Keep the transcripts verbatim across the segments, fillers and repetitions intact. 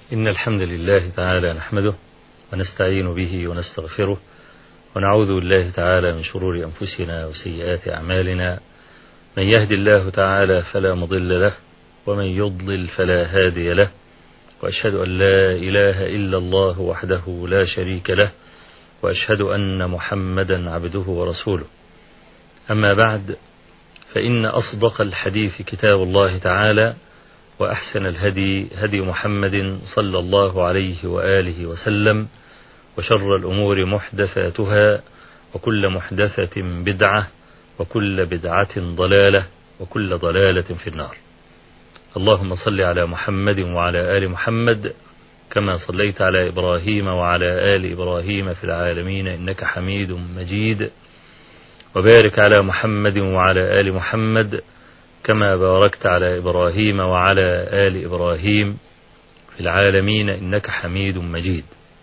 إن الحمد لله تعالى نحمده ونستعين به ونستغفره ونعوذ بالله تعالى من شرور أنفسنا وسيئات أعمالنا. من يهد الله تعالى فلا مضل له ومن يضلل فلا هادي له، وأشهد أن لا إله إلا الله وحده لا شريك له، وأشهد أن محمدا عبده ورسوله. أما بعد، فإن أصدق الحديث كتاب الله تعالى، وأحسن الهدي هدي محمد صلى الله عليه وآله وسلم، وشر الأمور محدثاتها، وكل محدثة بدعة، وكل بدعة ضلالة، وكل ضلالة في النار. اللهم صل على محمد وعلى آل محمد كما صليت على إبراهيم وعلى آل إبراهيم في العالمين إنك حميد مجيد، وبارك على محمد وعلى آل محمد كما باركت على إبراهيم وعلى آل إبراهيم في العالمين إنك حميد مجيد.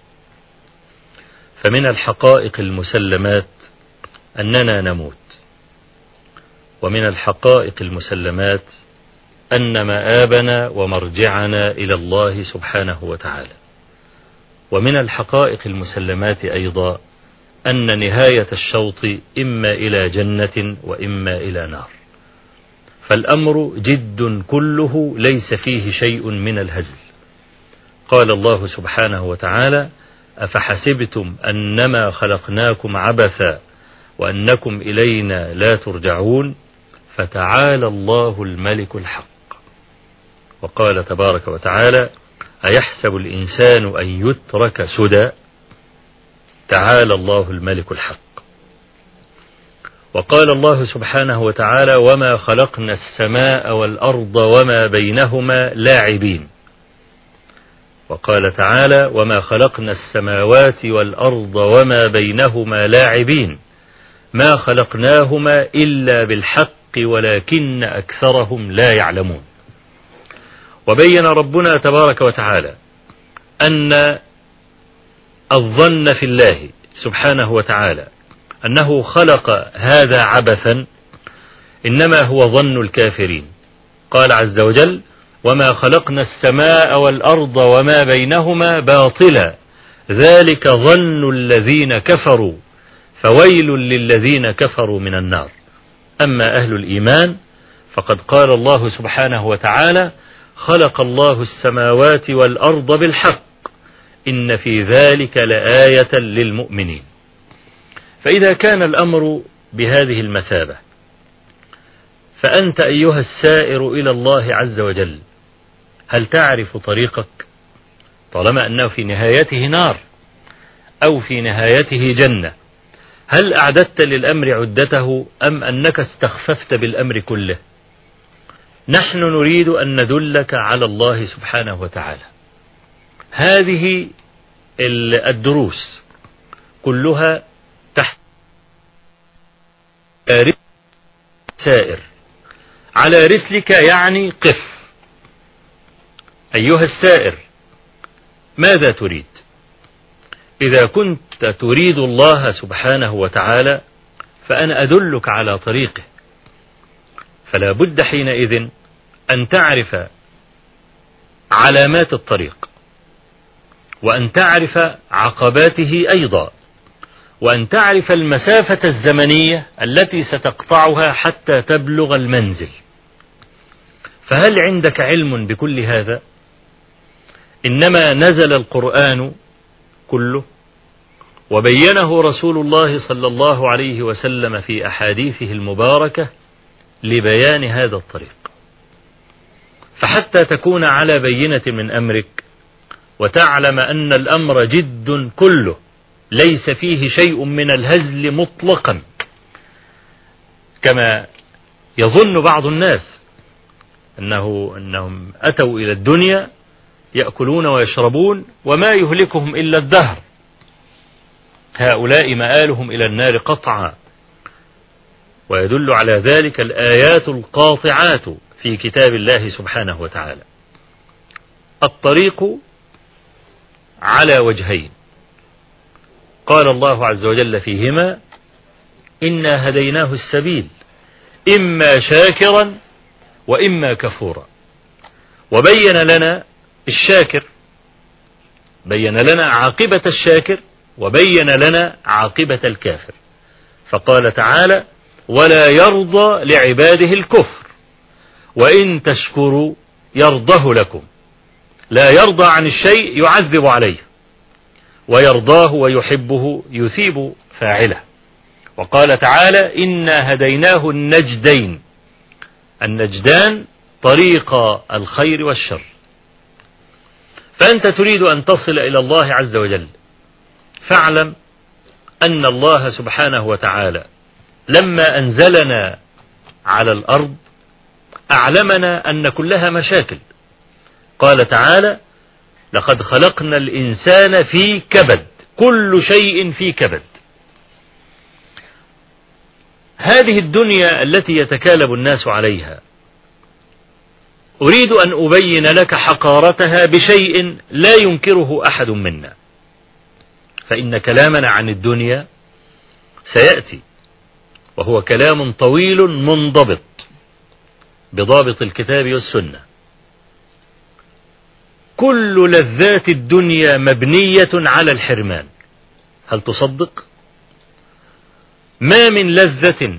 فمن الحقائق المسلمات أننا نموت، ومن الحقائق المسلمات أن مآبنا ومرجعنا إلى الله سبحانه وتعالى. ومن الحقائق المسلمات أيضا أن نهاية الشوط إما إلى جنة وإما إلى نار، فالأمر جد كله ليس فيه شيء من الهزل. قال الله سبحانه وتعالى: أفحسبتم أنما خلقناكم عبثا وأنكم إلينا لا ترجعون فتعالى الله الملك الحق. وقال تبارك وتعالى: أيحسب الإنسان أن يترك سدى تعالى الله الملك الحق. وقال الله سبحانه وتعالى: وما خلقنا السماء والأرض وما بينهما لاعبين. وقال تعالى: وما خلقنا السماوات والأرض وما بينهما لاعبين ما خلقناهما إلا بالحق ولكن أكثرهم لا يعلمون. وبين ربنا تبارك وتعالى أن الظن في الله سبحانه وتعالى أنه خلق هذا عبثا إنما هو ظن الكافرين. قال عز وجل: وما خلقنا السماء والأرض وما بينهما باطلا ذلك ظن الذين كفروا فويل للذين كفروا من النار. أما أهل الإيمان فقد قال الله سبحانه وتعالى: خلق الله السماوات والأرض بالحق إن في ذلك لآية للمؤمنين. فإذا كان الأمر بهذه المثابة، فأنت أيها السائر إلى الله عز وجل هل تعرف طريقك؟ طالما أنه في نهايته نار أو في نهايته جنة، هل أعددت للأمر عدته أم أنك استخففت بالأمر كله؟ نحن نريد أن ندلك على الله سبحانه وتعالى. هذه الدروس كلها تحت سائر على رسلك، يعني قف أيها السائر. ماذا تريد؟ إذا كنت تريد الله سبحانه وتعالى فأنا أدلك على طريقه، فلا بد حينئذ أن تعرف علامات الطريق، وأن تعرف عقباته أيضا، وأن تعرف المسافة الزمنية التي ستقطعها حتى تبلغ المنزل. فهل عندك علم بكل هذا؟ إنما نزل القرآن كله وبينه رسول الله صلى الله عليه وسلم في أحاديثه المباركة لبيان هذا الطريق. فحتى تكون على بينة من أمرك وتعلم أن الأمر جد كله ليس فيه شيء من الهزل مطلقا، كما يظن بعض الناس أنه أنهم أتوا إلى الدنيا يأكلون ويشربون وما يهلكهم إلا الدهر، هؤلاء مآلهم إلى النار قطعا. ويدل على ذلك الآيات القاطعات في كتاب الله سبحانه وتعالى. الطريق على وجهين قال الله عز وجل فيهما: إنا هديناه السبيل إما شاكرا وإما كفورا. وبين لنا الشاكر بين لنا عاقبة الشاكر وبين لنا عاقبة الكافر، فقال تعالى: ولا يرضى لعباده الكفر وإن تشكروا يرضه لكم. لا يرضى عن الشيء يعذب عليه، ويرضاه ويحبه يثيب فاعله. وقال تعالى: إنا هديناه النجدين. النجدان طريق الخير والشر. فأنت تريد أن تصل إلى الله عز وجل، فاعلم أن الله سبحانه وتعالى لما أنزلنا على الأرض أعلمنا أن كلها مشاكل. قال تعالى: لقد خلقنا الإنسان في كبد. كل شيء في كبد. هذه الدنيا التي يتكالب الناس عليها أريد أن أبين لك حقارتها بشيء لا ينكره أحد منا، فإن كلامنا عن الدنيا سيأتي، وهو كلام طويل منضبط بضابط الكتاب والسنة. كل لذات الدنيا مبنية على الحرمان. هل تصدق؟ ما من لذة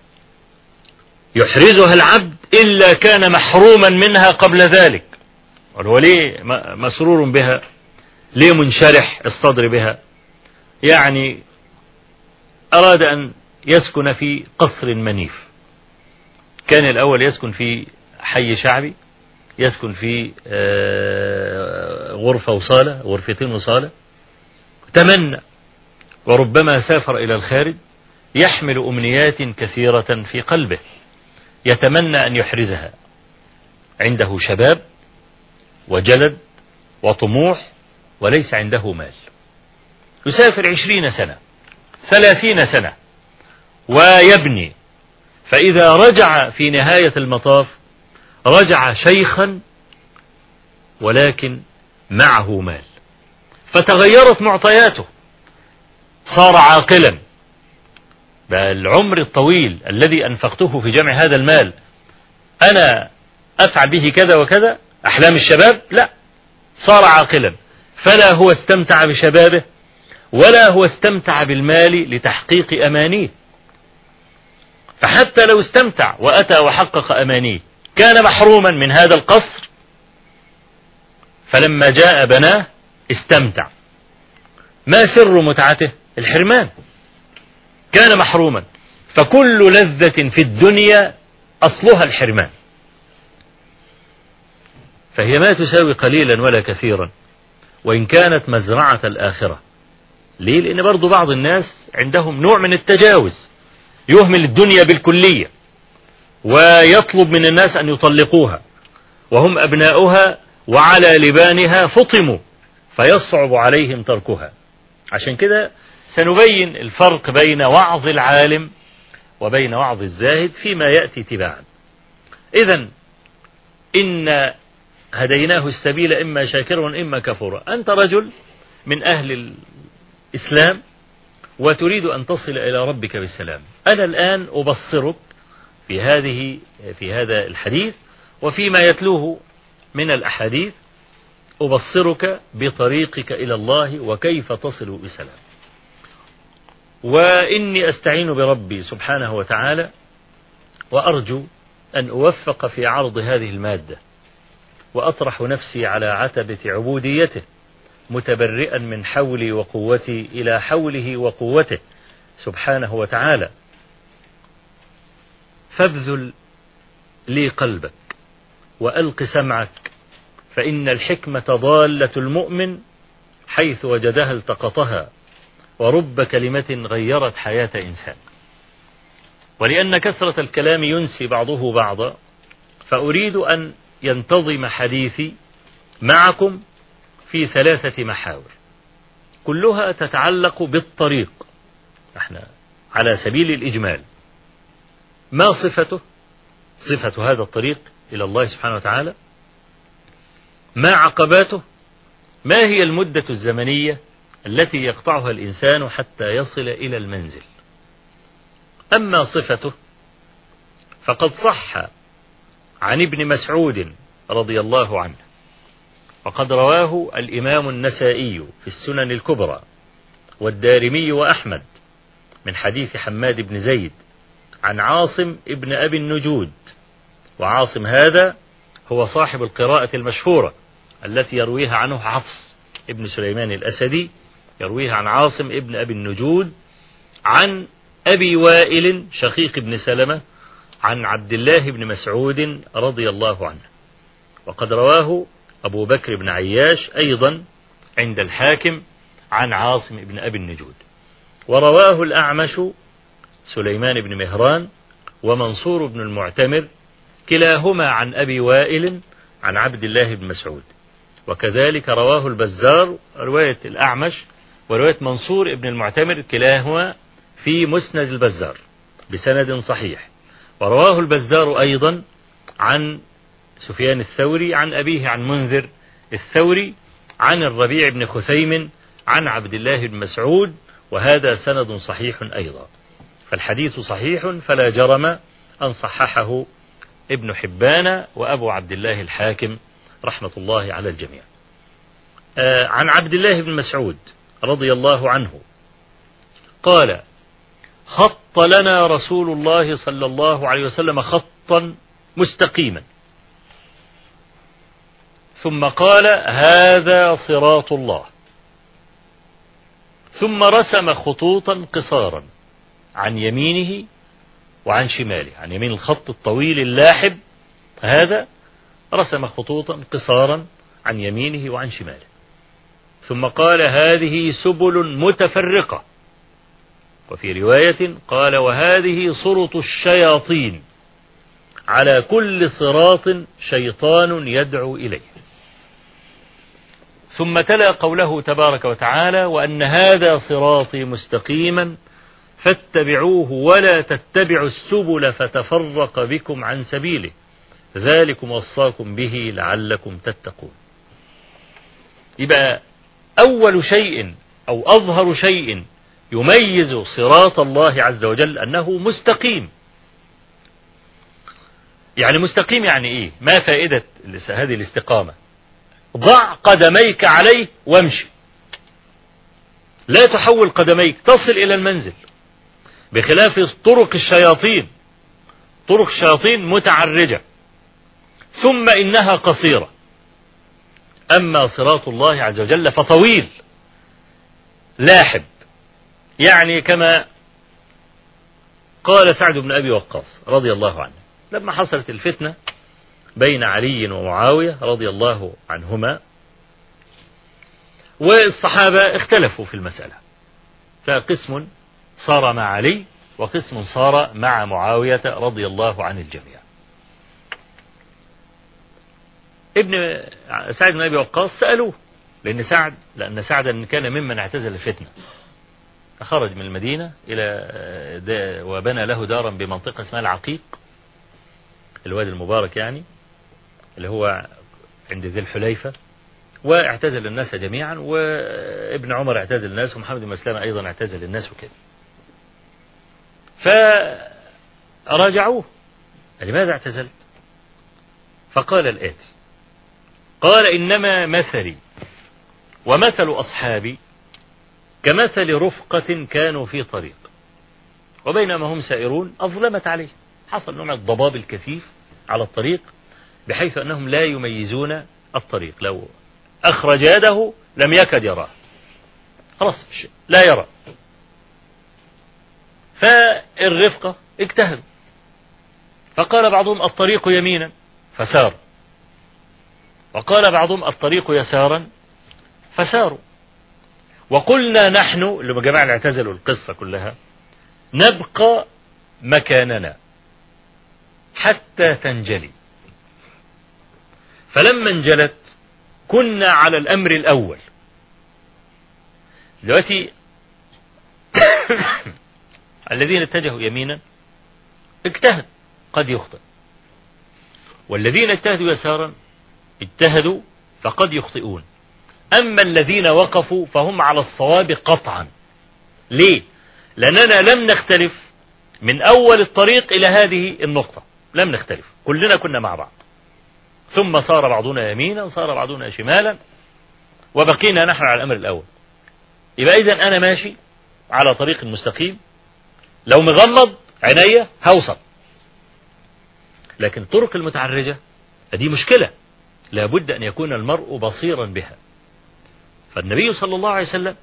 يحرزها العبد إلا كان محروما منها قبل ذلك. هو ليه مسرور بها؟ ليه منشرح الصدر بها؟ يعني أراد أن يسكن في قصر منيف، كان الأول يسكن في حي شعبي، يسكن في غرفة وصالة، غرفتين وصالة، تمنى وربما سافر إلى الخارج يحمل أمنيات كثيرة في قلبه يتمنى أن يحرزها. عنده شباب وجلد وطموح وليس عنده مال. يسافر عشرين سنة ثلاثين سنة ويبني، فإذا رجع في نهاية المطاف رجع شيخا ولكن معه مال، فتغيرت معطياته، صار عاقلا. بالعمر الطويل الذي أنفقته في جمع هذا المال أنا أفعل به كذا وكذا، أحلام الشباب؟ لا، صار عاقلا. فلا هو استمتع بشبابه ولا هو استمتع بالمال لتحقيق أمانيه. فحتى لو استمتع وأتى وحقق أمانيه كان محروما من هذا القصر، فلما جاء بناه استمتع. ما سر متعته؟ الحرمان. كان محروما. فكل لذة في الدنيا أصلها الحرمان، فهي ما تساوي قليلا ولا كثيرا، وإن كانت مزرعة الآخرة. ليه؟ لأن برضو بعض الناس عندهم نوع من التجاوز، يهمل الدنيا بالكلية ويطلب من الناس أن يطلقوها وهم أبناؤها وعلى لبانها فطموا، فيصعب عليهم تركها. عشان كده سنبين الفرق بين وعظ العالم وبين وعظ الزاهد فيما يأتي تباعا. إذن إن هديناه السبيل إما شاكرا وإما كفورا. أنت رجل من أهل الإسلام وتريد أن تصل إلى ربك بالسلام. أنا الآن أبصرك في هذه في هذا الحديث وفيما يتلوه من الأحاديث، أبصرك بطريقك إلى الله وكيف تصل بسلام. وإني أستعين بربي سبحانه وتعالى وأرجو أن أوفق في عرض هذه المادة، وأطرح نفسي على عتبة عبوديته متبرئا من حولي وقوتي إلى حوله وقوته سبحانه وتعالى. فابذل لي قلبك وألق سمعك، فإن الحكمة ضالة المؤمن حيث وجدها التقطها، ورب كلمة غيرت حياة إنسان. ولأن كثرة الكلام ينسي بعضه بعضا، فأريد أن ينتظم حديثي معكم في ثلاثة محاور كلها تتعلق بالطريق. احنا على سبيل الإجمال: ما صفته؟ صفة هذا الطريق إلى الله سبحانه وتعالى. ما عقباته؟ ما هي المدة الزمنية التي يقطعها الإنسان حتى يصل إلى المنزل؟ أما صفته فقد صح عن ابن مسعود رضي الله عنه وقد رواه الإمام النسائي في السنن الكبرى والدارمي وأحمد من حديث حماد بن زيد عن عاصم ابن أبي النجود. وعاصم هذا هو صاحب القراءة المشهورة التي يرويها عنه حفص ابن سليمان الأسدي، يرويها عن عاصم ابن أبي النجود عن أبي وائل شقيق بن سلمة عن عبد الله بن مسعود رضي الله عنه. وقد رواه أبو بكر بن عياش أيضا عند الحاكم عن عاصم ابن أبي النجود. ورواه الأعمش سليمان بن مهران ومنصور بن المعتمر كلاهما عن أبي وائل عن عبد الله بن مسعود. وكذلك رواه البزار رواية الأعمش ورواية منصور بن المعتمر كلاهما في مسند البزار بسند صحيح. ورواه البزار أيضا عن سفيان الثوري عن أبيه عن منذر الثوري عن الربيع بن خثيم عن عبد الله بن مسعود، وهذا سند صحيح أيضا. فالحديث صحيح فلا جرم أن صححه ابن حبان وأبو عبد الله الحاكم رحمة الله على الجميع. آه عن عبد الله بن مسعود رضي الله عنه قال: خط لنا رسول الله صلى الله عليه وسلم خطا مستقيما ثم قال: هذا صراط الله، ثم رسم خطوطا قصارا عن يمينه وعن شماله، عن يمين الخط الطويل اللاحب هذا رسم خطوطا قصارا عن يمينه وعن شماله، ثم قال: هذه سبل متفرقة، وفي رواية قال: وهذه صرط الشياطين، على كل صراط شيطان يدعو إليه. ثم تلا قوله تبارك وتعالى: وأن هذا صراطي مستقيما فاتبعوه ولا تتبعوا السبل فتفرق بكم عن سبيله ذلكم وصاكم به لعلكم تتقون. يبقى أول شيء أو أظهر شيء يميز صراط الله عز وجل أنه مستقيم. يعني مستقيم يعني إيه؟ ما فائدة هذه الاستقامة؟ ضع قدميك عليه وامشي، لا تحول قدميك، تصل إلى المنزل، بخلاف طرق الشياطين. طرق الشياطين متعرجة ثم إنها قصيرة، أما صراط الله عز وجل فطويل لاحب. يعني كما قال سعد بن أبي وقاص رضي الله عنه لما حصلت الفتنة بين علي ومعاوية رضي الله عنهما، والصحابة اختلفوا في المسألة، فقسم صار مع علي وقسم صار مع معاوية رضي الله عن الجميع. ابن سعد بن أبي وقاص سألوه، لأن سعد لأن سعدا كان ممن اعتزل الفتنة، خرج من المدينة إلى وبنى له دارا بمنطقة اسمها العقيق، الوادي المبارك يعني، اللي هو عند ذي الحليفة، واعتزل الناس جميعا، وابن عمر اعتزل الناس، ومحمد بن مسلمة أيضا اعتزل الناس وكده. فرجعوه: لماذا اعتزلت؟ فقال الآتي: قال: إنما مثلي ومثل أصحابي كمثل رفقة كانوا في طريق، وبينما هم سائرون أظلمت عليه، حصل نوع من الضباب الكثيف على الطريق بحيث أنهم لا يميزون الطريق، لو أخرج يده لم يكد يراه، خلاص لا يرى. فالرفقة اجتهدوا، فقال بعضهم: الطريق يمينا، فساروا، وقال بعضهم: الطريق يسارا، فساروا. وقلنا نحن اللي جماعة اعتزلوا القصة كلها: نبقى مكاننا حتى تنجلي. فلما انجلت كنا على الأمر الأول. دلوقتي الذين اتجهوا يمينا اجتهد، قد يخطئ، والذين اجتهدوا يسارا اجتهدوا فقد يخطئون. أما الذين وقفوا فهم على الصواب قطعا. ليه؟ لأننا لم نختلف من أول الطريق إلى هذه النقطة، لم نختلف، كلنا كنا مع بعض. ثم صار بعضنا يمينا صار بعضنا شمالا وبقينا نحن على الأمر الأول. يبقى إذن أنا ماشي على طريق مستقيم، لو مغمض عينيا هوصل. لكن الطرق المتعرجة دي مشكلة، لابد أن يكون المرء بصيرا بها. فالنبي صلى الله عليه وسلم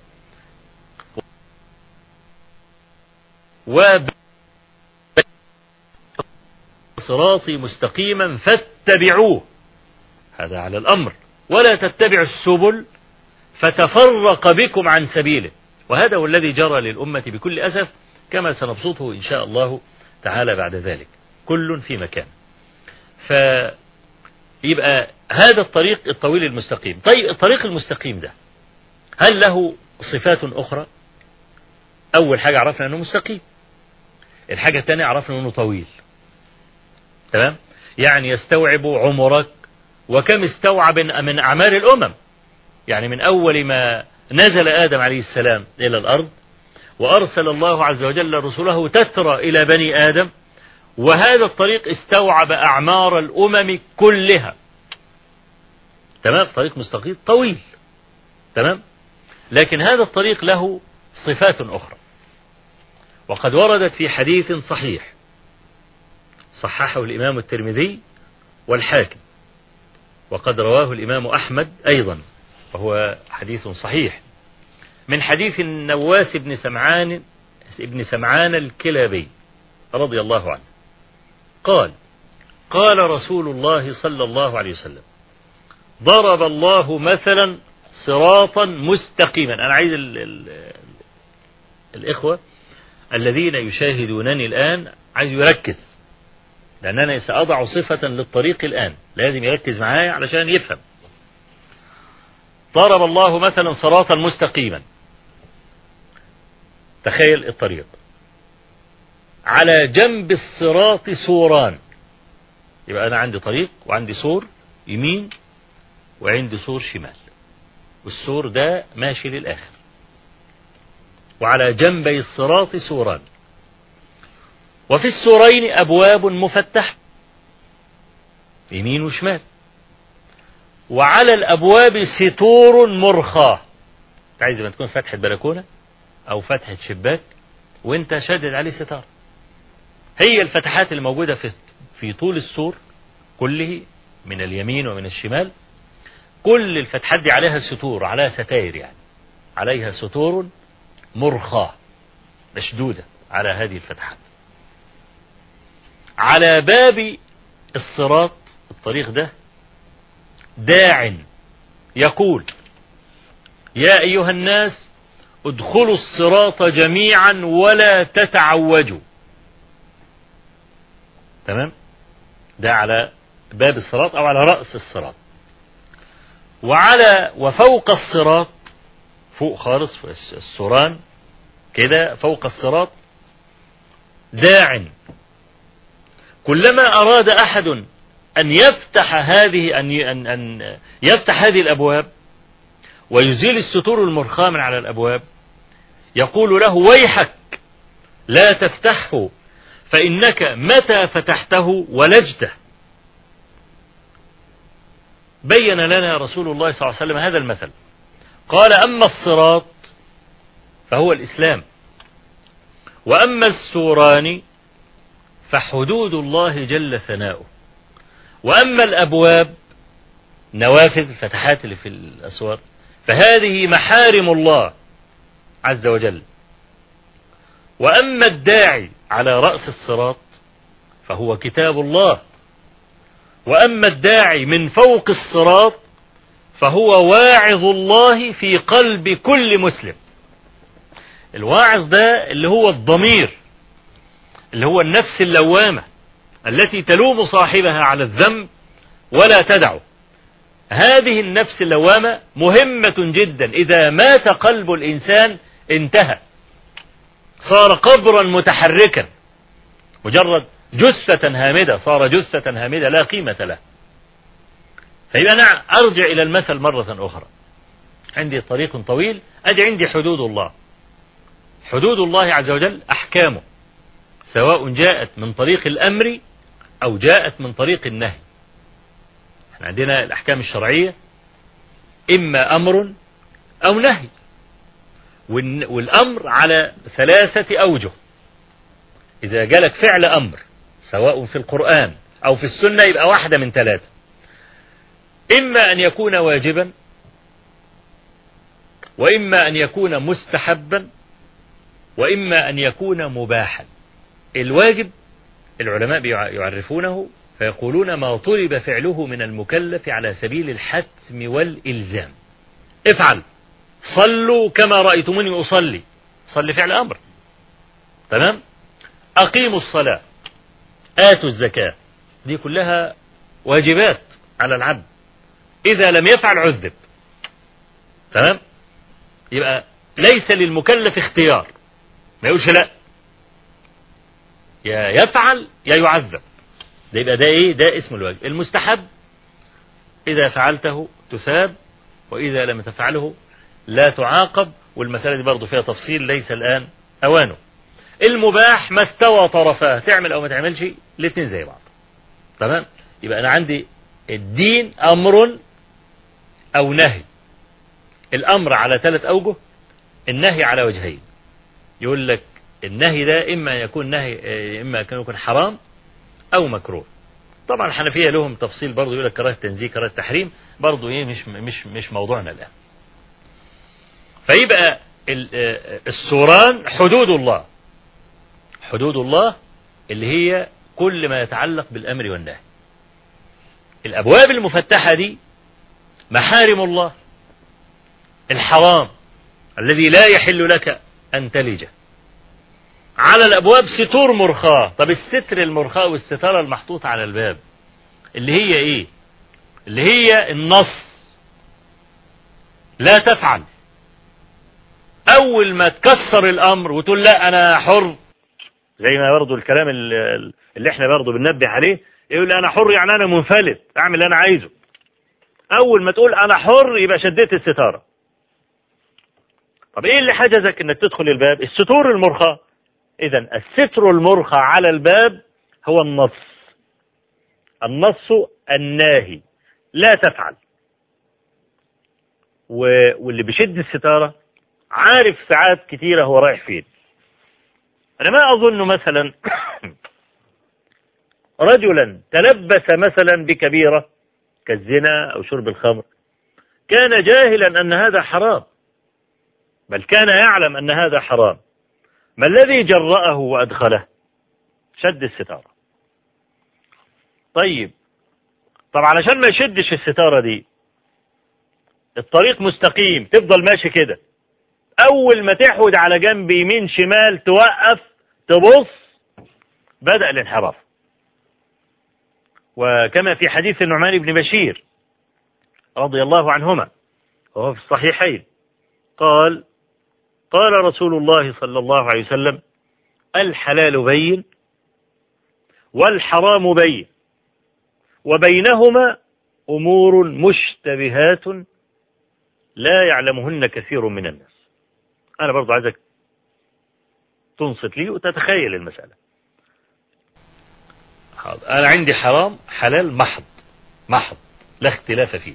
وصراطي مستقيما فاتبعوه، هذا على الأمر، ولا تتبعوا السبل فتفرق بكم عن سبيله. وهذا هو الذي جرى للأمة بكل أسف، كما سنبسطه إن شاء الله تعالى بعد ذلك، كل في مكان. فيبقى هذا الطريق الطويل المستقيم. طيب الطريق المستقيم ده هل له صفات أخرى؟ أول حاجة عرفنا أنه مستقيم، الحاجة الثانية عرفنا أنه طويل. تمام؟ يعني يستوعب عمرك وكم استوعب من أعمار الأمم. يعني من أول ما نزل آدم عليه السلام إلى الأرض وأرسل الله عز وجل رسله تترى إلى بني آدم، وهذا الطريق استوعب أعمار الأمم كلها. تمام؟ طريق مستقيم طويل. تمام؟ لكن هذا الطريق له صفات أخرى، وقد وردت في حديث صحيح صححه الإمام الترمذي والحاكم، وقد رواه الإمام أحمد أيضا، وهو حديث صحيح، من حديث النواس بن سمعان ابن سمعان الكلابي رضي الله عنه قال: قال رسول الله صلى الله عليه وسلم: ضرب الله مثلا صراطا مستقيما. أنا عايز ال ال الإخوة الذين يشاهدونني الآن عايز يركز، لأن أنا سأضع صفة للطريق الآن، لازم يركز معايا علشان يفهم. ضرب الله مثلا صراطا مستقيما. تخيل الطريق، على جنب الصراط سوران. يبقى أنا عندي طريق وعندي سور يمين وعندي سور شمال، والسور ده ماشي للآخر، وعلى جنبي الصراط سوران، وفي السورين أبواب مفتحة يمين وشمال، وعلى الأبواب ستور مرخاة. عايز ما تكون فتحة بلكونة أو فتحة شباك وانت شادد عليه ستار، هي الفتحات اللي موجودة في في طول السور كله من اليمين ومن الشمال. كل الفتحات دي عليها ستور، عليها ستائر، يعني عليها ستور مرخاة مشدودة على هذه الفتحات. على باب الصراط الطريق ده داع يقول: يا أيها الناس ادخلوا الصراط جميعا ولا تتعوجوا. تمام؟ ده على باب الصراط أو على رأس الصراط. وعلى وفوق الصراط، فوق خالص في السوران كده فوق الصراط داع، كلما أراد أحد أن يفتح هذه أن أن أن يفتح هذه الأبواب ويزيل الستور المرخاة من على الأبواب، يقول له: ويحك لا تفتحه فإنك متى فتحته ولجته. بين لنا رسول الله صلى الله عليه وسلم هذا المثل، قال: أما الصراط فهو الإسلام، وأما السوران فحدود الله جل ثناؤه، وأما الأبواب نوافذ الفتحات اللي في الأسوار فهذه محارم الله عز وجل، وأما الداعي على رأس الصراط فهو كتاب الله، وأما الداعي من فوق الصراط فهو واعظ الله في قلب كل مسلم. الواعظ ده اللي هو الضمير، اللي هو النفس اللوامة التي تلوم صاحبها على الذنب ولا تدعه. هذه النفس اللوامة مهمة جدا، إذا مات قلب الإنسان انتهى، صار قبرا متحركا، مجرد جثة هامدة، صار جثة هامدة لا قيمة له. فإذا أنا أرجع إلى المثل مرة أخرى، عندي طريق طويل، أدي عندي حدود الله. حدود الله عز وجل أحكامه، سواء جاءت من طريق الأمر أو جاءت من طريق النهي. احنا عندنا الأحكام الشرعية إما أمر أو نهي، والأمر على ثلاثة أوجه. إذا جالك فعل أمر سواء في القرآن أو في السنة يبقى واحدة من ثلاثة: إما أن يكون واجبا، وإما أن يكون مستحبا، وإما أن يكون مباحا. الواجب العلماء يعرفونه فيقولون ما طلب فعله من المكلف على سبيل الحتم والإلزام. افعل، صلوا كما رأيتموني أصلي، صلي فعل أمر، تمام. أقيموا الصلاة، آتوا الزكاة، دي كلها واجبات على العبد، إذا لم يفعل عذب، تمام. يبقى ليس للمكلف اختيار، ما يقولش لا، يا يفعل يا يعذب. ده يبقى ده ايه؟ ده اسم الواجب. المستحب إذا فعلته تثاب، وإذا لم تفعله لا تعاقب، والمسألة دي برضو فيها تفصيل ليس الآن أوانه. المباح ما استوى طرفاه، تعمل أو ما تعملش الاثنين زي بعض، تمام. يبقى أنا عندي الدين أمر أو نهي. الأمر على ثلاث أوجه، النهي على وجهين. يقول لك النهي ده إما يكون نهي، إما يكون حرام أو مكروه. طبعا الحنفية لهم تفصيل برضو، يقول لك كراهة تنزيه كراهة تحريم، برضو إيه مش مش مش موضوعنا الآن. فيبقى السوران حدود الله، حدود الله اللي هي كل ما يتعلق بالأمر والنهي. الأبواب المفتحة دي محارم الله، الحرام الذي لا يحل لك أن تلجه. على الأبواب ستور مرخاة. طب الستر المرخاة والستارة المحطوطة على الباب اللي هي إيه؟ اللي هي النص، لا تفعل. أول ما تكسر الأمر وتقول لا أنا حر، زي ما برضو الكلام اللي احنا برضو بننبه عليه، يقول لي أنا حر يعني أنا منفلت أعمل اللي أنا عايزه. أول ما تقول أنا حر يبقى شديت الستارة. طب إيه اللي حجزك إنك تدخل الباب؟ الستور المرخاة. إذا الستر المرخى على الباب هو النص، النص الناهي لا تفعل. واللي بيشد الستارة عارف ساعات كتيرة هو رايح فين. أنا ما أظن مثلا رجلا تلبس مثلا بكبيرة كالزنا أو شرب الخمر كان جاهلا أن هذا حرام، بل كان يعلم أن هذا حرام، ما الذي جرأه وأدخله؟ شد الستارة. طيب طب علشان ما يشدش الستارة دي، الطريق مستقيم تفضل ماشي كده، أول ما تحود على جنب يمين شمال توقف تبص بدأ الانحراف. وكما في حديث النعمان بن بشير رضي الله عنهما وهو في الصحيحين قال قال رسول الله صلى الله عليه وسلم: الحلال بين والحرام بين وبينهما أمور مشتبهات لا يعلمهن كثير من الناس. أنا برضو عايزك تنصت لي وتتخيل المسألة. أنا عندي حرام حلال محض محض لا اختلاف فيه،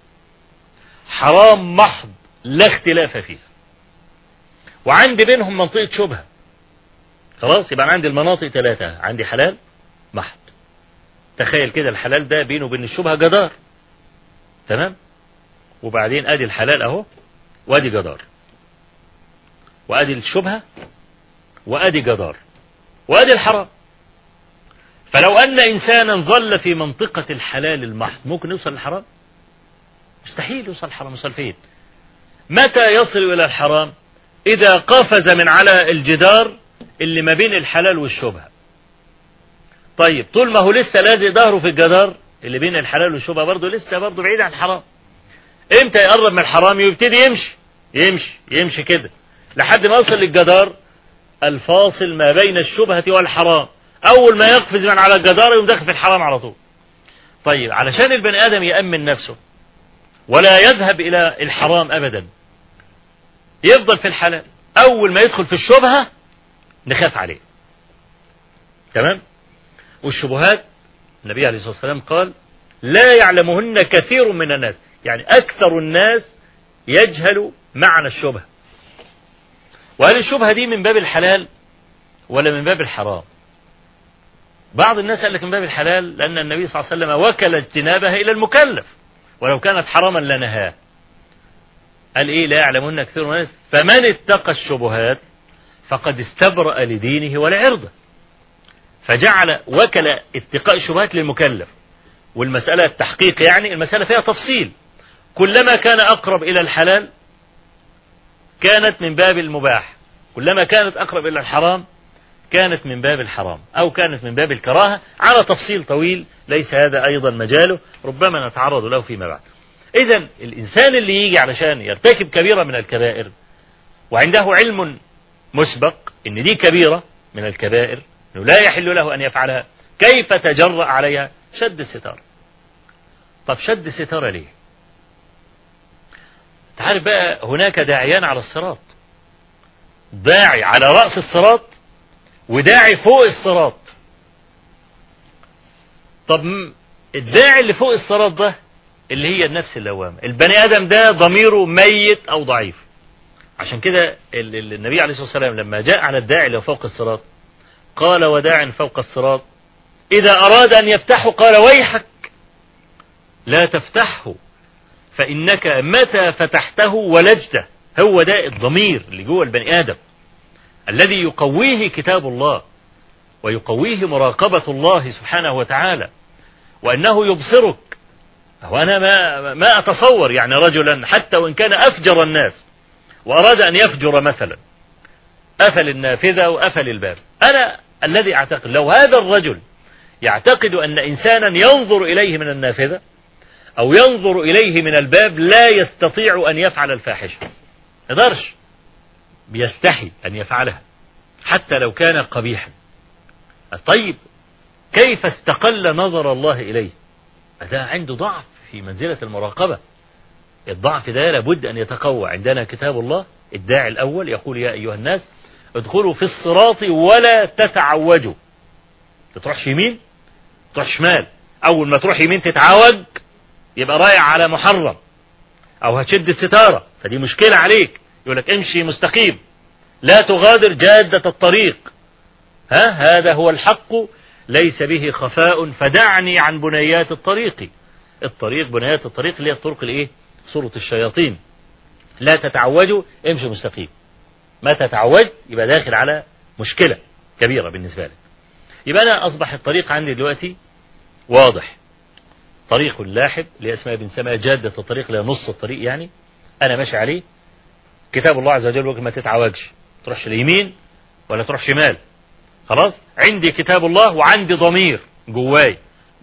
حرام محض لا اختلاف فيه، وعندي بينهم منطقة شبهة. خلاص يبقى أنا عندي المناطق ثلاثة، عندي حلال محض. تخيل كده الحلال ده بينه وبين الشبهة جدار، تمام. وبعدين ادي الحلال اهو، وادي جدار، وادي الشبهة، وادي جدار، وادي الحرام. فلو ان انسانا ظل في منطقة الحلال المحض ممكن يوصل للحرام؟ مستحيل يوصل الحرام. يوصل فين؟ متى يصل الى الحرام؟ اذا قفز من على الجدار اللي ما بين الحلال والشبهة. طيب طول ما هو لسه لازق ظهره في الجدار اللي بين الحلال والشبهة برضه لسه برضه بعيد عن الحرام. امتى يقرب من الحرام؟ يبتدي يمشي يمشي يمشي كده لحد ما يوصل للجدار الفاصل ما بين الشبهة والحرام. اول ما يقفز من على الجدار يقوم داخل في الحرام على طول. طيب علشان البني ادم يأمن نفسه ولا يذهب الى الحرام ابدا، يفضل في الحلال. اول ما يدخل في الشبهة نخاف عليه، تمام. والشبهات النبي عليه الصلاة والسلام قال: لا يعلمهن كثير من الناس، يعني أكثر الناس يجهل معنى الشبهة. وهل الشبهة دي من باب الحلال ولا من باب الحرام؟ بعض الناس قال لك من باب الحلال، لأن النبي صلى الله عليه وسلم وكل اجتنابها إلى المكلف، ولو كانت حراما لنهاه. قال إيه؟ لا يعلمهن كثير من الناس فمن اتقى الشبهات فقد استبرأ لدينه ولعرضه. فجعل وكل اتقاء الشبهات للمكلف، والمسألة التحقيق، يعني المسألة فيها تفصيل، كلما كان أقرب إلى الحلال كانت من باب المباح، كلما كانت أقرب إلى الحرام كانت من باب الحرام، أو كانت من باب الكراهة، على تفصيل طويل ليس هذا أيضا مجاله، ربما نتعرض له فيما بعد. إذن الإنسان اللي يجي علشان يرتكب كبيرة من الكبائر وعنده علم مسبق إن دي كبيرة من الكبائر، إنه لا يحل له أن يفعلها، كيف تجرأ عليها؟ شد الستار. طب شد الستار ليه؟ تعرف بقى هناك داعيان على الصراط، داعي على رأس الصراط وداعي فوق الصراط. طب الداعي اللي فوق الصراط ده اللي هي النفس اللوامة، البني آدم ده ضميره ميت أو ضعيف. عشان كده النبي عليه الصلاة والسلام لما جاء على الداعي اللي فوق الصراط قال وداع فوق الصراط إذا أراد أن يفتحه قال ويحك لا تفتحه فإنك متى فتحته ولجته. هو ده الضمير اللي جوه البني آدم الذي يقويه كتاب الله ويقويه مراقبة الله سبحانه وتعالى، وأنه يبصرك. وأنا ما, ما أتصور يعني رجلا حتى وإن كان أفجر الناس وأراد أن يفجر مثلا، أفل النافذة وأفل الباب، أنا الذي أعتقد لو هذا الرجل يعتقد أن إنسانا ينظر إليه من النافذة أو ينظر إليه من الباب لا يستطيع أن يفعل الفاحشة، يقدرش، بيستحي أن يفعلها حتى لو كان قبيحا. طيب كيف استقل نظر الله إليه؟ ده عنده ضعف في منزلة المراقبة. الضعف ده لابد أن يتقوى. عندنا كتاب الله، الداعي الأول يقول يا أيها الناس ادخلوا في الصراط ولا تتعوجوا. تروحش يمين تروح شمال، أول ما تروح يمين تتعوج يبقى رايح على محرم أو هتشد الستارة، فدي مشكلة عليك. يقول لك امشي مستقيم لا تغادر جادة الطريق، ها هذا هو الحق ليس به خفاء فدعني عن بنيات الطريق. الطريق بنيات الطريق اللي هي الطرق الايه؟ صورة الشياطين. لا تتعوجوا، امشي مستقيم. ما تتعوجت يبقى داخل على مشكلة كبيرة بالنسبة لك. يبقى أنا أصبح الطريق عندي دلوقتي واضح، طريق لاحب اللي اسمها بنسميها جادة الطريق اللي هي نص الطريق، يعني أنا ماشي عليه. كتاب الله عز وجل ما تتعوجش، تروحش اليمين ولا تروح شمال. خلاص عندي كتاب الله وعندي ضمير جواي،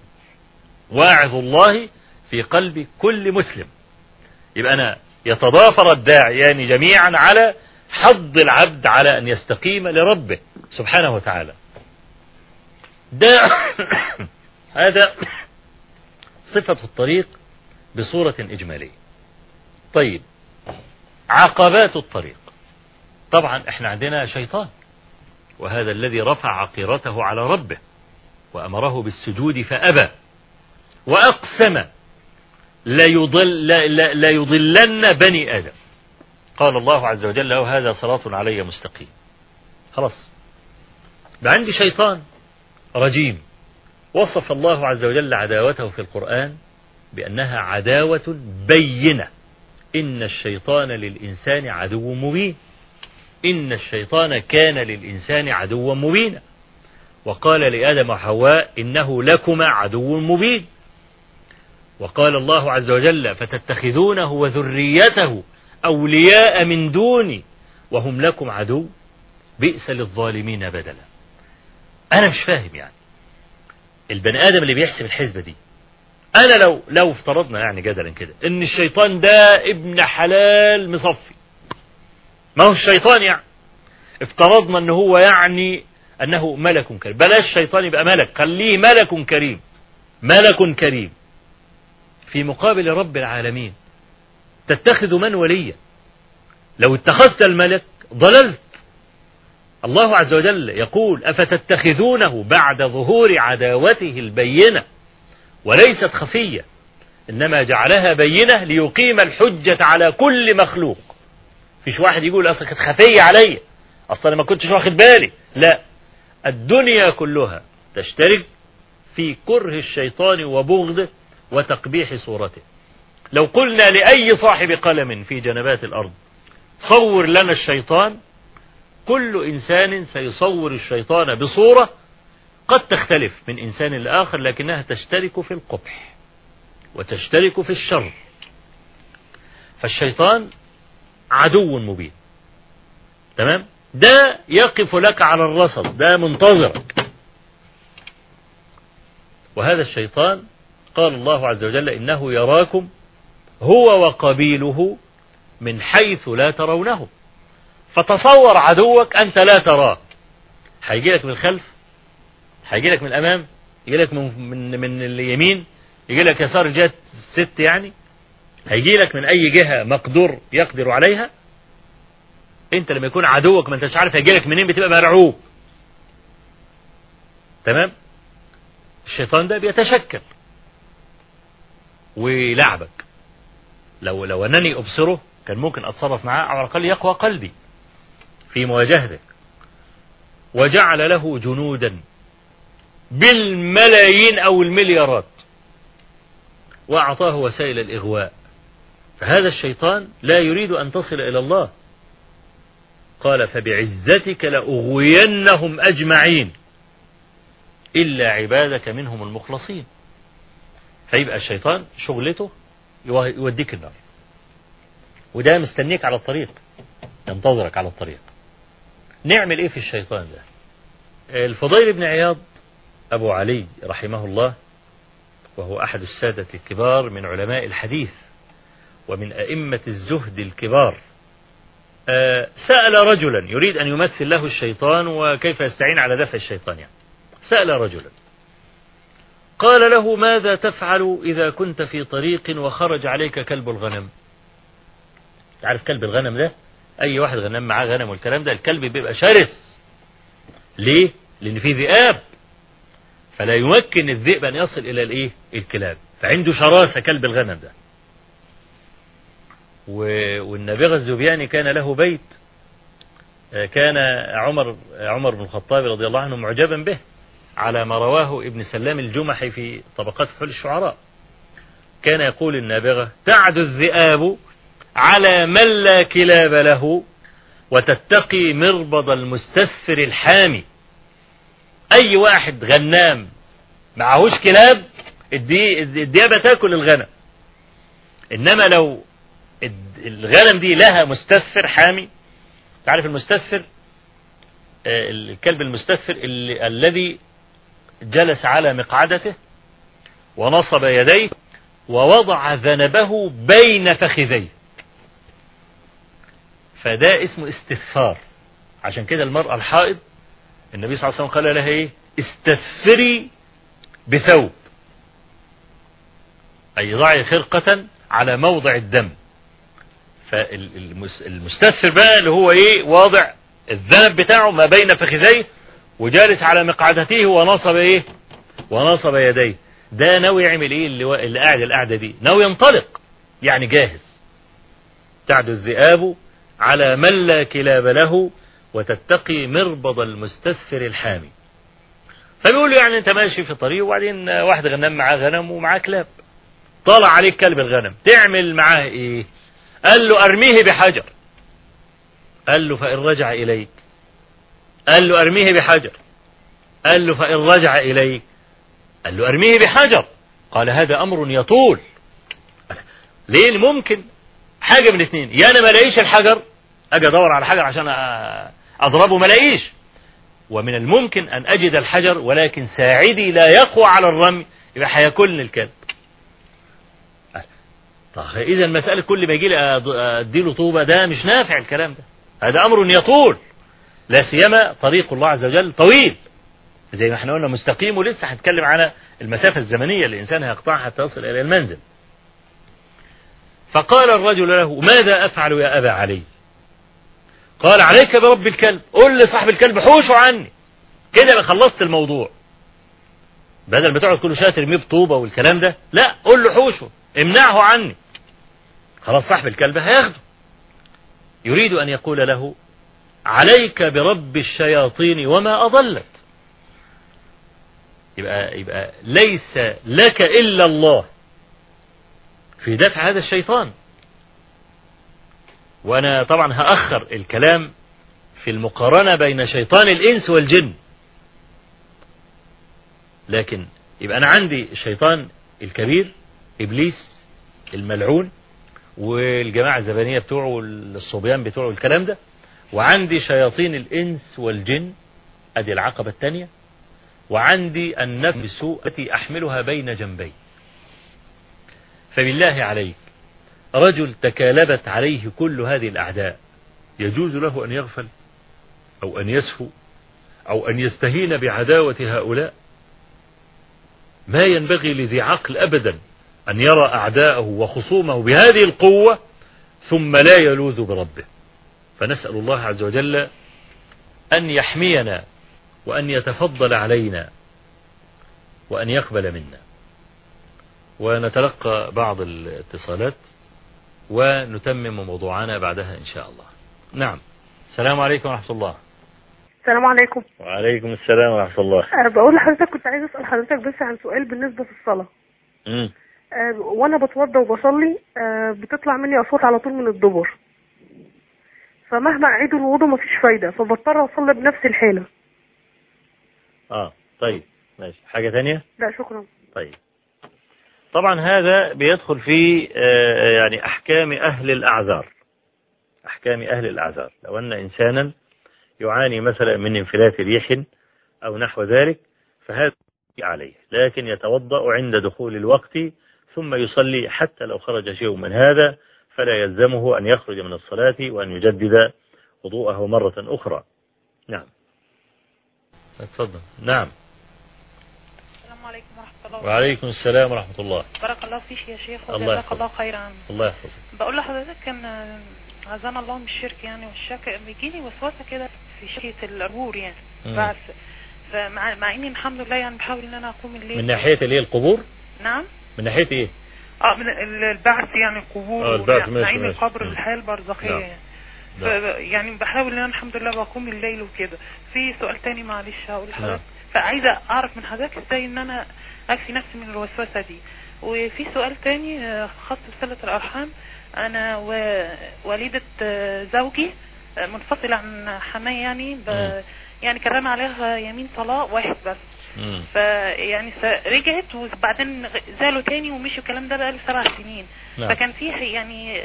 واعظ الله في قلب كل مسلم. يبقى أنا يتضافر الداعيان يعني جميعا على حض العبد على أن يستقيم لربه سبحانه وتعالى. ده هذا صفة الطريق بصورة إجمالية. طيب عقبات الطريق، طبعا احنا عندنا شيطان، وهذا الذي رفع عقيرته على ربه وأمره بالسجود فأبى وأقسم لا, يضل لا, لا, لا يضلن بني آدم. قال الله عز وجل وهذا صراط علي مستقيم. خلاص عندي شيطان رجيم، وصف الله عز وجل عداوته في القرآن بأنها عداوة بينة. إن الشيطان للإنسان عدو مبين، إن الشيطان كان للإنسان عدوا مبينا. وقال لآدم وحواء إنه لكما عدو مبين. وقال الله عز وجل فتتخذونه وذريته أولياء من دوني وهم لكم عدو بئس للظالمين بدلا. أنا مش فاهم يعني البني آدم اللي بيحسب الحسبة دي. أنا لو لو افترضنا يعني جدلا كده إن الشيطان ده ابن حلال مصفي، ما هو الشيطان يعني افترضنا أنه هو يعني أنه ملك كريم، بلاش الشيطان يبقى ملك، خليه ملك كريم، ملك كريم في مقابل رب العالمين. تتخذ من وليا؟ لو اتخذت الملك ضللت. الله عز وجل يقول أفتتخذونه بعد ظهور عداوته البينة وليست خفية، إنما جعلها بينة ليقيم الحجة على كل مخلوق. فيش واحد يقول أصلا كانت خفية علي، أصلا ما كنتش واخد بالي. لا، الدنيا كلها تشترك في كره الشيطان وبغضه وتقبيح صورته. لو قلنا لأي صاحب قلم في جنبات الأرض صور لنا الشيطان، كل إنسان سيصور الشيطان بصورة قد تختلف من إنسان لآخر، لكنها تشترك في القبح وتشترك في الشر. فالشيطان عدو مبين، تمام؟ ده يقف لك على الرصد، ده منتظرك. وهذا الشيطان قال الله عز وجل إنه يراكم هو وقبيله من حيث لا ترونه. فتصور عدوك أنت لا تراه، هيجي لك من الخلف، هيجي لك من الأمام، يجي لك من, من, من اليمين، يجي لك يسار جهة الست، يعني هيجي لك من أي جهة مقدور يقدر عليها. أنت لما يكون عدوك ما أنتش عارف هيجي لك منين، بتبقى مرعوب، تمام؟ الشيطان ده بيتشكل ويلعبك. لو لو أنني أبصره كان ممكن أتصرف معاه، على الأقل يقوى قلبي في مواجهته. وجعل له جنودا بالملايين أو المليارات، وأعطاه وسائل الإغواء. فهذا الشيطان لا يريد أن تصل إلى الله. قال فبعزتك لأغوينهم أجمعين إلا عبادك منهم المخلصين. فيبقى الشيطان شغلته يوديك النار، وده مستنيك على الطريق، ينتظرك على الطريق. نعمل ايه في الشيطان ده؟ الفضيل بن عياض أبو علي رحمه الله، وهو أحد السادة الكبار من علماء الحديث ومن أئمة الزهد الكبار، سأل رجلا يريد أن يمثل له الشيطان وكيف يستعين على دفع الشيطان. يعني سأل رجلا قال له ماذا تفعل إذا كنت في طريق وخرج عليك كلب الغنم؟ تعرف كلب الغنم ده؟ أي واحد غنم معاه غنم والكلام ده، الكلب بيبقى شرس. ليه؟ لأن فيه ذئاب، فلا يمكن الذئب أن يصل إلى الإيه؟ الكلاب، فعنده شراسة كلب الغنم ده. والنابغة الزبياني كان له بيت، كان عمر عمر بن الخطاب رضي الله عنه معجبا به، على ما رواه ابن سلام الجمحي في طبقات فحول الشعراء. كان يقول النابغة تعد الذئاب على من لا كلاب له وتتقي مربض المستثفر الحامي. أي واحد غنام معهوش كلاب، الديابة تاكل الغنم. إنما لو الغنم دي لها مستثفر حامي، تعرف المستثفر؟ الكلب المستثفر الذي جلس على مقعدته ونصب يديه ووضع ذنبه بين فخذيه، فده اسمه استثفار. عشان كده المرأة الحائض النبي صلى الله عليه وسلم قال لها ايه؟ استثفري بثوب، أي ضعي خرقة على موضع الدم. فالمستثفر بقى اللي هو ايه؟ واضع الذنب بتاعه ما بين فخذيه وجالس على مقعدته ونصب ايه؟ ونصب يديه. ده ناوي يعمل ايه؟ اللي, اللي قاعد القعدة دي ناوي ينطلق، يعني جاهز. تعد الذئاب على من لا كلاب له وتتقي مربض المستثفر الحامي. فبيقول له يعني انت ماشي في طريق وبعدين واحد غنم معاه غنم ومعاه كلاب، طلع عليك كلب الغنم، تعمل معاه ايه؟ قال له ارميه بحجر. قال له فإن رجع إليك؟ قال له ارميه بحجر. قال له فإن رجع إليك؟ قال له ارميه بحجر. قال هذا أمر يطول. ليه؟ ممكن حاجة من الاثنين، يا أنا ما لاقيش الحجر أجي أدور على حجر عشان أضربه ما لاقيش، ومن الممكن أن أجد الحجر ولكن ساعدي لا يقوى على الرمي، يبقى هياكلني الكلب. طيب إذا المسألة كل ما يجي لي أديله طوبة، ده مش نافع الكلام ده، هذا أمر يطول، لا سيما طريق الله عز وجل طويل زي ما احنا قلنا مستقيم، ولسه هنتكلم على المسافة الزمنية اللي الإنسان هيقطعها حتى يصل إلى المنزل. فقال الرجل له ماذا أفعل يا أبا علي؟ قال عليك برب الكلب، قل لصاحب الكلب حوشه عني، كده خلصت الموضوع. بدل ما تقعد كل شويه ترميه بطوبه والكلام ده، لا، قول له حوشه، امنعه عني. خلاص صاحب الكلب هياخده. يريد أن يقول له عليك برب الشياطين وما أضلت. يبقى, يبقى ليس لك إلا الله في دفع هذا الشيطان. وأنا طبعا هأخر الكلام في المقارنة بين شيطان الإنس والجن، لكن يبقى أنا عندي الشيطان الكبير إبليس الملعون والجماعة الزبانية بتوعه والصبيان بتوعه الكلام ده، وعندي شياطين الإنس والجن، أدي العقبة الثانية، وعندي النفس التي أحملها بين جنبي. فبالله عليك، رجل تكالبت عليه كل هذه الأعداء، يجوز له أن يغفل أو أن يسهو أو أن يستهين بعداوة هؤلاء؟ ما ينبغي لذي عقل أبدا أن يرى أعداءه وخصومه بهذه القوة ثم لا يلوذ بربه. فنسأل الله عز وجل أن يحمينا وأن يتفضل علينا وأن يقبل منا. ونتلقى بعض الاتصالات ونتمم موضوعنا بعدها إن شاء الله. نعم. السلام عليكم ورحمة الله. السلام عليكم. وعليكم السلام ورحمة الله. أه بقول لحضرتك، كنت عايز أسأل حضرتك بس عن سؤال بالنسبة في الصلاة. امم أه وأنا بتوضى وبصلي أه بتطلع مني أصوات على طول من الدبر، فمهما أعيد الوضوء مفيش فايدة، فبضطر أصلي بنفس الحالة. اه طيب ماشي. حاجة ثانية؟ لا شكرا. طيب، طبعا هذا بيدخل في آه يعني أحكام أهل الأعذار. أحكام أهل الأعذار، لو أن إنسانا يعاني مثلا من انفلات ريح أو نحو ذلك فهذا عليه، لكن يتوضأ عند دخول الوقت ثم يصلي حتى لو خرج شيء من هذا، فلا يلزمه أن يخرج من الصلاة وأن يجدد وضوءه مرة أخرى. نعم. اتفضل. نعم. السلام عليكم ورحمة الله وبركاته. وعليكم السلام ورحمة الله. بارك الله فيك يا شيخ الله وجزاك يحفظك. الله خيرا. الله يحفظك. بقول لحضرتك كان عزانا الله من الشرك يعني والشك، بيجيني وسوسة كده في شركة القبور يعني بعد، فمع مع اني الحمد لله يعني بحاول ان انا اقوم الليل. من ناحية اللي هي القبور؟ نعم. من ناحية ايه؟ اه من البعث يعني القبور، اه البعث، نعيم القبر، الحياة البرزخية نعم. يعني. يعني بحاول ان انا الحمد لله بقوم الليل وكده. في سؤال تاني معلش هقول لحضرتك. نعم. فعايزة اعرف من حضرتك ازاي ان انا اكفي نفسي من الوسوسة دي. وفي سؤال تاني خاص بصلة الارحام. انا ووالدة زوجي منفصلة عن حماية يعني ب... يعني كرم عليها يمين طلاق واحد بس. فيعني رجعت وبعدين زالوا تاني ومشوا الكلام ده بقى سبع سنين. نعم. فكان فيه يعني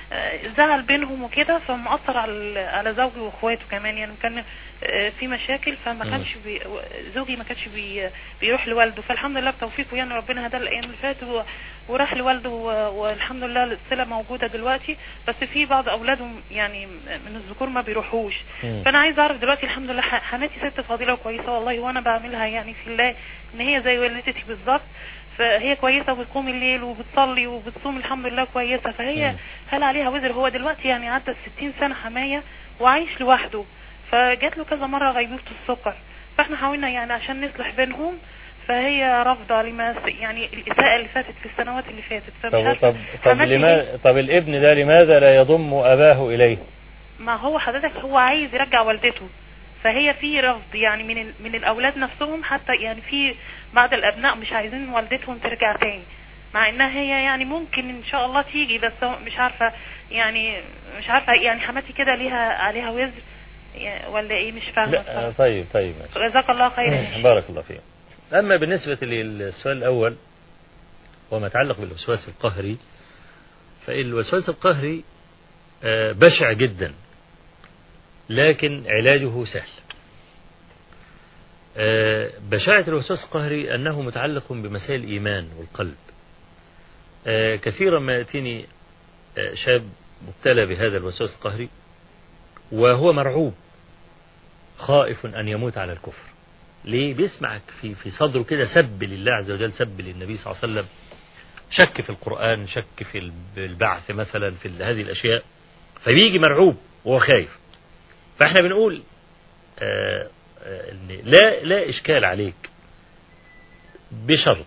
زعل بينهم وكده، فمؤثر على على زوجي واخواته كمان يعني كان في مشاكل، فما كانش بي زوجي ما كانش بي بيروح لوالده. فالحمد لله بتوفيقه يعني ربنا هداه الايام اللي فاتت وراح لوالده، والحمد لله الصله موجوده دلوقتي، بس في بعض اولادهم يعني من الذكور ما بيروحوش. مم. فانا عايز اعرف دلوقتي الحمد لله حماتي ست فاضله وكويسه والله، وانا بعملها يعني في الله ان هي زي والدتي بالظبط، فهي كويسة وبتقوم الليل وبتصلي وبتصوم الحمد لله كويسة. فهي هل عليها وزر؟ هو دلوقتي يعني عدى الستين سنة حماية وعايش لوحده، فجات له كذا مرة غيبوبة السكر، فاحنا حاولنا يعني عشان نصلح بينهم، فهي رافضة لما يعني الإساءة اللي فاتت في السنوات اللي فاتت. طب طب طب, لما طب الابن ده لماذا لا يضم أباه إليه؟ ما هو حضرتك هو عايز يرجع والدته، فهي في رفض يعني من من الاولاد نفسهم، حتى يعني في بعض الابناء مش عايزين والدتهم ترجع تاني، مع انها هي يعني ممكن ان شاء الله تيجي، بس مش عارفه يعني مش عارفه يعني حماتي كده ليها عليها وزر ولا ايه، مش فاهمه. لا طيب طيب جزاك الله خير. بارك الله فيك. اما بالنسبه للسؤال الاول وما يتعلق بالوسواس القهري، فالوسواس القهري بشع جدا لكن علاجه سهل. بشاعة الوسواس القهري أنه متعلق بمسائل الإيمان والقلب. كثيرا ما يأتيني شاب مبتلى بهذا الوسواس القهري وهو مرعوب خائف أن يموت على الكفر. ليه؟ بيسمعك في في صدره كده سب لله عز وجل، سب للنبي صلى الله عليه وسلم، شك في القرآن، شك في البعث مثلا، في هذه الأشياء، فبيجي مرعوب وهو خايف. فاحنا بنقول آآ آآ لا لا إشكال عليك بشرط.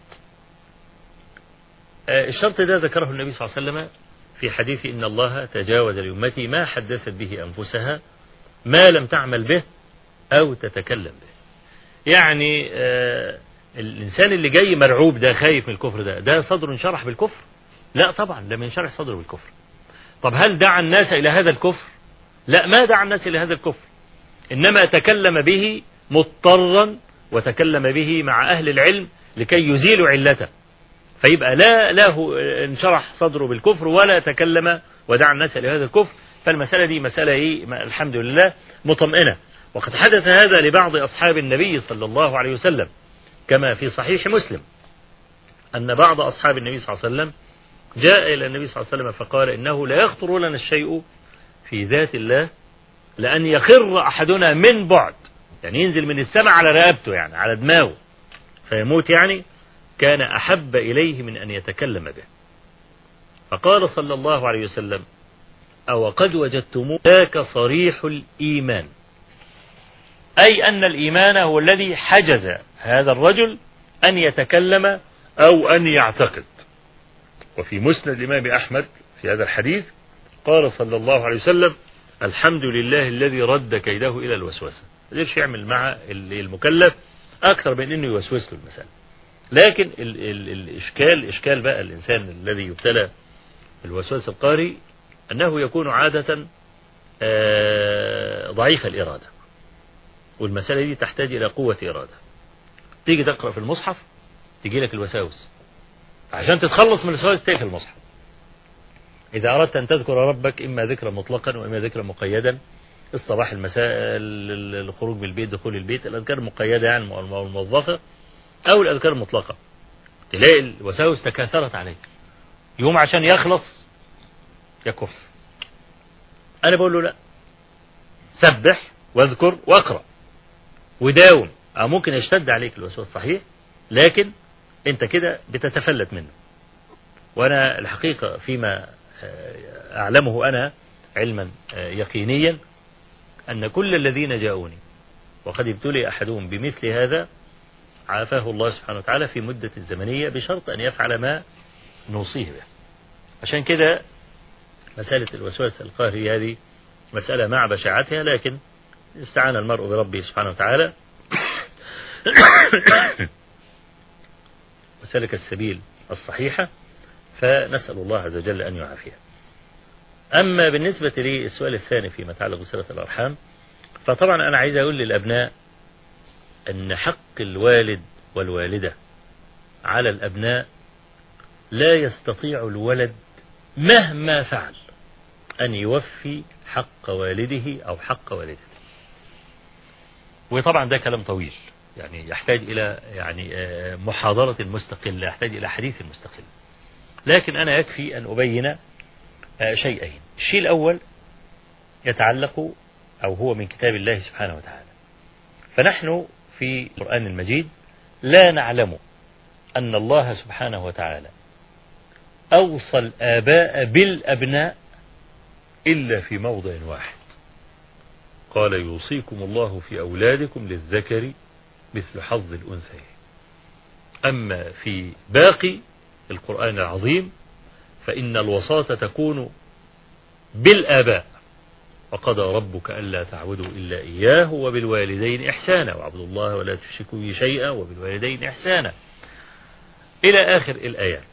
الشرط ده ذكره النبي صلى الله عليه وسلم في حديث إن الله تجاوز لأمتي ما حدثت به أنفسها ما لم تعمل به أو تتكلم به. يعني آه الإنسان اللي جاي مرعوب ده خايف من الكفر ده ده صدره انشرح بالكفر؟ لا طبعا، لم ينشرح صدره بالكفر. طب هل دعا الناس إلى هذا الكفر؟ لا، ما دعا الناس إلى هذا الكفر، إنما تكلم به مضطرا وتكلم به مع أهل العلم لكي يزيلوا علته، فيبقى لا له انشرح صدره بالكفر ولا تكلم ودعا الناس إلى هذا الكفر. فالمسألة دي مسألة إيه؟ الحمد لله مطمئنة. وقد حدث هذا لبعض أصحاب النبي صلى الله عليه وسلم كما في صحيح مسلم أن بعض أصحاب النبي صلى الله عليه وسلم جاء إلى النبي صلى الله عليه وسلم فقال إنه لا يخطر لنا الشيء في ذات الله لأن يخر أحدنا من بعد، يعني ينزل من السماء على رقبته، يعني على دماغه فيموت، يعني كان أحب إليه من أن يتكلم به. فقال صلى الله عليه وسلم أو قد وجدتموه ذاك صريح الإيمان، أي أن الإيمان هو الذي حجز هذا الرجل أن يتكلم أو أن يعتقد. وفي مسند الإمام أحمد في هذا الحديث قال صلى الله عليه وسلم الحمد لله الذي رد كيده إلى الوسوسة. ليش يعمل مع المكلف أكثر من أنه يوسوس له المسألة. لكن ال ال الإشكال إشكال بقى الإنسان الذي يبتلى بالوسواس القهري أنه يكون عادة ضعيف الإرادة، والمسألة دي تحتاج إلى قوة إرادة. تيجي تقرأ في المصحف تيجي لك الوساوس، عشان تتخلص من الوساوس تقفل المصحف. إذا أردت أن تذكر ربك إما ذكرا مطلقا وإما ذكرا مقيدا، الصباح المساء الخروج من البيت دخول البيت، الأذكار المقيدة يعني الموظفة أو الأذكار المطلقة، تلاقي الوساوس تكاثرت عليك، يوم عشان يخلص يكف. أنا بقول له لا، سبح واذكر واقرأ وداوم. أو ممكن يشتد عليك الوسواس صحيح، لكن أنت كده بتتفلت منه. وأنا الحقيقة فيما أعلمه أنا علما يقينيا أن كل الذين جاءوني وقد ابتلي أحدهم بمثل هذا عافاه الله سبحانه وتعالى في مدة زمنية بشرط أن يفعل ما نوصيه به. عشان كده مسألة الوسواس القهري هذه مسألة مع بشاعتها، لكن استعان المرء بربه سبحانه وتعالى وسلك السبيل الصحيحة، فنسأل الله عز وجل أن يعافيه. أما بالنسبة لي السؤال الثاني فيما يتعلق بصلة الأرحام، فطبعا أنا عايز أقول للأبناء أن حق الوالد والوالدة على الأبناء لا يستطيع الولد مهما فعل أن يوفي حق والده أو حق والدته. وطبعا ده كلام طويل، يعني يحتاج إلى يعني محاضرة مستقلة، يحتاج إلى حديث مستقل، لكن أنا يكفي أن أبين شيئين. الشيء الأول يتعلق أو هو من كتاب الله سبحانه وتعالى. فنحن في القرآن المجيد لا نعلم أن الله سبحانه وتعالى أوصى الآباء بالأبناء إلا في موضع واحد، قال يوصيكم الله في أولادكم للذكر مثل حظ الأنثيين. أما في باقي القرآن العظيم فإن الوصاة تكون بالآباء، وقضى ربك ألا تعبدوا إلا إياه وبالوالدين إحسانا واعبدوا الله ولا تشركوا به شيئا وبالوالدين إحسانا إلى آخر الآيات.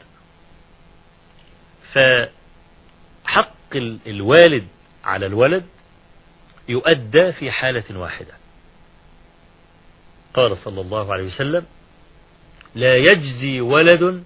فحق الوالد على الولد يؤدى في حالة واحدة. قال صلى الله عليه وسلم لا يجزي ولد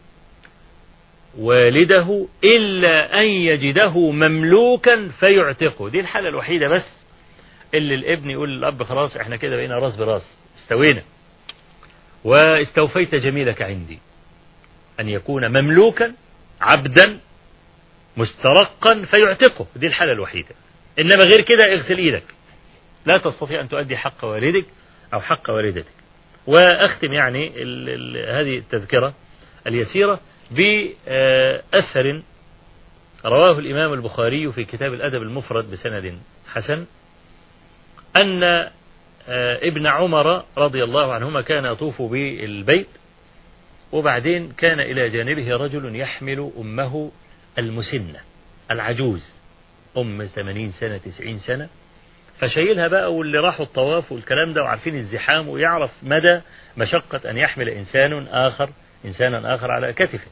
والده إلا أن يجده مملوكا فيعتقه. دي الحالة الوحيدة بس اللي الابن يقول للأب خلاص احنا كده بقينا راس براس، استوينا واستوفيت جميلك عندي، أن يكون مملوكا عبدا مسترقا فيعتقه. دي الحالة الوحيدة، إنما غير كده اغسل إيدك، لا تستطيع أن تؤدي حق والدك أو حق والدتك. وأختم يعني ال ال هذه التذكرة اليسيرة بأثر رواه الإمام البخاري في كتاب الأدب المفرد بسند حسن أن ابن عمر رضي الله عنهما كان يطوف بالبيت وبعدين كان إلى جانبه رجل يحمل أمه المسنة العجوز، أم ثمانين سنة تسعين سنة، فشايلها بقى، واللي راحوا الطواف والكلام ده وعارفين الزحام، ويعرف مدى مشقة أن يحمل إنسان آخر إنسانا آخر على كتفه.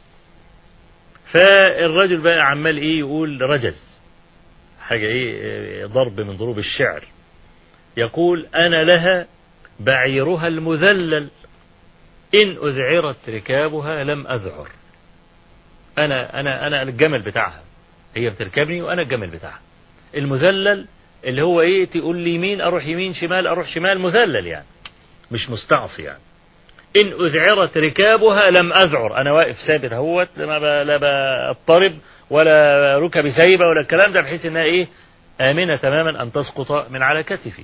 فالرجل بقى عمال إيه يقول رجز، حاجة إيه، ضرب من ضروب الشعر، يقول أنا لها بعيرها المذلل إن أذعرت ركابها لم أذعر. أنا أنا أنا الجمل بتاعها، هي بتركبني وأنا الجمل بتاعها. المذلل اللي هو إيه، تقول لي يمين أروح يمين، شمال أروح شمال، مذلل يعني مش مستعصي يعني. إن أذعرت ركابها لم أذعر، أنا واقف ثابت اهوت، لا بضطرب ولا ركبي سايبة ولا الكلام ده، بحيث إنها إيه آمنة تماما أن تسقط من على كتفي.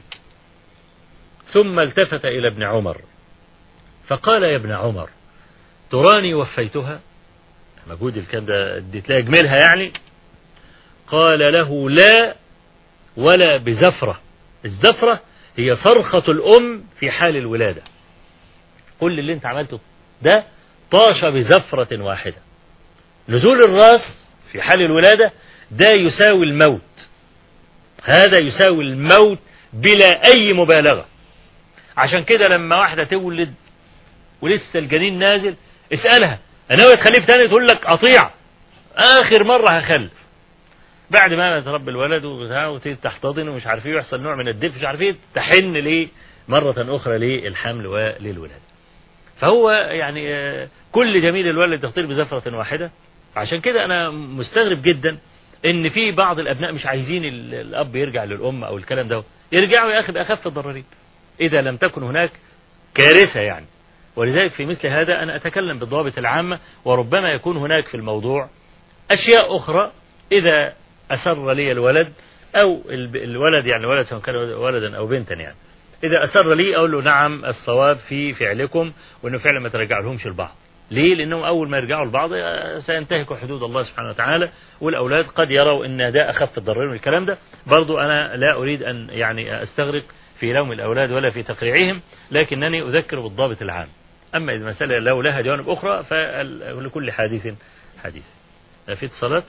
ثم التفت إلى ابن عمر فقال يا ابن عمر تراني وفيتها، مجهود الكلام ده اديت لها اجملها يعني. قال له لا ولا بزفرة. الزفرة هي صرخة الأم في حال الولادة. كل اللي انت عملته ده طاش بزفرة واحدة. نزول الراس في حال الولادة ده يساوي الموت، هذا يساوي الموت بلا أي مبالغة. عشان كده لما واحدة تولد ولسه الجنين نازل اسألها أنا ناوي تخلف تاني، تقول لك أطيع آخر مرة هخلف. بعد ما يتربى الولد وتيجي تحتضن ومش عارف ايه، يحصل نوع من الدلف مش عارف ايه، تحن ليه مرة أخرى للحمل وللولادة. فهو يعني كل جميل الولد تخطير بزفرة واحدة. عشان كده أنا مستغرب جدا إن في بعض الأبناء مش عايزين الأب يرجع للأم أو الكلام ده. يرجعوا يا أخي بأخف الضررين إذا لم تكن هناك كارثة يعني. ولذلك في مثل هذا أنا أتكلم بالضوابط العامة، وربما يكون هناك في الموضوع أشياء أخرى. إذا أسر لي الولد أو الولد يعني الولد سواء كان ولدا أو بنتا يعني، إذا أسر لي أقول له نعم الصواب في فعلكم، وإنه فعلا ما ترجع لهمش البعض. ليه؟ لأنهم أول ما يرجعوا البعض سينتهكوا حدود الله سبحانه وتعالى، والأولاد قد يروا إن ده أخف الضررين والكلام ده. برضو أنا لا أريد أن يعني أستغرق في لوم الأولاد ولا في تقريعهم، لكنني أذكر بالضابط العام. أما إذا مسألة لو لها جوانب أخرى فلكل حديث حديث. في اتصالات؟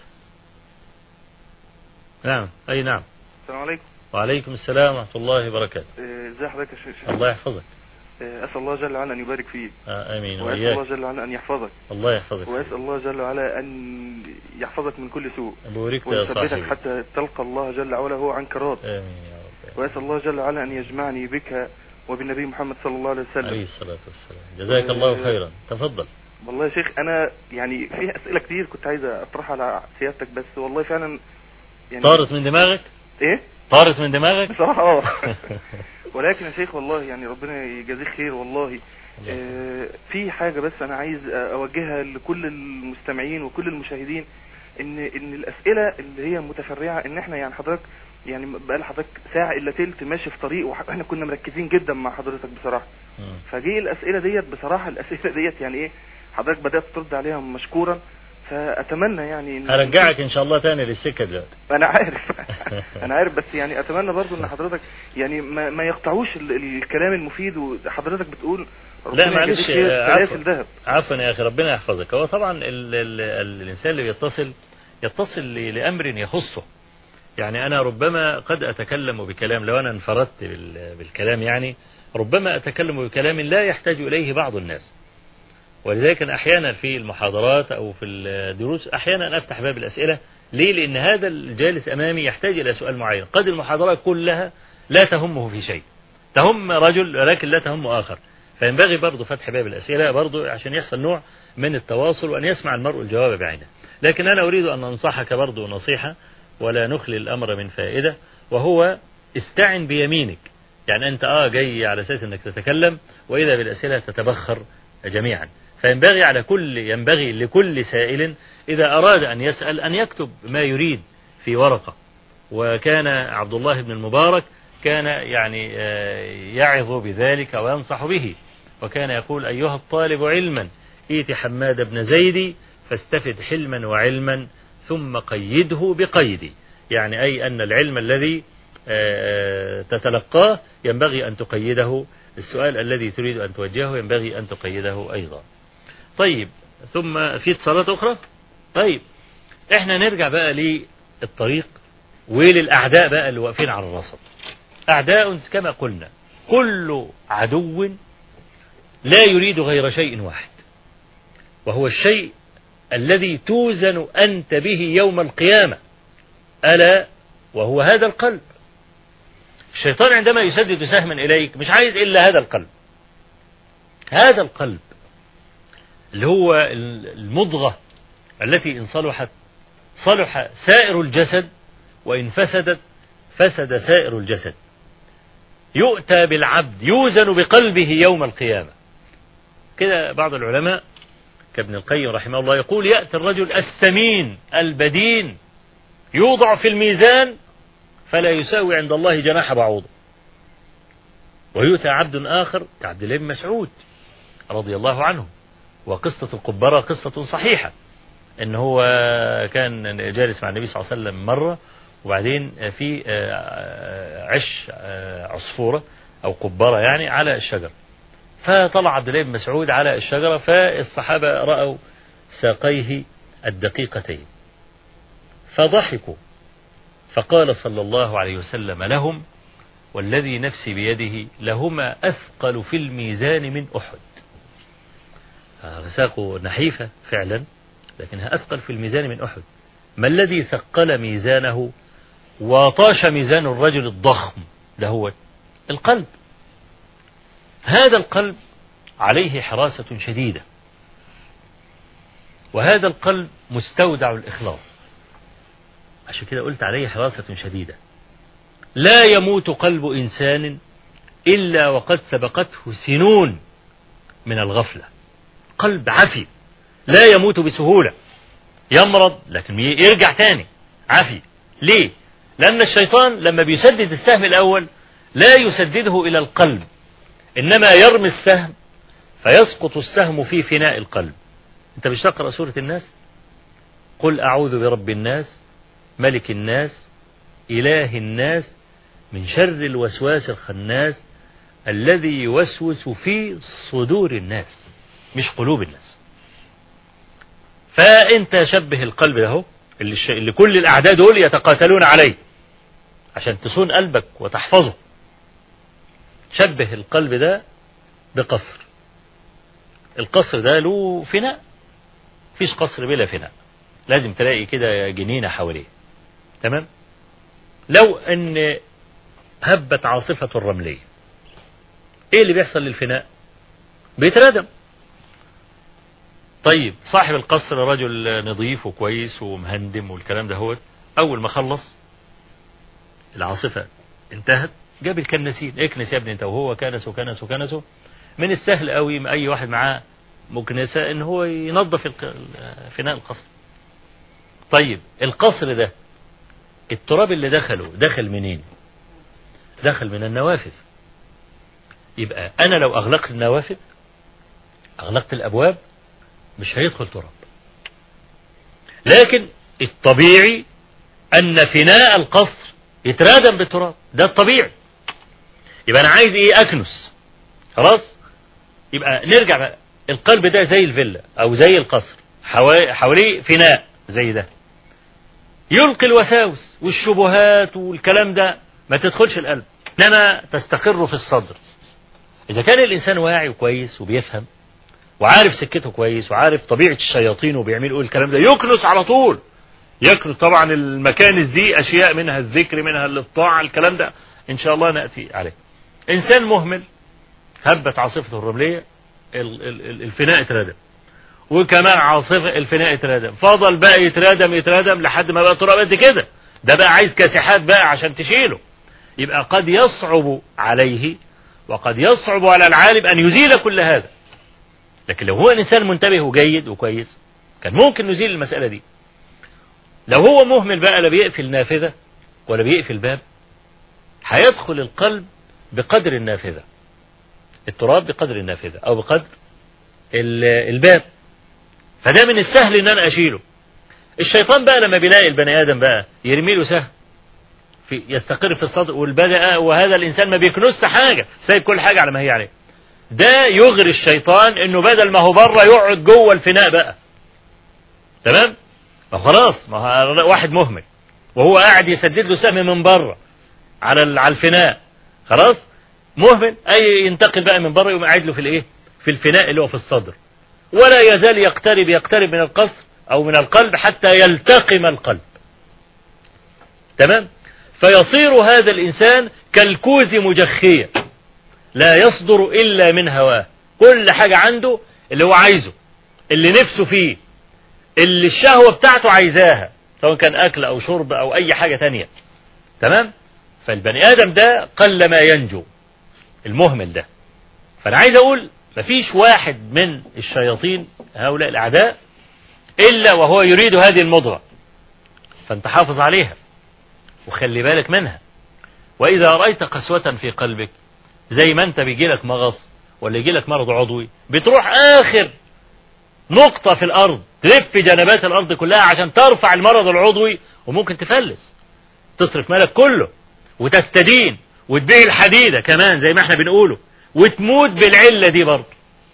نعم. أي نعم. السلام عليكم. وعليكم السلام ورحمة الله وبركاته. ازي حضرتك يا شيخ؟ الله يحفظك. أسأل الله جل وعلا أن يبارك فيك. آه آمين. وأسأل الله جل وعلا أن يحفظك. الله يحفظك. وأسأل الله جل وعلا أن يحفظك من كل سوء. بوركت يا صاحبي. حتى تلقى الله جل وعلا هو عنك راض. آمين يا رب. وأسأل الله جل وعلا أن يجمعني بك وبالنبي محمد صلى الله عليه وسلم. عليه الصلاة والسلام. جزاك الله خيرا. تفضل. والله يا شيخ أنا يعني في أسئلة كتير كنت عايز أطرحها على سيادتك، بس والله فعلا يعني طارت من دماغك؟ إيه؟ طارت من دماغك؟ بصراحة اه. ولكن يا شيخ والله يعني ربنا يجازيك خير والله. آه في حاجة بس أنا عايز أوجهها لكل المستمعين وكل المشاهدين، إن إن الأسئلة اللي هي متفرعة، إن إحنا يعني حضرتك يعني بقى لحضرتك ساعة إلا تلت ماشي في طريق، وإحنا كنا مركزين جدا مع حضرتك بصراحة. فجي الأسئلة ديت بصراحة الأسئلة ديت يعني إيه حضرتك بدأت ترد عليها مشكورا، فأتمنى يعني إن هرجعك إن شاء الله تاني للسكة دلوقتي. أنا عارف أنا عارف بس يعني أتمنى برضو إن حضرتك يعني ما, ما يقطعوش الكلام المفيد، وحضرتك بتقول لا معلش عفوا عفوا يا أخي ربنا يحفظك. هو طبعا ال ال ال الإنسان اللي يتصل يتصل لأمر يخصه. يعني أنا ربما قد أتكلم بكلام، لو أنا انفردت بالكلام يعني ربما أتكلم بكلام لا يحتاج إليه بعض الناس. ولذلك أحيانا في المحاضرات أو في الدروس أحيانا أفتح باب الأسئلة. ليه؟ لأن هذا الجالس أمامي يحتاج إلى سؤال معين، قد المحاضرة كلها لا تهمه في شيء، تهم رجل ولكن لا تهم آخر. فينبغي برضو فتح باب الأسئلة برضو عشان يحصل نوع من التواصل، وأن يسمع المرء الجواب بعينه. لكن أنا أريد أن أنصحك برضو نصيحة ولا نخلي الأمر من فائدة، وهو استعن بيمينك. يعني أنت آه جاي على أساس أنك تتكلم، وإذا بالأسئلة تتبخر جميعا. فينبغي على كل ينبغي لكل سائل إذا أراد أن يسأل أن يكتب ما يريد في ورقة. وكان عبد الله بن المبارك كان يعني يعظ بذلك وينصح به، وكان يقول أيها الطالب علما إيت حماد بن زيد فاستفد حلما وعلما ثم قيده بقيدي. يعني أي أن العلم الذي تتلقاه ينبغي أن تقيده، السؤال الذي تريد أن توجهه ينبغي أن تقيده أيضا. طيب ثم في اتصالات أخرى. طيب احنا نرجع بقى للطريق وللأعداء بقى اللي واقفين على الرصد. أعداء كما قلنا كل عدو لا يريد غير شيء واحد، وهو الشيء الذي توزن أنت به يوم القيامة، ألا وهو هذا القلب. الشيطان عندما يسدد سهما إليك مش عايز إلا هذا القلب. هذا القلب اللي هو المضغة التي إن صلحت صلح سائر الجسد، وإن فسدت فسد سائر الجسد. يؤتى بالعبد يوزن بقلبه يوم القيامة. كده بعض العلماء كابن القيم رحمه الله يقول يأتي الرجل السمين البدين يوضع في الميزان فلا يساوي عند الله جناح بعوضة، ويؤتى عبد آخر كعبد الله بن مسعود رضي الله عنه. وقصة القبرة قصة صحيحة، إن هو كان جالس مع النبي صلى الله عليه وسلم مرة، وبعدين في عش عصفورة أو قبرة يعني على الشجرة، فطلع عبد الله بن مسعود على الشجرة، فالصحابة رأوا ساقيه الدقيقتين فضحكوا، فقال صلى الله عليه وسلم لهم والذي نفسي بيده لهما أثقل في الميزان من أحد. ساقه نحيفة فعلا لكنها أثقل في الميزان من أحد. ما الذي ثقل ميزانه وطاش ميزان الرجل الضخم؟ ده هو القلب. هذا القلب عليه حراسة شديدة، وهذا القلب مستودع الإخلاص، عشان كده قلت عليه حراسة شديدة. لا يموت قلب إنسان إلا وقد سبقته سنون من الغفلة. قلب عفي لا يموت بسهولة، يمرض لكن يرجع تاني عفي. ليه؟ لأن الشيطان لما بيسدد السهم الأول لا يسدده إلى القلب، إنما يرمي السهم فيسقط السهم في فناء القلب. أنت مش تقرأ سورة الناس؟ قل أعوذ برب الناس ملك الناس إله الناس من شر الوسواس الخناس الذي يوسوس في صدور الناس، مش قلوب الناس. فأنت شبه القلب ده اللي, اللي كل الأعداء دول يتقاتلون عليه عشان تصون قلبك وتحفظه. شبه القلب ده بقصر. القصر ده له فناء، فيش قصر بلا فناء، لازم تلاقي كده جنينة حواليه. تمام؟ لو ان هبت عاصفة الرملية ايه اللي بيحصل للفناء؟ بيتردم. طيب صاحب القصر رجل نظيف وكويس ومهندم والكلام ده، هو اول ما خلص العاصفة انتهت جاب الكنسين، اكنس يا ابني انت، وهو كنس وكنس وكنسه. من السهل قوي ما اي واحد معاه مكنسة ان هو ينظف فناء القصر. طيب القصر ده التراب اللي دخله دخل منين؟ دخل من النوافذ. يبقى انا لو اغلقت النوافذ اغلقت الابواب مش هيدخل تراب. لكن الطبيعي ان فناء القصر يترادم بالتراب، ده الطبيعي. يبقى انا عايز ايه؟ اكنس. خلاص؟ يبقى نرجع بقى، القلب ده زي الفيلا او زي القصر، حواليه فناء زي ده، يلقي الوساوس والشبهات والكلام ده ما تدخلش القلب، انما تستقر في الصدر. اذا كان الانسان واعي وكويس وبيفهم وعارف سكته كويس وعارف طبيعة الشياطين وبيعملوا ايه الكلام ده، يكنس على طول. يكنس طبعا المكانس دي اشياء منها الذكر منها الطاعة، الكلام ده ان شاء الله نأتي عليه. انسان مهمل هبت عاصفة الرملية الفناء اتردم، وكمان عاصفة الفناء اتردم، فضل بقى يتردم يتردم لحد ما بقى تراب قد كده. ده بقى عايز كاسحات بقى عشان تشيله. يبقى قد يصعب عليه وقد يصعب على العالم أن يزيل كل هذا. لكن لو هو إنسان منتبه وجيد وكويس كان ممكن نزيل المسألة دي. لو هو مهمل بقى لا بيقفل نافذة ولا بيقفل باب، هيدخل القلب بقدر النافذة، التراب بقدر النافذة أو بقدر الباب، فده من السهل ان انا اشيله. الشيطان بقى لما بيلاقي البني ادم بقى يرمي له سهم في يستقر في الصدر والبدأ، وهذا الانسان ما بيكنس حاجة، سايب كل حاجة على ما هي عليه، ده يغري الشيطان انه بدل ما هو بره يقعد جوه الفناء بقى. تمام؟ خلاص، ما هو واحد مهمل وهو قاعد يسدد له سهم من بره على على الفناء، خلاص مهمل، اي ينتقل بقى من بره يقوم قاعد له في الايه؟ في الفناء اللي هو في الصدر، ولا يزال يقترب يقترب من القصر او من القلب حتى يلتقم القلب. تمام؟ فيصير هذا الانسان كالكوز مجخيا لا يصدر الا من هواه، كل حاجة عنده اللي هو عايزه، اللي نفسه فيه، اللي الشهوة بتاعته عايزاها، سواء كان اكل او شرب او اي حاجة تانية. تمام؟ فالبني ادم ده قل ما ينجو، المهمل ده. فانا عايز اقول مفيش واحد من الشياطين هؤلاء الاعداء الا وهو يريد هذه المضغة، فانت حافظ عليها وخلي بالك منها. واذا رأيت قسوة في قلبك، زي ما انت بيجي لك مغص ولا يجي لك مرض عضوي، بتروح اخر نقطة في الارض، تلف جنبات الارض كلها عشان ترفع المرض العضوي، وممكن تفلس، تصرف مالك كله وتستدين وتبيع الحديدة كمان زي ما احنا بنقوله، وتموت بالعلة دي برضه.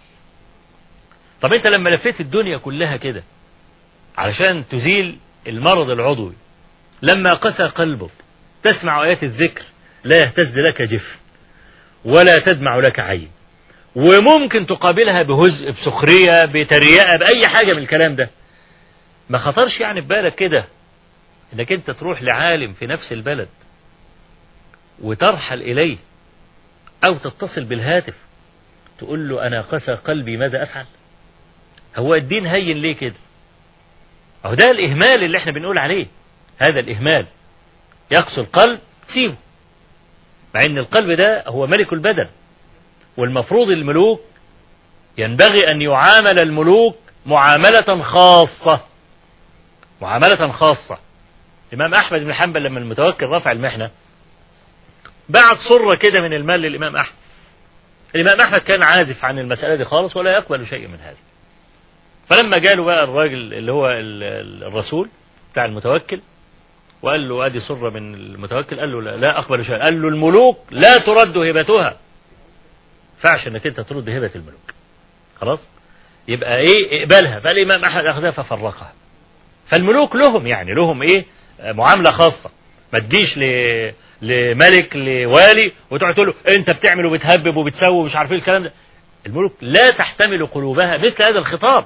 طب انت لما لفيت الدنيا كلها كده علشان تزيل المرض العضوي، لما قسى قلبك تسمع آيات الذكر لا يهتز لك جفن ولا تدمع لك عين، وممكن تقابلها بهزء، بسخرية، بتريقة، بأي حاجة من الكلام ده. ما خطرش يعني ببالك كده انك انت تروح لعالم في نفس البلد وترحل إليه أو تتصل بالهاتف تقول له أنا قسى قلبي ماذا أفعل؟ هو الدين هين ليه كده؟ أهو ده الإهمال اللي احنا بنقول عليه، هذا الإهمال يقسو القلب سيبه، مع ان القلب ده هو ملك البدن، والمفروض الملوك ينبغي أن يعامل الملوك معاملة خاصة، معاملة خاصة. الإمام أحمد بن حنبل لما المتوكل رفع المحنة بعت صرة كده من المال للإمام أحمد. الإمام أحمد كان عازف عن المسألة دي خالص ولا يقبل شيء من هذا. فلما جاله بقى الراجل اللي هو الرسول بتاع المتوكل وقال له ادي صرة من المتوكل، قال له لا, لا أقبل شيء. قال له الملوك لا ترد هبتها، فعش انك انت ترد هبة الملوك، خلاص يبقى ايه اقبلها. فالإمام أحمد أخذها ففرقها. فالملوك لهم يعني لهم ايه معاملة خاصة، ما تجيش ل لملك لوالي وتقعد تقول له انت بتعمل وبتهبب وبتسوي ومش عارف ايه الكلام ده. الملوك لا تحتمل قلوبها مثل هذا الخطاب.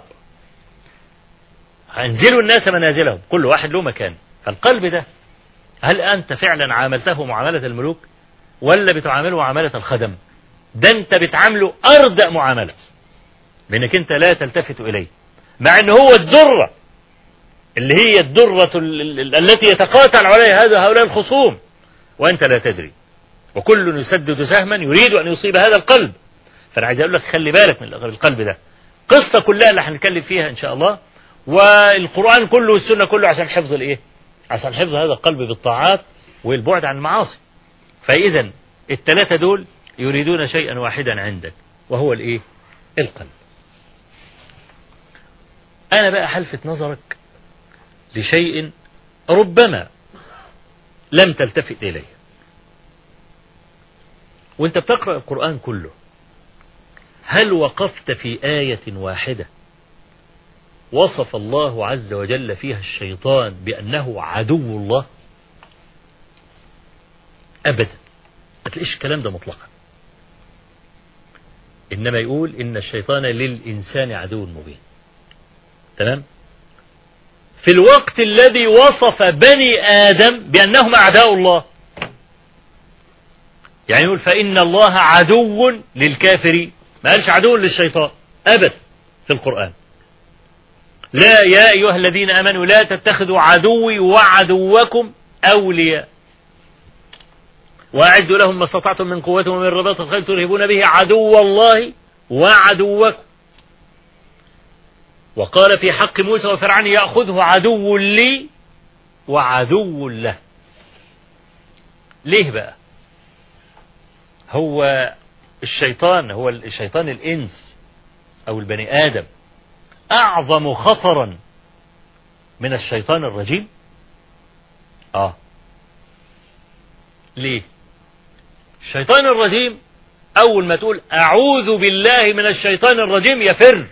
انزلوا الناس منازلهم، كل واحد له مكان. فالقلب ده هل انت فعلا عاملته معاملة الملوك ولا بتعامله معاملة الخدم؟ ده انت بتعامله اردأ معاملة بانك انت لا تلتفت اليه، مع ان هو الدرة اللي هي الدرة التي يتقاتل عليها هذا هؤلاء الخصوم وأنت لا تدري، وكل يسدد سهما يريد أن يصيب هذا القلب. فأنا عايز أقول لك خلي بالك من القلب ده. قصة كلها اللي هنتكلم فيها إن شاء الله، والقرآن كله والسنة كله عشان حفظ الإيه؟ عشان حفظ هذا القلب بالطاعات والبعد عن المعاصي. فإذا الثلاثة دول يريدون شيئا واحدا عندك وهو الإيه؟ القلب. أنا بقى حلفت نظرك لشيء ربما لم تلتفت إليه وانت بتقرأ القرآن كله. هل وقفت في آية واحدة وصف الله عز وجل فيها الشيطان بأنه عدو الله؟ أبدا ما تلاقيش الكلام ده مطلقا، إنما يقول إن الشيطان للإنسان عدو مبين. تمام؟ في الوقت الذي وصف بني آدم بأنهم أعداء الله، يعني يقول فإن الله عدو للكافرين، ما قالش عدو للشيطان أبدا في القرآن. لا يا أيها الذين آمنوا لا تتخذوا عدوي وعدوكم أولياء وأعدوا لهم ما استطعتم من قوة ومن رباط الخيل ترهبون به عدو الله وعدوكم. وقال في حق موسى وفرعون يأخذه عدو لي وعدو له. ليه بقى؟ هو الشيطان هو الشيطان الإنس أو البني آدم أعظم خطرا من الشيطان الرجيم؟ آه ليه؟ الشيطان الرجيم أول ما تقول أعوذ بالله من الشيطان الرجيم يفر.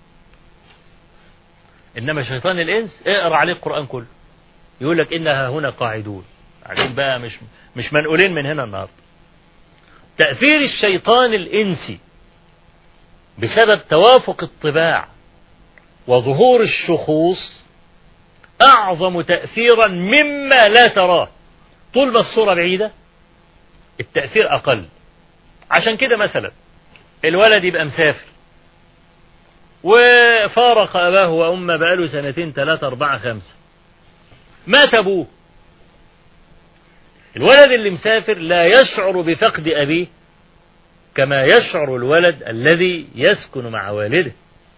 إنما شيطان الإنس اقرأ عليه القرآن كله يقول لك إنها هنا قاعدون. عشان بقى مش مش منقولين من هنا النهارده. تأثير الشيطان الإنسي بسبب توافق الطباع وظهور الشخوص أعظم تأثيرا مما لا تراه. طول ما الصورة بعيدة التأثير أقل. عشان كده مثلا الولد يبقى مسافر وفارق أباه وأمه بقاله سنتين ثلاثة أربعة خمسة، مات أبوه. الولد اللي مسافر لا يشعر بفقد أبيه كما يشعر الولد الذي يسكن مع والده.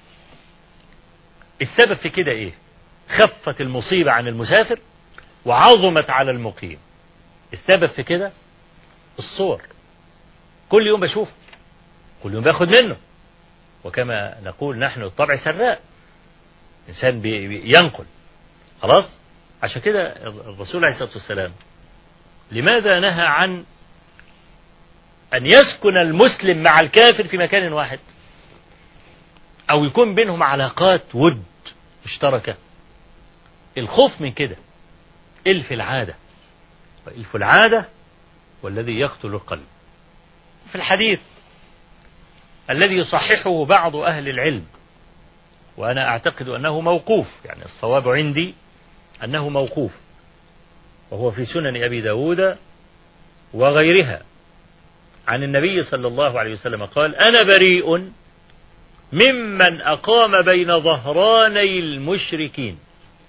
السبب في كده إيه؟ خفت المصيبة عن المسافر وعظمت على المقيم. السبب في كده الصور، كل يوم بشوف، كل يوم باخد منه، وكما نقول نحن الطبع سراء، إنسان ينقل خلاص. عشان كده الرسول عليه الصلاة والسلام لماذا نهى عن أن يسكن المسلم مع الكافر في مكان واحد أو يكون بينهم علاقات ود مشتركة؟ الخوف من كده إلف العادة، وإلف العادة والذي يقتل القلب. في الحديث الذي يصححه بعض أهل العلم، وأنا أعتقد أنه موقوف، يعني الصواب عندي أنه موقوف، وهو في سنن أبي داود وغيرها، عن النبي صلى الله عليه وسلم قال: أنا بريء ممن أقام بين ظهراني المشركين.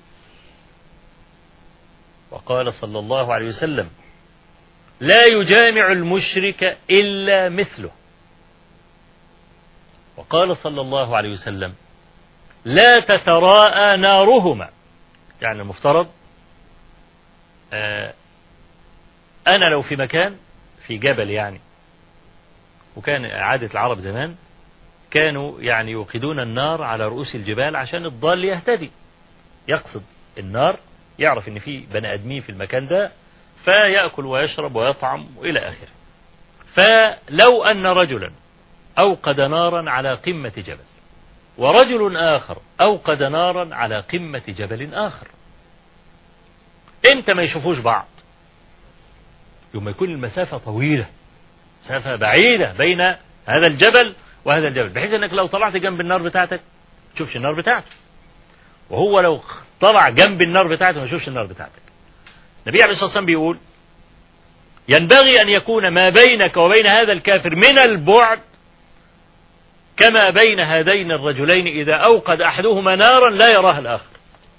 وقال صلى الله عليه وسلم: لا يجامع المشرك إلا مثله. وقال صلى الله عليه وسلم: لا تتراءى نارهما. يعني المفترض آه أنا لو في مكان في جبل يعني، وكان عادة العرب زمان كانوا يعني يوقدون النار على رؤوس الجبال عشان الضال يهتدي، يقصد النار يعرف ان في بني ادمين في المكان ده فيأكل ويشرب ويطعم وإلى آخره. فلو أن رجلا أوقد نارا على قمة جبل ورجل آخر أوقد نارا على قمة جبل آخر، امتى ما يشوفوش بعض؟ يوم يكون المسافة طويلة، مسافة بعيدة بين هذا الجبل وهذا الجبل، بحيث أنك لو طلعت جنب النار بتاعتك تشوفش النار بتاعته، وهو لو طلع جنب النار بتاعته ما يشوفش النار بتاعتك. النبي عليه الصلاة والسلام بيقول: ينبغي أن يكون ما بينك وبين هذا الكافر من البعد كما بين هذين الرجلين إذا أوقد أحدهما نارا لا يراها الآخر.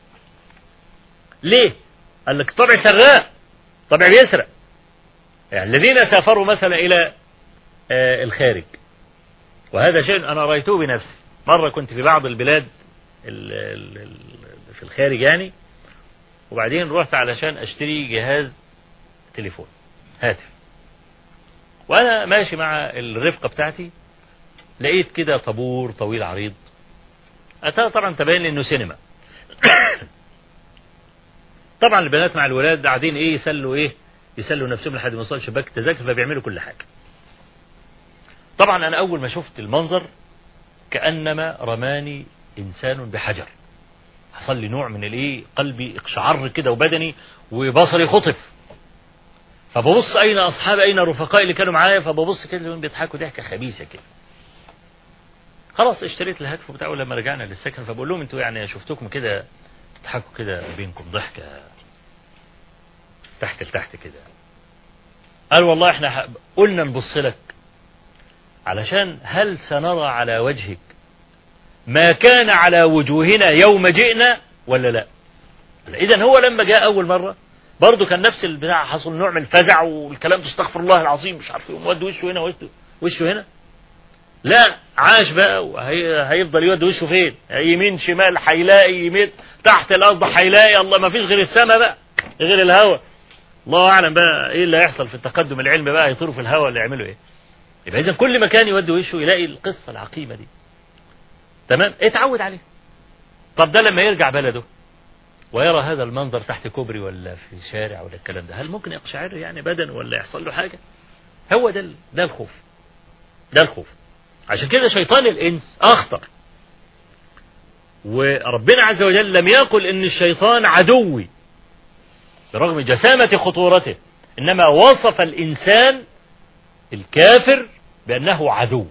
ليه؟ قال لك طبع سراء، طبع بيسرق. يعني الذين سافروا مثلا إلى آه الخارج، وهذا شيء أنا رأيته بنفسي. مرة كنت في بعض البلاد ال ال ال في الخارج يعني، وبعدين رحت علشان أشتري جهاز تليفون هاتف، وأنا ماشي مع الرفقة بتاعتي لقيت كده طابور طويل عريض. أتى طبعا تبين لي إنه سينما. طبعا البنات مع الولاد قاعدين إيه يسلوا إيه يسلوا نفسهم لحد ما يوصل شباك التذاكر، فبيعملوا كل حاجة. طبعا أنا أول ما شفت المنظر كأنما رماني إنسان بحجر، حصل لي نوع من الإيه، قلبي اقشعر كده وبدني وبصري خطف. فببص أين أصحابي أين رفقائي اللي كانوا معايا، فببص كده بيضحكوا ضحكة خبيثة كده. خلاص اشتريت الهاتف بتاعه. لما رجعنا للسكن فبقول لهم: انتوا يعني شفتكم كده تضحكوا كده بينكم ضحكة تحت لتحت كده. قال: والله احنا قلنا نبص لك علشان هل سنرى على وجهك ما كان على وجوهنا يوم جئنا ولا لا؟ إذن هو لما جاء أول مرة برضه كان نفس البتاع، حصل نوع من الفزع والكلام، تستغفر الله العظيم مش عارف يود وشه هنا وشه هنا. لا، عاش بقى وهيفضل يود وشه فين؟ يمين شمال هيلاقي، يمين تحت الأرض هيلاقي، الله ما فيش غير السماء بقى، غير الهواء. الله أعلم بقى إيه اللي هيحصل في التقدم العلمي بقى، يطيروا في الهواء اللي يعملوا إيه. يبقى إذن كل مكان يود وشه يلاقي القصة العقيمة دي. تمام؟ اتعود عليه. طب ده لما يرجع بلده ويرى هذا المنظر تحت كوبري ولا في شارع ولا الكلام ده، هل ممكن يقشعر يعني بدن ولا يحصل له حاجة؟ هو ده ده الخوف. ده الخوف. عشان كده شيطان الإنس أخطر، وربنا عز وجل لم يقل إن الشيطان عدوي برغم جسامة خطورته، إنما وصف الإنسان الكافر بأنه عدو.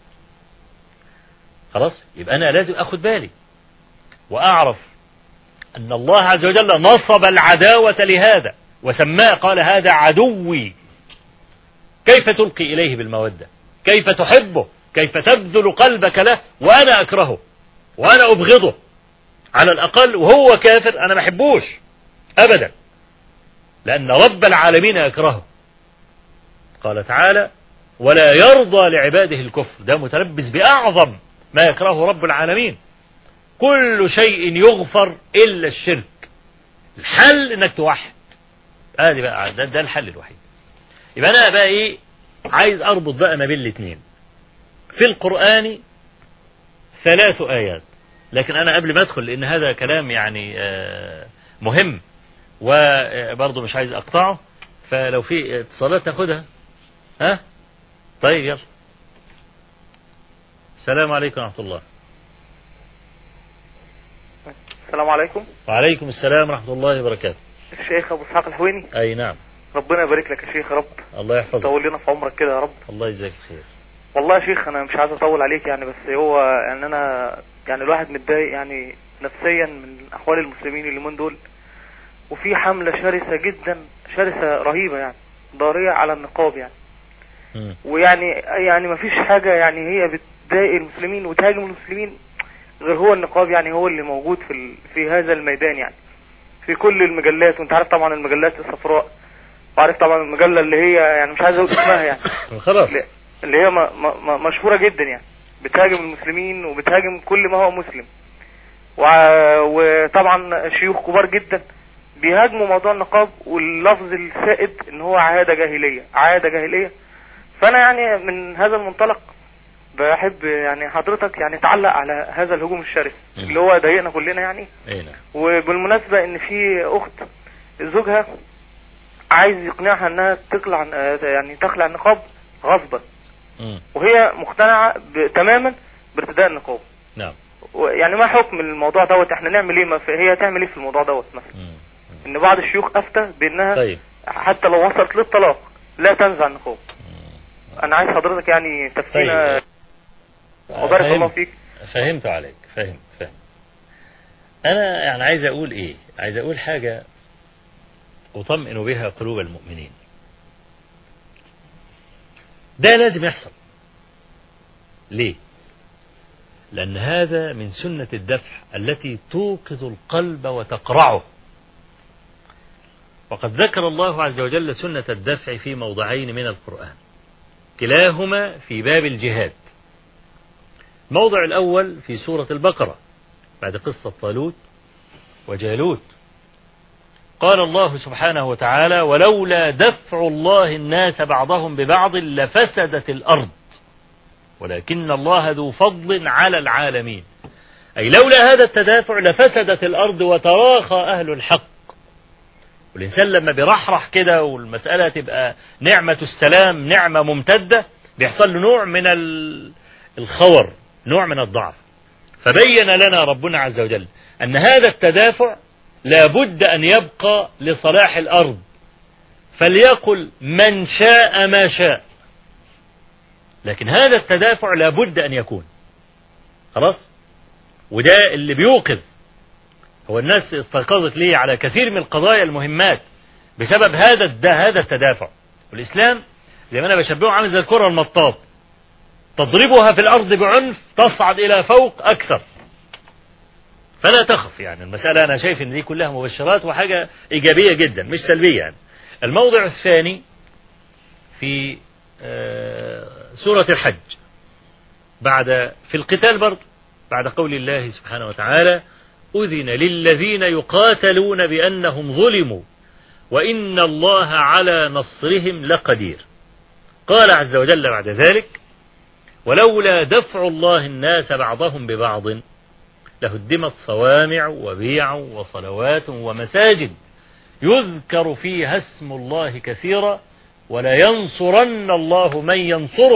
خلاص، يبقى أنا لازم أخد بالي وأعرف أن الله عز وجل نصب العداوة لهذا وسماه، قال هذا عدوي. كيف تلقي إليه بالمودة؟ كيف تحبه؟ كيف تبذل قلبك له وأنا أكرهه وأنا أبغضه؟ على الأقل وهو كافر أنا ما أحبوش أبدا، لأن رب العالمين يكرهه. قال تعالى ولا يرضى لعباده الكفر، ده متلبس بأعظم ما يكرهه رب العالمين. كل شيء يغفر إلا الشرك. الحل إنك توحد، آدي بقى ده, ده الحل الوحيد. يبقى أنا بقى إيه عايز أربط بقى ما بين الاثنين. في القرآن ثلاث آيات، لكن أنا قبل ما أدخل لأن هذا كلام يعني مهم وبرضه مش عايز أقطعه، فلو في اتصالات ناخدها. ها طيب يلا. السلام عليكم ورحمة الله. السلام عليكم. وعليكم السلام ورحمة الله وبركاته. الشيخ أبو إسحاق الحويني. أي نعم. ربنا يبارك لك يا شيخ يا رب. الله يحفظك. طول لنا في عمرك كده يا رب. الله يجزاك خير. والله يا شيخ أنا مش عايز أطول عليك يعني، بس هو يعني أنا يعني الواحد متضايق يعني نفسيا من أحوال المسلمين اليومين دول، وفي حملة شرسة جدا، شرسة رهيبة يعني، ضارية على النقاب يعني. م. ويعني يعني ما فيش حاجة يعني هي بتضايق المسلمين وتهاجم المسلمين غير هو النقاب، يعني هو اللي موجود في ال... في هذا الميدان يعني، في كل المجلات. وانت عارف طبعا المجلات الصفراء، وعارف طبعا المجلة اللي هي يعني مش عايز اقول اسمها يعني خلاص، اللي هي ما ما مشهورة جدا يعني، بتهاجم المسلمين وبتهاجم كل ما هو مسلم. وطبعا شيوخ كبار جدا بيهاجموا موضوع النقاب، واللفظ السائد ان هو عادة جاهلية، عادة جاهلية. فانا يعني من هذا المنطلق بحب يعني حضرتك يعني تعلق على هذا الهجوم الشرس اللي هو ضايقنا كلنا يعني. وبالمناسبة ان في اخت زوجها عايز يقنعها انها تقلع يعني تخلع النقاب غصبا، وهي مقتنعة تماما بارتداء النقاب. نعم. يعني ما حكم الموضوع دوت؟ احنا نعمل ايه؟ ما هي تعمل ايه في الموضوع دوت مثلا؟ ان بعض الشيوخ افتى بانها طيب. حتى لو وصلت للطلاق لا تنزع النقاب. انا عايز حضرتك يعني تفسير. طيب. وبارك الله فيك. فهمت عليك، فهمت فهم. انا يعني عايز اقول ايه، عايز اقول حاجة اطمئن بها قلوب المؤمنين. ده لازم يحصل. ليه؟ لأن هذا من سنة الدفع التي توقظ القلب وتقرعه. وقد ذكر الله عز وجل سنة الدفع في موضعين من القرآن، كلاهما في باب الجهاد. الموضع الأول في سورة البقرة بعد قصة طالوت وجالوت، قال الله سبحانه وتعالى ولولا دفع الله الناس بعضهم ببعض لفسدت الأرض ولكن الله ذو فضل على العالمين. أي لولا هذا التدافع لفسدت الأرض وتراخى أهل الحق. والإنسان لما بيرحرح كده والمسألة تبقى نعمة السلام نعمة ممتدة، بيحصل له نوع من الخور، نوع من الضعف. فبين لنا ربنا عز وجل أن هذا التدافع لابد أن يبقى لصلاح الأرض، فليقل من شاء ما شاء، لكن هذا التدافع لابد أن يكون. خلاص، وده اللي بيوقظ. هو الناس استيقظت ليه على كثير من القضايا المهمات بسبب هذا هذا التدافع. والإسلام زي ما أنا بشبهه عامل زي الكرة المطاط، تضربها في الأرض بعنف تصعد إلى فوق أكثر. فلا تخف، يعني المسألة أنا شايف إن دي كلها مبشرات وحاجة إيجابية جدا مش سلبية يعني. الموضع الثاني في سورة الحج بعد في القتال برضه، بعد قول الله سبحانه وتعالى أذن للذين يقاتلون بأنهم ظلموا وإن الله على نصرهم لقدير. قال عز وجل بعد ذلك ولولا دفع الله الناس بعضهم ببعض لهدمت صوامع وبيع وصلوات ومساجد يذكر فيها اسم الله كثيرا ولا ينصرن الله من ينصره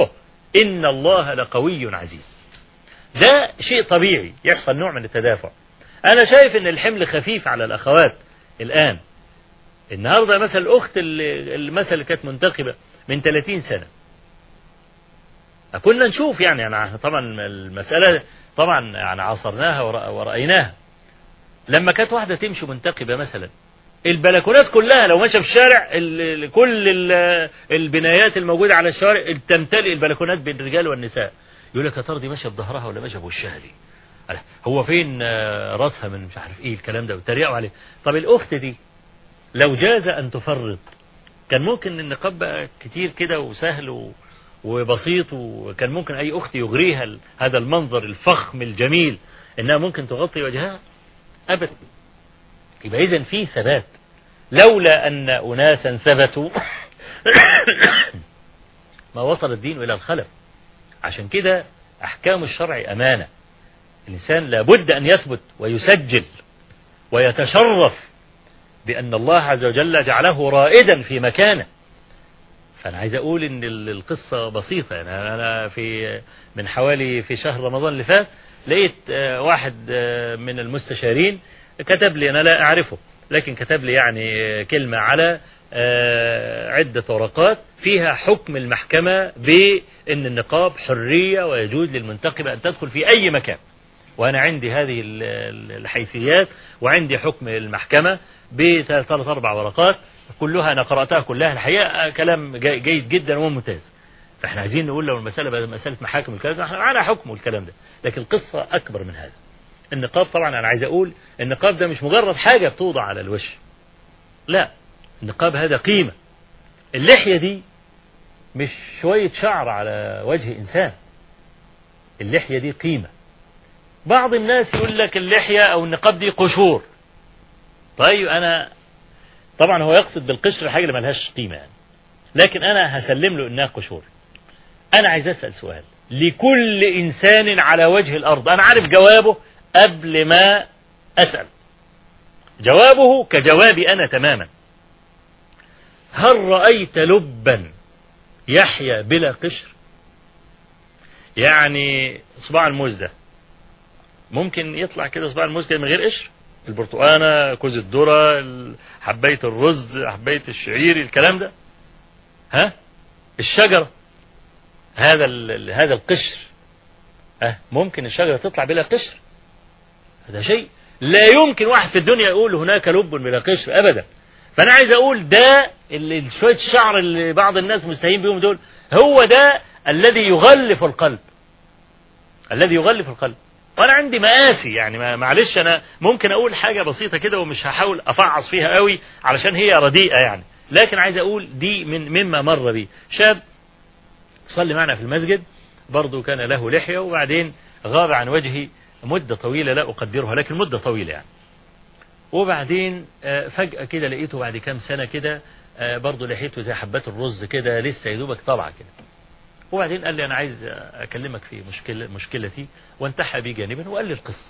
إن الله لقوي عزيز. ده شيء طبيعي يحصل نوع من التدافع. أنا شايف إن الحمل خفيف على الأخوات الآن. النهاردة مثلا الأخت اللي مثلا كانت منتقبة من ثلاثين سنة، كنا نشوف يعني أنا طبعا المسألة طبعا يعني عاصرناها ورأيناها. لما كانت واحدة تمشي منتقبة مثلا، البلكونات كلها لو ماشى في الشارع كل البنايات الموجودة على الشارع تمتلئ البلكونات بالرجال والنساء. يقول لك يا ترى دي ماشية بظهرها ولا ماشية بوشها دي؟ هو فين راسها من مش عارف ايه الكلام ده، وتريقوا عليه. طب الأخت دي لو جاز أن تفرط كان ممكن النقاب بقى كتير كده وسهل وبسيط، وكان ممكن أي أخت يغريها هذا المنظر الفخم الجميل إنها ممكن تغطي وجهها. أبدا. يبقى إذن فيه ثبات. لولا أن أناسا ثبتوا ما وصل الدين إلى الخلف. عشان كده أحكام الشرع أمانة. الإنسان لابد أن يثبت ويسجل ويتشرف بأن الله عز وجل جعله رائدا في مكانه. فأنا عايز أقول إن القصة بسيطة. يعني أنا في من حوالي في شهر رمضان اللي فات لقيت واحد من المستشارين كتب لي، أنا لا أعرفه لكن كتب لي يعني كلمة على عدة ورقات فيها حكم المحكمة بأن النقاب حرية ويجوز للمنتقبة أن تدخل في أي مكان. وأنا عندي هذه الحيثيات وعندي حكم المحكمة بثلاث أربع ورقات كلها أنا قرأتها كلها. الحقيقة كلام جيد جدا وممتاز. فإحنا عايزين نقول لو المسألة مسألة محاكم الكلام ده إحنا معانا حكم الكلام ده، لكن القصة أكبر من هذا. النقاب طبعا أنا عايز أقول النقاب ده مش مجرد حاجة بتوضع على الوش، لا، النقاب هذا قيمة. اللحية دي مش شوية شعر على وجه إنسان، اللحية دي قيمة. بعض الناس يقول لك اللحية أو النقاب دي قشور. طيب أنا طبعا هو يقصد بالقشر الحاجة اللي ملهاش قيمة يعني، لكن أنا هسلم له إنها قشور. أنا عايز أسأل سؤال لكل إنسان على وجه الأرض، أنا عارف جوابه قبل ما أسأل. جوابه كجوابي أنا تماما. هل رأيت لبا يحيا بلا قشر؟ يعني صباع الموز ده ممكن يطلع كده صباع الموز كده من غير قشر؟ البرتقانة، كوز الذرة، حباية الرز، حباية الشعير، الكلام ده، ها، الشجرة، هذا هذا القشر، ها، ممكن الشجرة تطلع بلا قشر؟ هذا شيء لا يمكن واحد في الدنيا يقول هناك لب بلا قشر أبدا. فأنا عايز أقول ده اللي شوية الشعر اللي بعض الناس مستهين بيهم دول هو ده الذي يغلف القلب، الذي يغلف القلب. وأنا عندي مقاسي يعني، معلش أنا ممكن أقول حاجة بسيطة كده ومش هحاول أفعص فيها قوي علشان هي رديئة يعني، لكن عايز أقول دي من مما مر بي شاب صلي معنا في المسجد برضو كان له لحية وبعدين غاب عن وجهي مدة طويلة لا أقدرها لكن مدة طويلة يعني. وبعدين فجأة كده لقيته بعد كام سنة كده برضو لحيته زي حبات الرز كده لسه يدوبك طبعا كده. وبعدين قال لي أنا عايز أكلمك في مشكلة مشكلتي، وانتحى بي جانبا وقال لي القصة.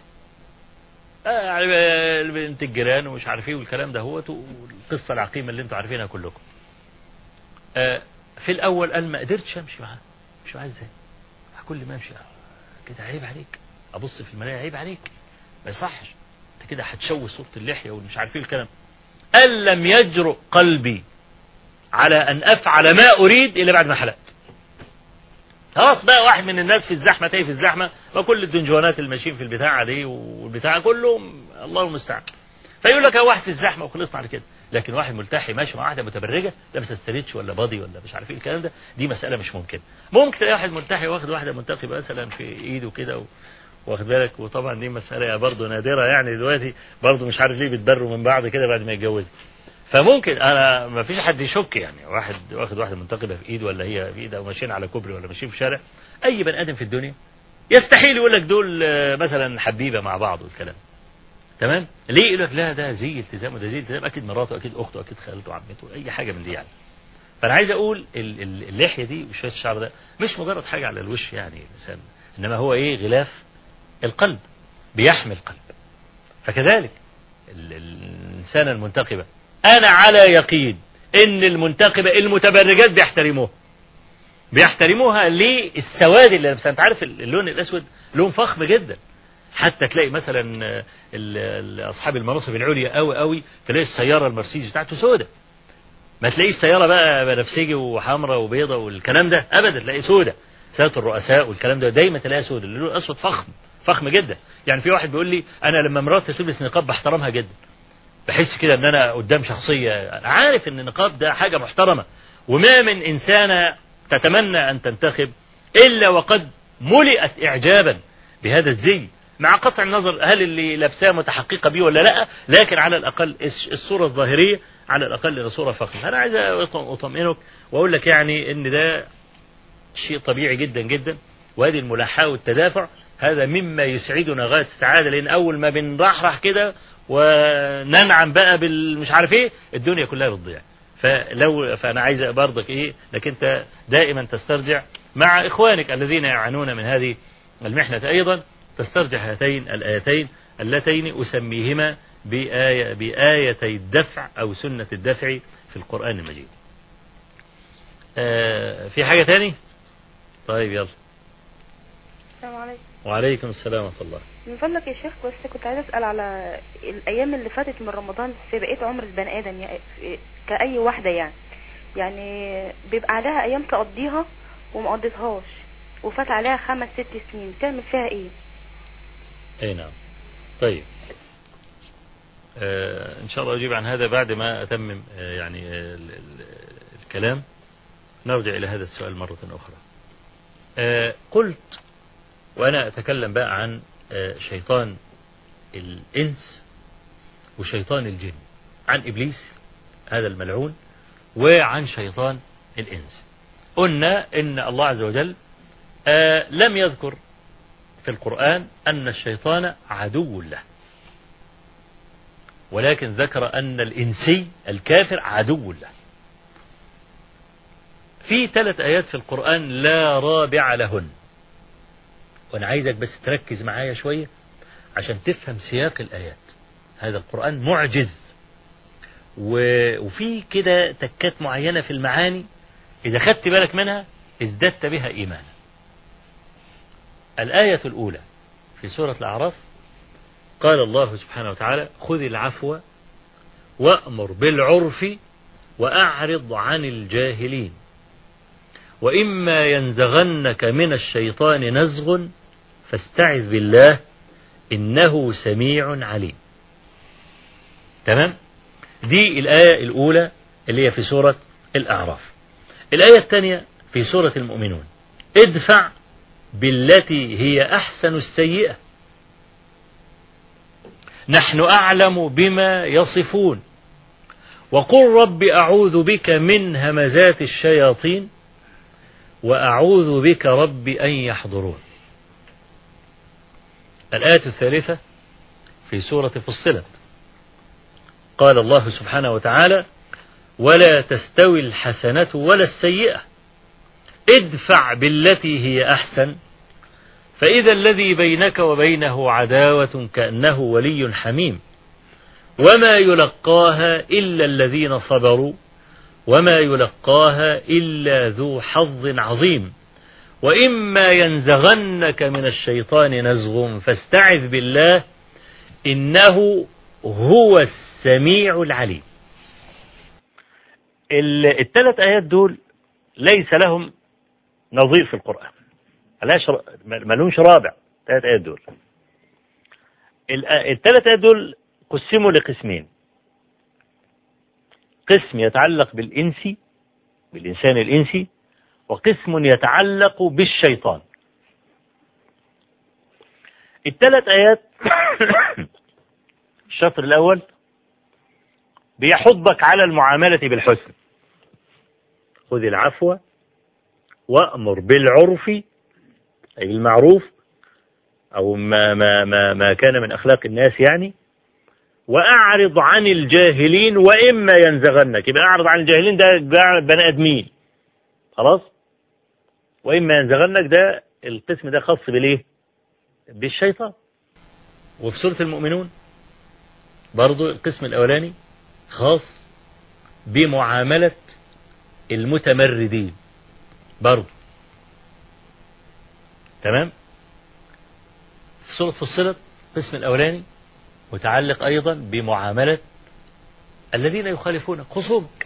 آه بنت الجيران ومش عارف ايه والكلام ده هو القصة العقيمة اللي انتوا عارفينها كلكم. آه في الأول قال ما قدرتش أمشي معاه. مش معاه ازاي؟ كل ما أمشي كده عيب عليك، أبص في المراية عيب عليك، ما يصحش، أنت كده هتشوه صورة اللحية ومش عارف ايه الكلام. قال لم يجرؤ قلبي على أن أفعل ما أريد إلا بعد ما حلقت. خلاص بقى واحد من الناس في الزحمة تايه في الزحمة وكل الدنجوانات اللي ماشيين في البتاعة دي والبتاعة كلهم الله المستعان، فيقول لك واحد في الزحمة وخلصنا على كده. لكن واحد ملتحي ماشي مع واحدة متبرجة لابسه ستريتش ولا باضي ولا مش عارف ايه الكلام ده، دي مسألة مش ممكن. ممكن تلاقي واحد ملتحي واخد واحدة منتقبة مثلا في ايده كده واخد بالك، وطبعا دي مسألة برضه نادرة يعني دلوقتي برضه مش عارف ليه بيتبروا من بعض كده بعد ما يتجوزوا. فممكن انا ما فيش حد يشك يعني واحد واخد واحده منتقبه في ايد ولا هي في ايدها وماشيين على كوبري ولا ماشيين في شارع، اي بني ادم في الدنيا يستحيل يقول لك دول مثلا حبيبه مع بعض والكلام. تمام؟ ليه يقول لك لا ده زي التزام وده زي التزام، اكيد مراته اكيد اخته اكيد خالته عمته اي حاجه من دي يعني. فانا عايز اقول اللحيه دي وشويه الشعر ده مش مجرد حاجه على الوش يعني الانسان، انما هو ايه؟ غلاف القلب، بيحمي القلب. فكذلك الانسانه المنتقبه أنا على يقين إن المنتقبة المتبرجات بيحترموه، بيحترموها للسواد اللي لابسها. انت عارف اللون الاسود لون فخم جدا، حتى تلاقي مثلا اصحاب المناصب العليا قوي قوي تلاقي السياره المرسيدس بتاعته سودة، ما تلاقيش السياره بقى بنفسجي وحمراء وبيضه والكلام ده ابدا، تلاقي سودة. سياره الرؤساء والكلام ده دايما تلاقيها سودة، اللون الاسود فخم فخم جدا. يعني في واحد بيقول لي انا لما مراتي تلبس نقاب بحترمها جدا، بحس كده ان انا قدام شخصيه، انا عارف ان النقاب ده حاجه محترمه، وما من انسانه تتمنى ان تنتخب الا وقد ملئت اعجابا بهذا الزي، مع قطع النظر هل اللي لابساه متحققه بيه ولا لا، لكن على الاقل الصوره الظاهريه على الاقل صوره فخمه. انا عايز اطمئنك واقول لك يعني ان ده شيء طبيعي جدا جدا، وهذه الملاحاه والتدافع هذا مما يسعدنا غايه السعاده، لان اول ما بنرحرح كده وننعم بقى بالمش عارف ايه الدنيا كلها بتضيع. فلو فانا عايز برضك ايه انك انت دائما تسترجع مع اخوانك الذين يعانون من هذه المحنه ايضا، تسترجع هاتين الايتين اللتين اسميهما بآية بآيتي الدفع او سنه الدفع في القران المجيد. آه في حاجه تاني؟ طيب يلا. السلام عليكم. وعليكم السلام ورحمه الله. من فضلك يا شيخ بس كنت عايز اسال على الايام اللي فاتت من رمضان في بقيه عمر البني ادم يعني كاي واحده يعني يعني بيبقى عليها ايام تقضيها وما قضيتهاش وفات عليها خمس ست سنين، تعمل فيها ايه؟ اي نعم. طيب آه ان شاء الله اجيب عن هذا بعد ما اتمم آه يعني آه ال ال الكلام. نرجع الى هذا السؤال مره اخرى. آه قلت وأنا أتكلم بقى عن شيطان الإنس وشيطان الجن، عن إبليس هذا الملعون وعن شيطان الإنس. قلنا إن الله عز وجل لم يذكر في القرآن أن الشيطان عدو له، ولكن ذكر أن الإنسي الكافر عدو له. في ثلاث آيات في القرآن لا رابع لهن، وأنا عايزك بس تركز معايا شوية عشان تفهم سياق الآيات. هذا القرآن معجز وفي كده تكات معينة في المعاني إذا خدت بالك منها ازددت بها إيمانا. الآية الأولى في سورة الأعراف قال الله سبحانه وتعالى خذ العفو وأمر بالعرف وأعرض عن الجاهلين وإما ينزغنك من الشيطان نزغ فاستعذ بالله إنه سميع عليم. تمام؟ دي الآية الأولى اللي هي في سورة الأعراف. الآية الثانية في سورة المؤمنون ادفع بالتي هي أحسن السيئة نحن أعلم بما يصفون وقل رب أعوذ بك من همزات الشياطين وأعوذ بك رب أن يحضرون. الآية الثالثة في سورة فصلت قال الله سبحانه وتعالى ولا تستوي الحسنة ولا السيئة ادفع بالتي هي أحسن فإذا الذي بينك وبينه عداوة كأنه ولي حميم وما يلقاها إلا الذين صبروا وما يلقاها إلا ذو حظ عظيم وإما ينزغنك من الشيطان نزغ فاستعذ بالله إنه هو السميع العليم. الثلاث آيات دول ليس لهم نظير في القرآن، ما لهمش رابع. الثلاث آيات دول الثلاث آيات دول قسموا لقسمين، قسم يتعلق بالإنسي بالإنسان الإنسي وقسم يتعلق بالشيطان. الثلاث آيات الشطر الأول بيحضك على المعاملة بالحسن خذ العفو وأمر بالعرف أي بالمعروف أو ما, ما, ما, ما كان من أخلاق الناس يعني وأعرض عن الجاهلين وإما ينزغنك. يبقى أعرض عن الجاهلين ده بني آدمين خلاص، وإما ينزغنك ده القسم ده خاص بالإيه؟ بالشيطان. وفي سورة المؤمنون برضو القسم الأولاني خاص بمعاملة المتمردين برضو تمام. في سورة فصلت القسم الأولاني متعلق أيضا بمعاملة الذين يخالفون خصومك.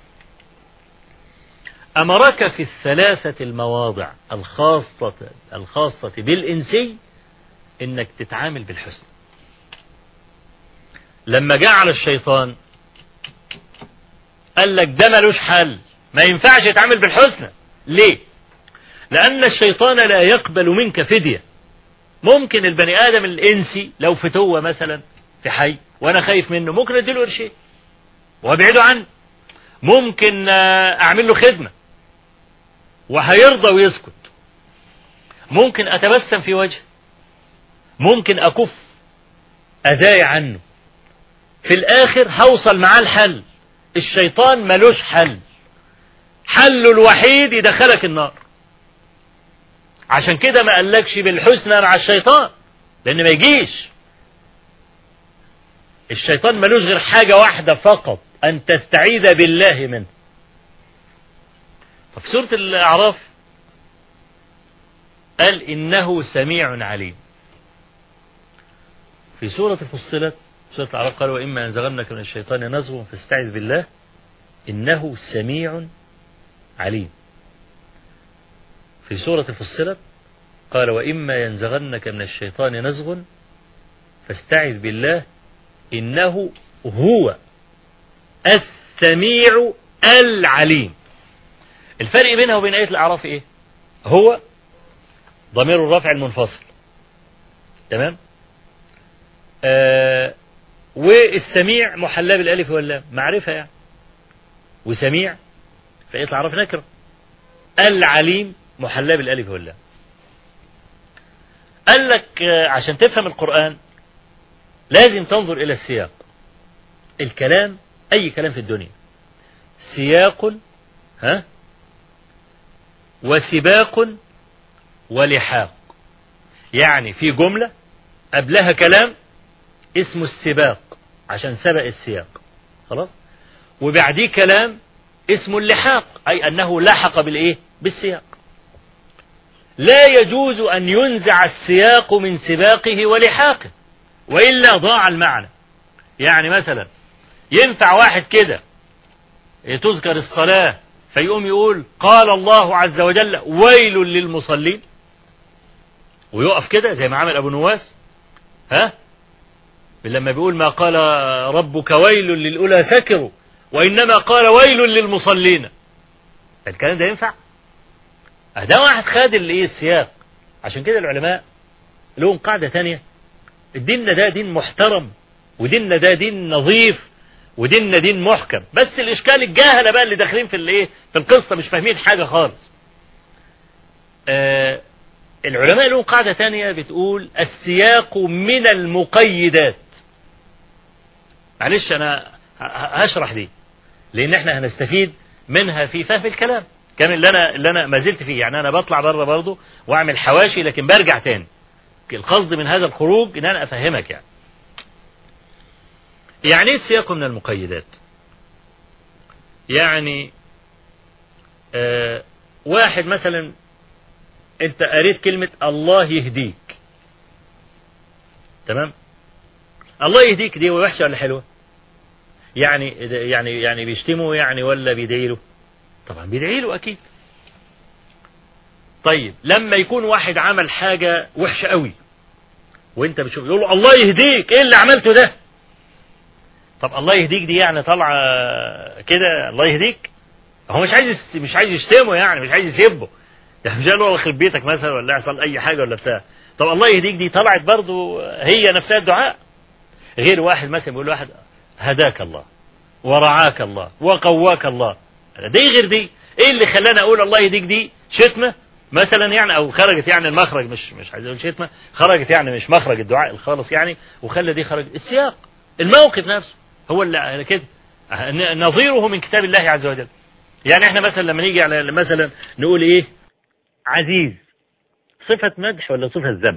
أمرك في الثلاثة المواضع الخاصة الخاصة بالإنسي إنك تتعامل بالحسن. لما جعل الشيطان قال لك ده ملوش حل، ما ينفعش يتعامل بالحسنى. ليه؟ لأن الشيطان لا يقبل منك فدية. ممكن البني آدم الإنسي لو فتوة مثلا في حي وأنا خايف منه ممكن أديله قرشين وأبعده عنه، ممكن أعمل له خدمة وهيرضى ويسكت، ممكن أتبسم في وجهه، ممكن أكف أذاي عنه، في الآخر هوصل معاه الحل. الشيطان ملوش حل، حله الوحيد يدخلك النار. عشان كده ما قالكش بالحسنى مع الشيطان، لأن ما يجيش. الشيطان ملوش غير حاجة واحدة فقط، أن تستعيذ بالله منه. ففي سورة الأعراف قال إنه سميع عليم. في سورة فصلت سورة الأعراف قال وإما ينزغنك من الشيطان نزغ فاستعذ بالله إنه سميع عليم. في سورة فصلت قال وإما ينزغنك من الشيطان نزغ فاستعذ بالله إنه هو السميع العليم. الفرق بينها وبين آية الأعراف إيه؟ هو ضمير الرفع المنفصل، تمام؟ آه والسميع محلى بالالف واللام، معرفة يعني. وسميع في آية الأعراف نكرة. العليم محلى بالالف واللام. قال لك آه عشان تفهم القرآن لازم تنظر إلى السياق. الكلام أي كلام في الدنيا سياق ها وسباق ولحاق. يعني في جملة قبلها كلام اسمه السباق عشان سبق السياق، خلاص، وبعديه كلام اسمه اللحاق أي أنه لحق بالإيه؟ بالسياق. لا يجوز أن ينزع السياق من سباقه ولحاقه وإلا ضاع المعنى. يعني مثلا ينفع واحد كده تذكر الصلاة فيقوم يقول قال الله عز وجل ويل للمصلين ويقف كده زي ما عمل أبو نواس، ها، لما بيقول ما قال ربك ويل للأولى سكروا وإنما قال ويل للمصلين. الكلام ده ينفع؟ ده واحد خاد الايه السياق. عشان كده العلماء لهم قاعدة تانية، ديننا ده دين محترم وديننا ده دين نظيف وديننا دين محكم، بس الإشكال الجاهلة بقى اللي داخلين في الايه في القصة مش فاهمين حاجة خالص. آه العلماء لهم قاعدة تانية بتقول السياق من المقيدات. معلش أنا هشرح دي لأن احنا هنستفيد منها في فهم الكلام كان اللي أنا اللي أنا ما زلت فيه. يعني أنا بطلع بره برضه وأعمل حواشي لكن برجع تاني. القصد من هذا الخروج إن أنا أفهمك يعني. يعني إيه السياق من المقيدات؟ يعني آه واحد مثلا أنت قريت كلمة الله يهديك، تمام؟ الله يهديك دي وحشة ولا حلوة؟ يعني يعني يعني بيشتمه يعني ولا بيدعي له؟ طبعا بيدعي له أكيد. طيب لما يكون واحد عمل حاجة وحشة قوي وانت بتشوف يقول له الله يهديك، ايه اللي عملته ده؟ طب الله يهديك دي يعني طالعه كده الله يهديك؟ هو مش عايز مش عايز يشتمه يعني مش عايز يسبه يعني مش قال له يخرب بيتك مثلا ولا يحصل اي حاجه ولا بتاع. طب الله يهديك دي طلعت برضه هي نفسها الدعاء. غير واحد مثلا بيقول واحد هداك الله ورعاك الله وقواك الله، دي غير دي. ايه اللي خلاني اقول الله يهديك دي شتمه مثلا يعني او خرجت يعني المخرج مش مش عايز اقول شتمه، خرجت يعني مش مخرج الدعاء الخالص يعني وخلى دي خرج السياق الموقف نفسه هو اللي كده نظيره من كتاب الله عز وجل. يعني احنا مثلا لما نيجي على مثلا نقول ايه عزيز، صفة مدح ولا صفة ذم؟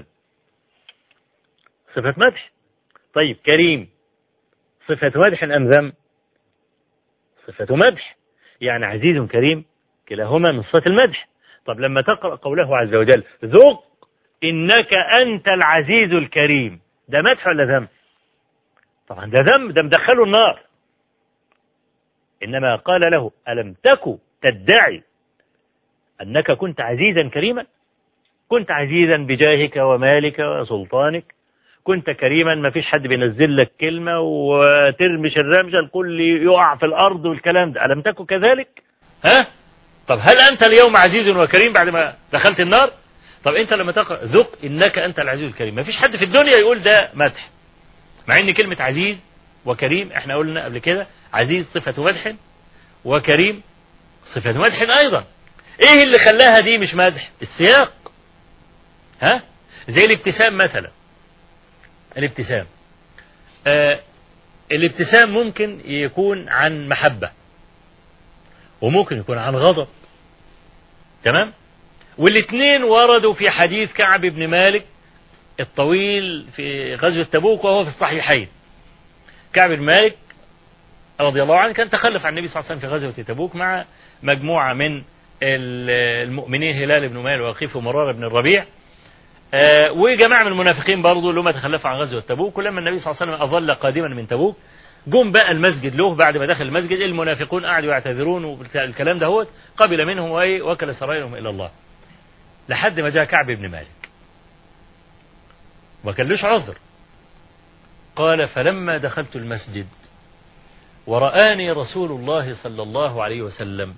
صفة مدح. طيب كريم صفة مدح ام ذم؟ صفة مدح. يعني عزيز كريم كلاهما من صفة المدح. طب لما تقرأ قوله عز وجل ذق إنك أنت العزيز الكريم، ده مدح ولا ذم؟ طبعا ده ذم، ده مدخله النار. إنما قال له ألم تك تدعي أنك كنت عزيزا كريما؟ كنت عزيزا بجاهك ومالك وسلطانك، كنت كريما ما فيش حد بينزل لك كلمة وترمش الرمشة الكل يقع في الأرض والكلام ده، ألم تك كذلك؟ ها؟ طب هل أنت اليوم عزيز وكريم بعد ما دخلت النار؟ طب أنت لما تقرأ ذق إنك أنت العزيز الكريم، ما فيش حد في الدنيا يقول ده مدح، مع إن كلمة عزيز وكريم احنا قلنا قبل كده عزيز صفة مدح وكريم صفة مدح أيضا. إيه اللي خلاها دي مش مدح؟ السياق. ها؟ زي الابتسام مثلا، الابتسام آه الابتسام ممكن يكون عن محبة وممكن يكون عن غضب، تمام؟ والاثنين وردوا في حديث كعب بن مالك الطويل في غزوة تبوك وهو في الصحيحين. كعب بن مالك رضي الله عنه كان تخلف عن النبي صلى الله عليه وسلم في غزوة تبوك مع مجموعة من المؤمنين، هلال بن أمية ووقيف ومرار بن الربيع، آه وجماعة من المنافقين برضو اللي هم تخلفوا عن غزوة تبوك. ولما النبي صلى الله عليه وسلم أظل قادما من تبوك جم بقى المسجد له، بعد ما دخل المسجد المنافقون قعدوا يعتذرون والكلام ده هو قبل منهم ووكل سرايرهم إلى الله، لحد ما جاء كعب بن مالك ما كان لوش عذر. قال فلما دخلت المسجد ورآني رسول الله صلى الله عليه وسلم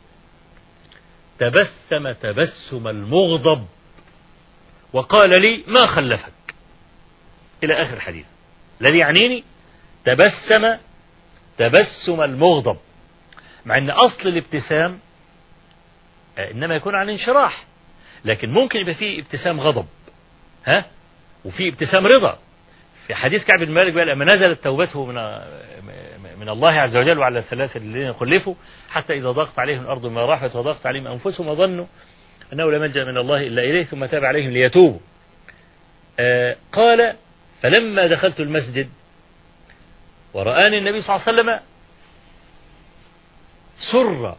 تبسم تبسم المغضب وقال لي ما خلفك، إلى آخر الحديث. الذي يعنيني تبسم تبسم المغضب، مع أن أصل الابتسام إنما يكون عن انشراح، لكن ممكن يبقى فيه ابتسام غضب ها وفي ابتسام رضا. في حديث كعب بن مالك بقى لما نزلت توبته من من الله عز وجل وعلى الثلاثة الذين خلفوا حتى إذا ضاقت عليهم الأرض ما راحت وضاقت عليهم أنفسهم وظنوا أنه لا ملجأ من الله إلا إليه ثم تاب عليهم ليتوبوا. آه قال فلما دخلت المسجد ورآني النبي صلى الله عليه وسلم سر،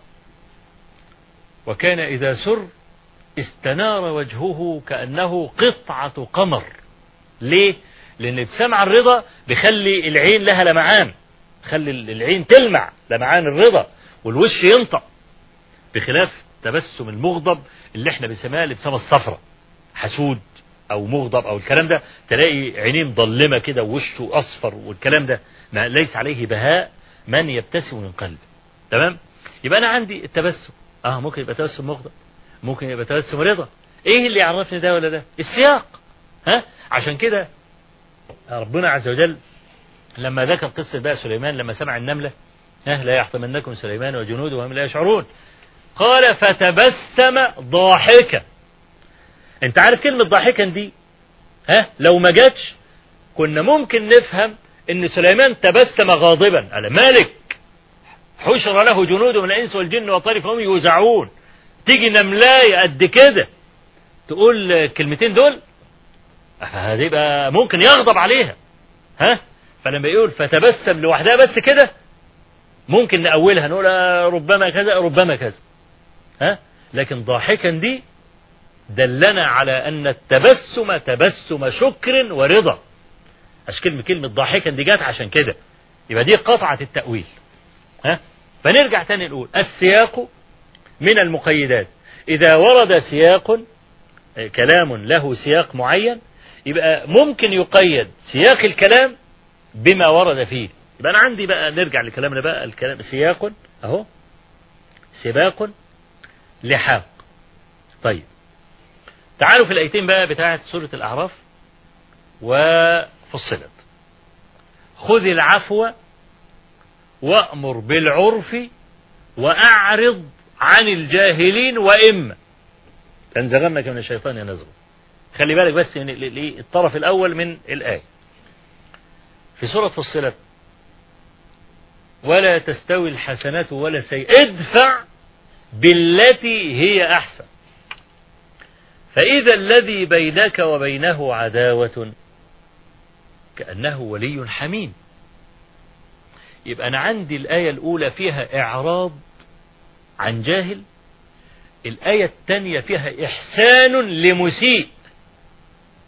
وكان إذا سر استنار وجهه كأنه قطعة قمر. ليه؟ لأن ابتسام الرضا بيخلي العين لها لمعان، خلي العين تلمع لمعان الرضا والوش ينطق، بخلاف تبسم المغضب اللي احنا بنسميها الابتسامة الصفراء، حسود او مغضب او الكلام ده تلاقي عينيه مظلمة كده ووشه اصفر والكلام ده ما ليس عليه بهاء من يبتسم من قلبه. تمام؟ يبقى انا عندي التبسم اه ممكن يبقى تبسم مغضب، ممكن يبقى تبسم رضا. ايه اللي يعرفني ده ولا ده؟ السياق. ها؟ عشان كده ربنا عز وجل لما ذكر قصة بقى سليمان لما سمع النملة ها لا يحطمنكم سليمان وجنوده وهم لا يشعرون، قال فتبسم ضاحكا. انت عارف كلمة ضاحكا دي ها لو ما جاتش كنا ممكن نفهم ان سليمان تبسم غاضبا على مالك حشر له جنود من الانس والجن والطير فهم يوزعون، تيجي نملاية قد كده تقول الكلمتين دول هتبقى ممكن يغضب عليها ها. فلما يقول فتبسم لوحدها بس كده ممكن نأولها نقول ربما كذا ربما كذا ها، لكن ضاحكا دي دلنا على أن التبسم تبسم شكر ورضا. أش كلمة كلمة ضاحكا دي جات عشان كده، يبقى دي قطعة التأويل ها. فنرجع تاني نقول السياق من المقيدات. إذا ورد سياق كلام له سياق معين يبقى ممكن يقيد سياق الكلام بما ورد فيه. يبقى أنا عندي بقى نرجع لكلامنا بقى الكلام سياق أهو سباق لحاق. طيب تعالوا في الآيتين بقى بتاعت سورة الأعراف وفصلت. خذ العفو وأمر بالعرف وأعرض عن الجاهلين وإما تنزغنك من الشيطان ينزغ. خلي بالك بس من الطرف الأول من الآية في سورة فصلت ولا تستوي الحسنة ولا سيئة ادفع بالتي هي أحسن فإذا الذي بينك وبينه عداوة كأنه ولي حميم. يبقى أنا عندي الآية الأولى فيها إعراض عن جاهل، الآية الثانية فيها إحسان لمسيء.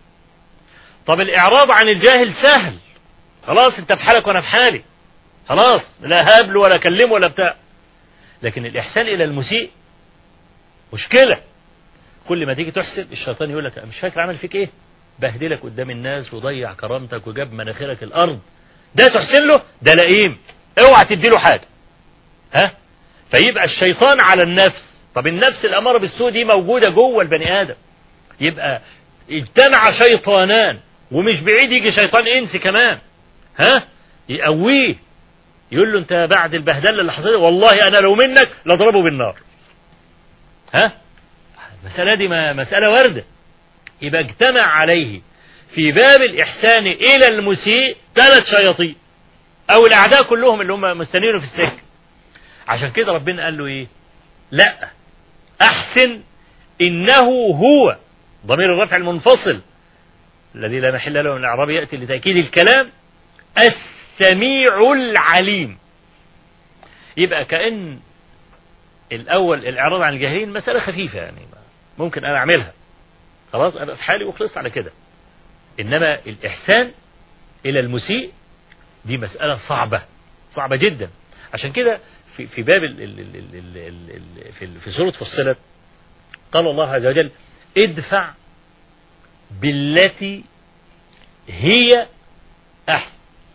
طب الإعراض عن الجاهل سهل، خلاص انت في حالك وانا في حالي، خلاص لا هابل ولا كلمه ولا بتاع. لكن الإحسان إلى المسيء مشكلة. كل ما تيجي تحسن الشيطان يقول لك مش فاكر عمل فيك ايه، بهدلك قدام الناس وضيع كرامتك وجاب مناخيرك الأرض، ده تحسن له، ده لئيم، اوعى تديله حاجة. ها؟ فيبقى الشيطان على النفس. طب النفس الأمارة بالسوء دي موجودة جوه البني آدم، يبقى اجتمع شيطانان، ومش بعيد يجي شيطان إنسي كمان، ها؟ يقويه، يقول له انت بعد البهدله اللي حصلت والله انا لو منك لاضربه بالنار. ها؟ المسألة دي ما مسألة واردة. يبقى اجتمع عليه في باب الإحسان إلى المسيء ثلاث شياطين، أو الأعداء كلهم اللي هم مستنينه في السكة. عشان كده ربنا قال له إيه؟ لا أحسن إنه هو، ضمير الرفع المنفصل الذي لا محل له من الإعراب يأتي لتأكيد الكلام، السميع العليم. يبقى كأن الأول الإعراض عن الجاهلين مسألة خفيفة، يعني ممكن أنا أعملها، خلاص أبقى في حالي وخلصت على كده. إنما الإحسان إلى المسيء دي مسألة صعبة، صعبة جدا. عشان كده في في باب ال ال ال ال ال ال في في سورة فصلت قال الله عز وجل ادفع بالتي هي أحسن.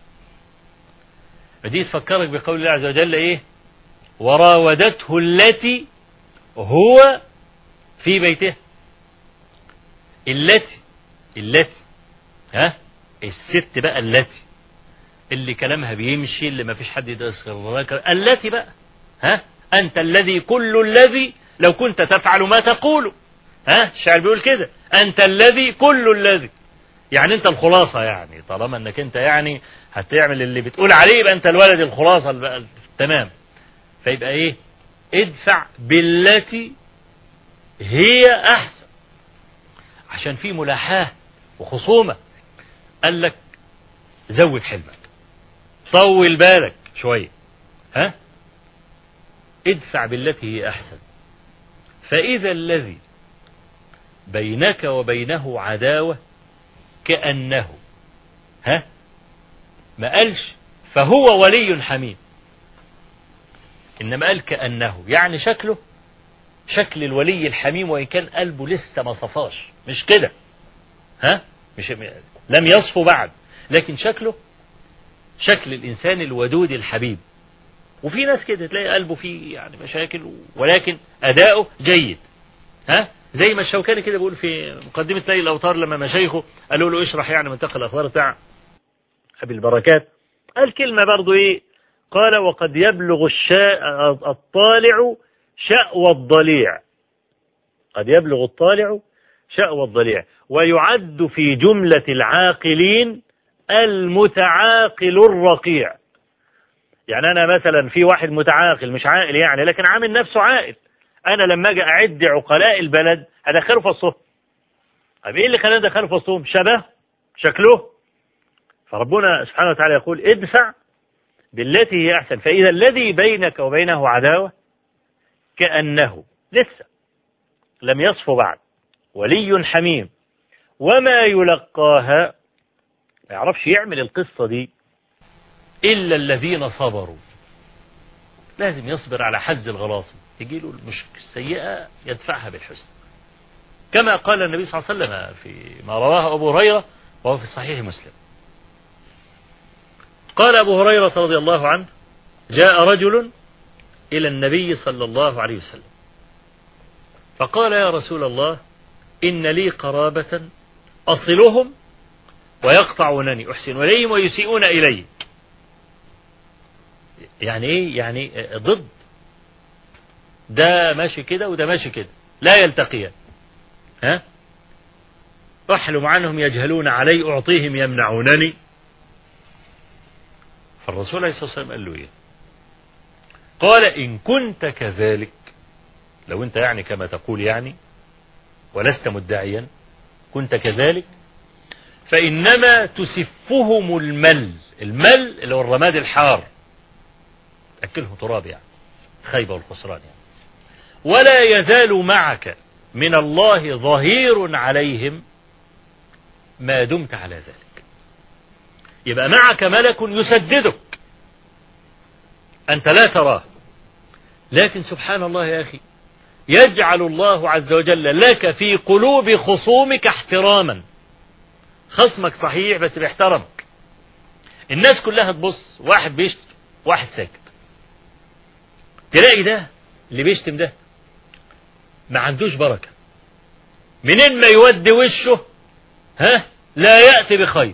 دي تفكرك بقول الله عز وجل إيه؟ وراودته التي هو في بيته. التي التي ها الست بقى، التي اللي كلامها بيمشي، اللي ما فيش حد يدرس غيرها، التي بقى ها أنت الذي كل الذي لو كنت تفعل ما تقول. ها الشاعر بيقول كده، أنت الذي كل الذي، يعني أنت الخلاصة، يعني طالما أنك أنت يعني هتعمل اللي بتقول عليه يبقى أنت الولد الخلاصة تمام. فيبقى إيه؟ ادفع بالتي هي أحسن، عشان في ملاحاة وخصومة. قال لك زود حلمك، طول بالك شوية، ها ادفع بالتي هي أحسن، فإذا الذي بينك وبينه عداوة كأنه، ها ما قالش فهو ولي حميم، إنما قال كأنه، يعني شكله شكل الولي الحميم وإن كان قلبه لسه ما صفاش، مش كده، ها مش لم يصفو بعد، لكن شكله شكل الإنسان الودود الحبيب. وفي ناس كده تلاقي قلبه فيه يعني مشاكل ولكن أداؤه جيد. ها زي ما الشوكاني كده بيقول في مقدمة ليل الأوطار لما مشايخه قالوا له اشرح يعني منتقى الأخبار بتاع أبي البركات، قال كلمة برضو إيه، قال وقد يبلغ الشاء الطالع شأوى الضليع، قد يبلغ الطالع شأوى الضليع ويعد في جملة العاقلين المتعاقل الرقيع. يعني أنا مثلا في واحد متعاقل مش عاقل يعني، لكن عامل نفسه عاقل، أنا لما أجي أعد عقلاء البلد أدخله في وسطهم. طب إيه اللي خلاني أدخله في وسطهم؟ شبه شكله. فربنا سبحانه وتعالى يقول ادفع بالتي هي أحسن، فإذا الذي بينك وبينه عداوة كأنه لسه لم يصفو بعد، ولي حميم، وما يلقاها، ما يعرفش يعمل القصة دي إلا الذين صبروا. لازم يصبر على حز الغلاصم، تجي له المشكلة السيئة يدفعها بالحسن، كما قال النبي صلى الله عليه وسلم في ما رواه أبو هريرة وهو في صحيح مسلم. قال أبو هريرة رضي الله عنه جاء رجل إلى النبي صلى الله عليه وسلم فقال يا رسول الله إن لي قرابة أصلهم ويقطعونني، أحسن إليهم ويسيئون إلي. يعني إيه؟ يعني ضد، ده ماشي كده وده ماشي كده لا يلتقيان. ها أحلم عنهم يجهلون علي أعطيهم يمنعونني. فالرسول عليه الصلاة والسلام قال له إيه؟ قال إن كنت كذلك، لو أنت يعني كما تقول يعني ولست مدعيا كنت كذلك، فإنما تسفهم المل، المل اللي هو الرماد الحار، أكله تراب يعني، خيبة والخسران يعني، ولا يزال معك من الله ظهير عليهم ما دمت على ذلك. يبقى معك ملك يسددك، أنت لا تراه، لكن سبحان الله يا أخي يجعل الله عز وجل لك في قلوب خصومك احتراما. خصمك صحيح بس بيحترمك، الناس كلها تبص، واحد بيشتم واحد ساكت، تلاقي ده اللي بيشتم ده ما عندوش بركة، منين ما يودي وشه ها لا يأتي بخير،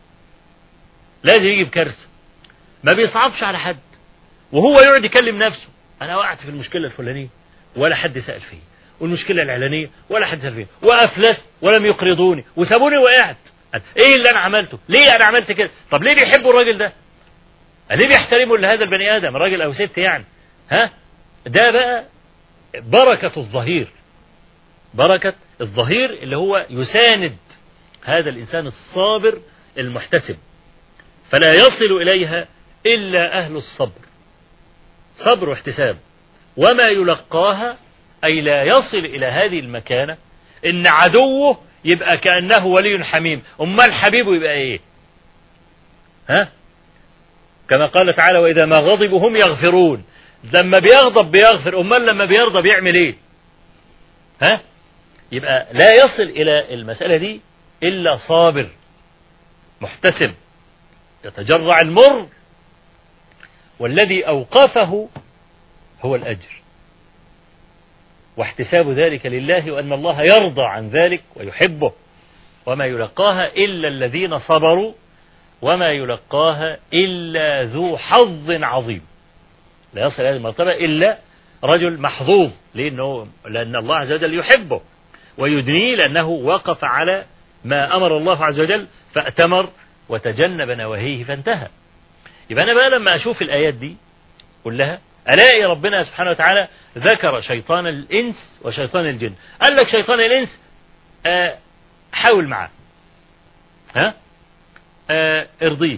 لازم يجي بكارثة، ما بيصعبش على حد، وهو يقعد يكلم نفسه أنا وقعت في المشكلة الفلانية ولا حد سأل فيه، والمشكلة الإعلانية ولا حد سأل فيه، وأفلست ولم يقرضوني وسابوني وقعت، إيه اللي أنا عملته؟ ليه أنا عملت كده؟ طب ليه بيحبوا الراجل ده؟ ليه بيحترموا لهذا البني آدم، راجل أو ست يعني؟ ها؟ ده بقى بركة الظهير، بركة الظهير اللي هو يساند هذا الإنسان الصابر المحتسب، فلا يصل إليها إلا أهل الصبر، صبر واحتساب، وما يلقاها أي لا يصل إلى هذه المكانة إن عدوه يبقى كأنه ولي حميم، أمال حبيبه يبقى إيه؟ ها؟ كما قال تعالى وإذا ما غضبوا هم يغفرون، لما بيغضب بيغفر، أمال لما بيرضى بيعمل إيه؟ ها؟ يبقى لا يصل إلى المسألة دي إلا صابر محتسب يتجرع المر، والذي أوقفه هو الأجر واحتساب ذلك لله، وأن الله يرضى عن ذلك ويحبه، وما يلقاها إلا الذين صبروا، وما يلقاها إلا ذو حظ عظيم. لا يصل هذه المرتبة إلا رجل محظوظ، لأنه لأن الله عز وجل يحبه ويدنيه، لأنه وقف على ما أمر الله عز وجل فأتمر وتجنب نواهيه فانتهى. يبقى أنا بقى لما أشوف الآيات دي كلها ألاقي ربنا سبحانه وتعالى ذكر شيطان الإنس وشيطان الجن. قال لك شيطان الإنس آه حاول معاه، ها آه ارضيه،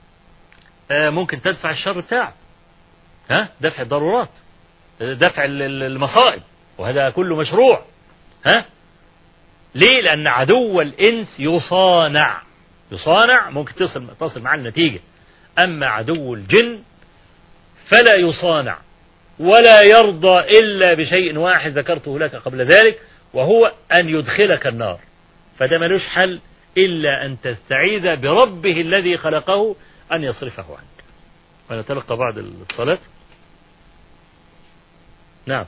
آه ممكن تدفع الشر بتاعه، ها دفع الضرورات، دفع المصائب، وهذا كله مشروع. ها ليه؟ لأن عدو الإنس يصانع، يصانع ممكن تصل تصل مع النتيجة، أما عدو الجن فلا يصانع ولا يرضى إلا بشيء واحد ذكرته لك قبل ذلك، وهو أن يدخلك النار، فده ملوش حل إلا أن تستعيذ بربه الذي خلقه أن يصرفه عنك. ونتلقى بعد الصلاة. نعم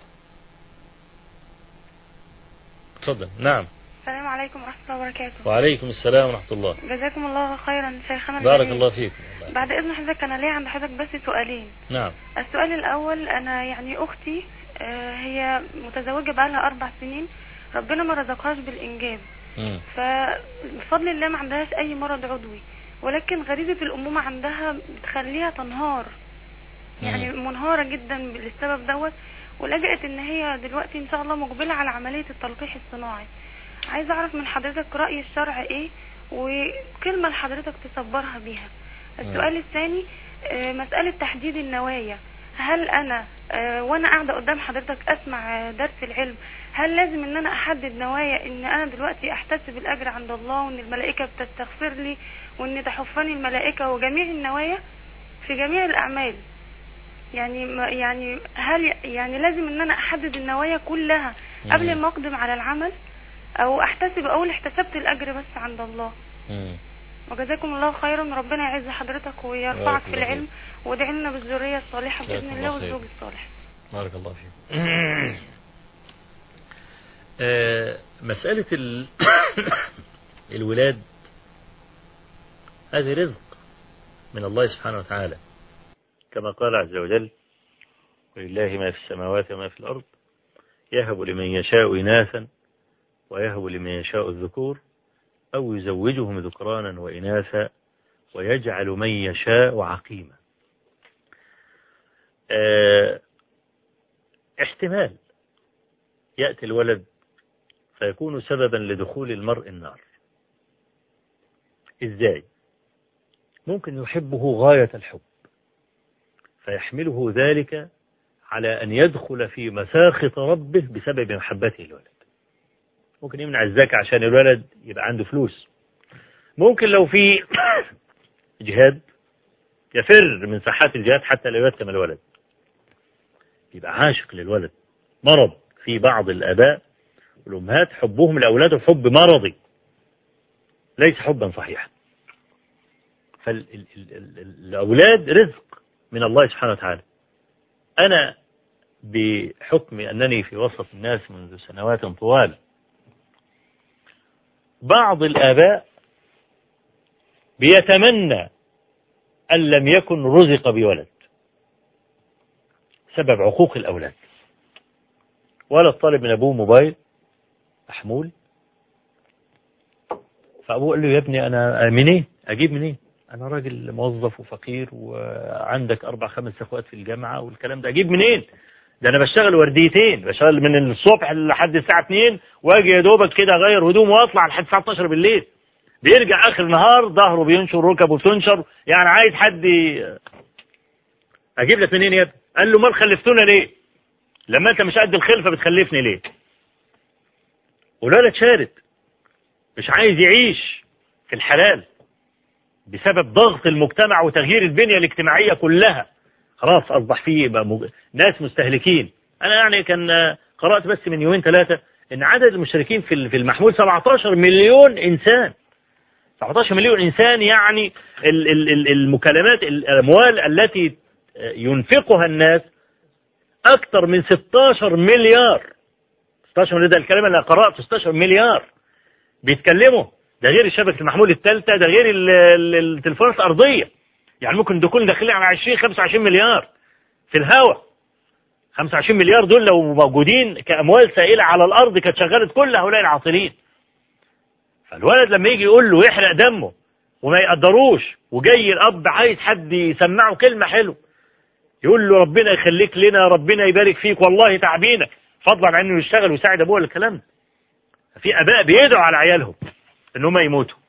تفضل. نعم. السلام عليكم ورحمة الله وبركاته. وعليكم السلام ورحمة الله. جزاكم الله خيرا شيخنا. بارك الله فيك. بعد إذن حضرتك أنا ليه عند حضرتك بس سؤالين. نعم. السؤال الأول، أنا يعني أختي هي متزوجة بقالها أربع سنين، ربنا ما رزقهاش بالإنجاب، فبفضل الله ما عندهاش أي مرض عضوي، ولكن غريزة الأمومة عندها بتخليها تنهار، يعني مم. منهارة جدا للسبب دوت، ولجأت إن هي دلوقتي إن شاء الله مقبلة على عملية التلقيح الصناعي. عايز أعرف من حضرتك رأي الشرع إيه، وكلمة لحضرتك تصبرها بيها. السؤال الثاني مسألة تحديد النوايا، هل أنا وأنا قاعدة قدام حضرتك أسمع درس العلم، هل لازم إن أنا أحدد نوايا إن أنا دلوقتي أحتسب الأجر عند الله، وإن الملائكة بتستغفر لي، وإن تحفني الملائكة، وجميع النوايا في جميع الأعمال؟ يعني يعني هل يعني لازم إن أنا أحدد النوايا كلها قبل ما أقدم على العمل، أو أحتسب أول احتسبت الأجر بس عند الله؟ مم. وجزاكم الله خيرا، ربنا يعز حضرتك ويرفعك في العلم، وادعي لنا بالذرية الصالحة بإذن الله والزوج الصالح. بارك الله فيك. مسألة ال... الولاد هذه رزق من الله سبحانه وتعالى، كما قال عز وجل ولله ما في السماوات وما في الأرض يهب لمن يشاء إناثا ويهب لمن يشاء الذكور أو يزوجهم ذكرانا وإناثا ويجعل من يشاء عقيما. اه احتمال يأتي الولد فيكون سببا لدخول المرء النار. إزاي؟ ممكن يحبه غاية الحب فيحمله ذلك على أن يدخل في مساخط ربه بسبب محبته الولد. ممكن يمنع الزكاة عشان الولد يبقى عنده فلوس، ممكن لو في جهاد يفر من ساحات الجهاد حتى لا يتم الولد، يبقى عاشق للولد. مرض في بعض الآباء والأمهات حبهم لأولادهم حب مرضي ليس حبا صحيحا. فالأولاد رزق من الله سبحانه وتعالى. أنا بحكم أنني في وسط الناس منذ سنوات طوال، بعض الآباء بيتمنى أن لم يكن رزق بولد سبب عقوق الأولاد. ولا الطالب من أبوه موبايل محمول، فأبوه قال له يا ابني أنا منين أجيب منين، أنا راجل موظف وفقير وعندك أربع خمس أخوات في الجامعة والكلام ده، أجيب منين؟ ده أنا بشتغل ورديتين، بشتغل من الصبح لحد الساعة اتنين وأجي يا دوبك كده أغير هدوم وأطلع لحد الساعة اتناشر بالليل، بيرجع آخر النهار ظهره بينشر ركبه بتنشر، يعني عايز حد أجيب لك منين يا ابني؟ قال له مال خلفتونا ليه؟ لما أنت مش قد الخلفة بتخلفني ليه؟ والولد شارد مش عايز يعيش في الحلال بسبب ضغط المجتمع وتغيير البنية الاجتماعية كلها. خلاص أصبح فيه مج... ناس مستهلكين. أنا يعني كان قرأت بس من يومين ثلاثة إن عدد المشتركين في في المحمول سبعتاشر مليون إنسان. سبعتاشر مليون إنسان، يعني المكالمات الأموال التي ينفقها الناس أكثر من ستاشر مليار. ستاشر مليار ده الكلام اللي قرأته، ستاشر مليار بيتكلموا، ده غير الشبكة المحمول الثالثة، ده غير التليفونات الأرضية. يعني ممكن دخول داخلين على عشرين خمسة وعشرين مليار في الهواء. خمسة وعشرين مليار دول لو موجودين كأموال سائلة على الأرض كانت شغلت كل هؤلاء العاطلين. فالولد لما يجي يقول له يحرق دمه وما يقدروش، وجاي الأب عايز حد يسمعه كلمة حلوة يقول له ربنا يخليك لنا، ربنا يبارك فيك، والله تعبينك، فضلا عن انه يشتغل ويساعد ابوه الكلام ده. في اباء بيدعوا على عيالهم ان هم يموتوا.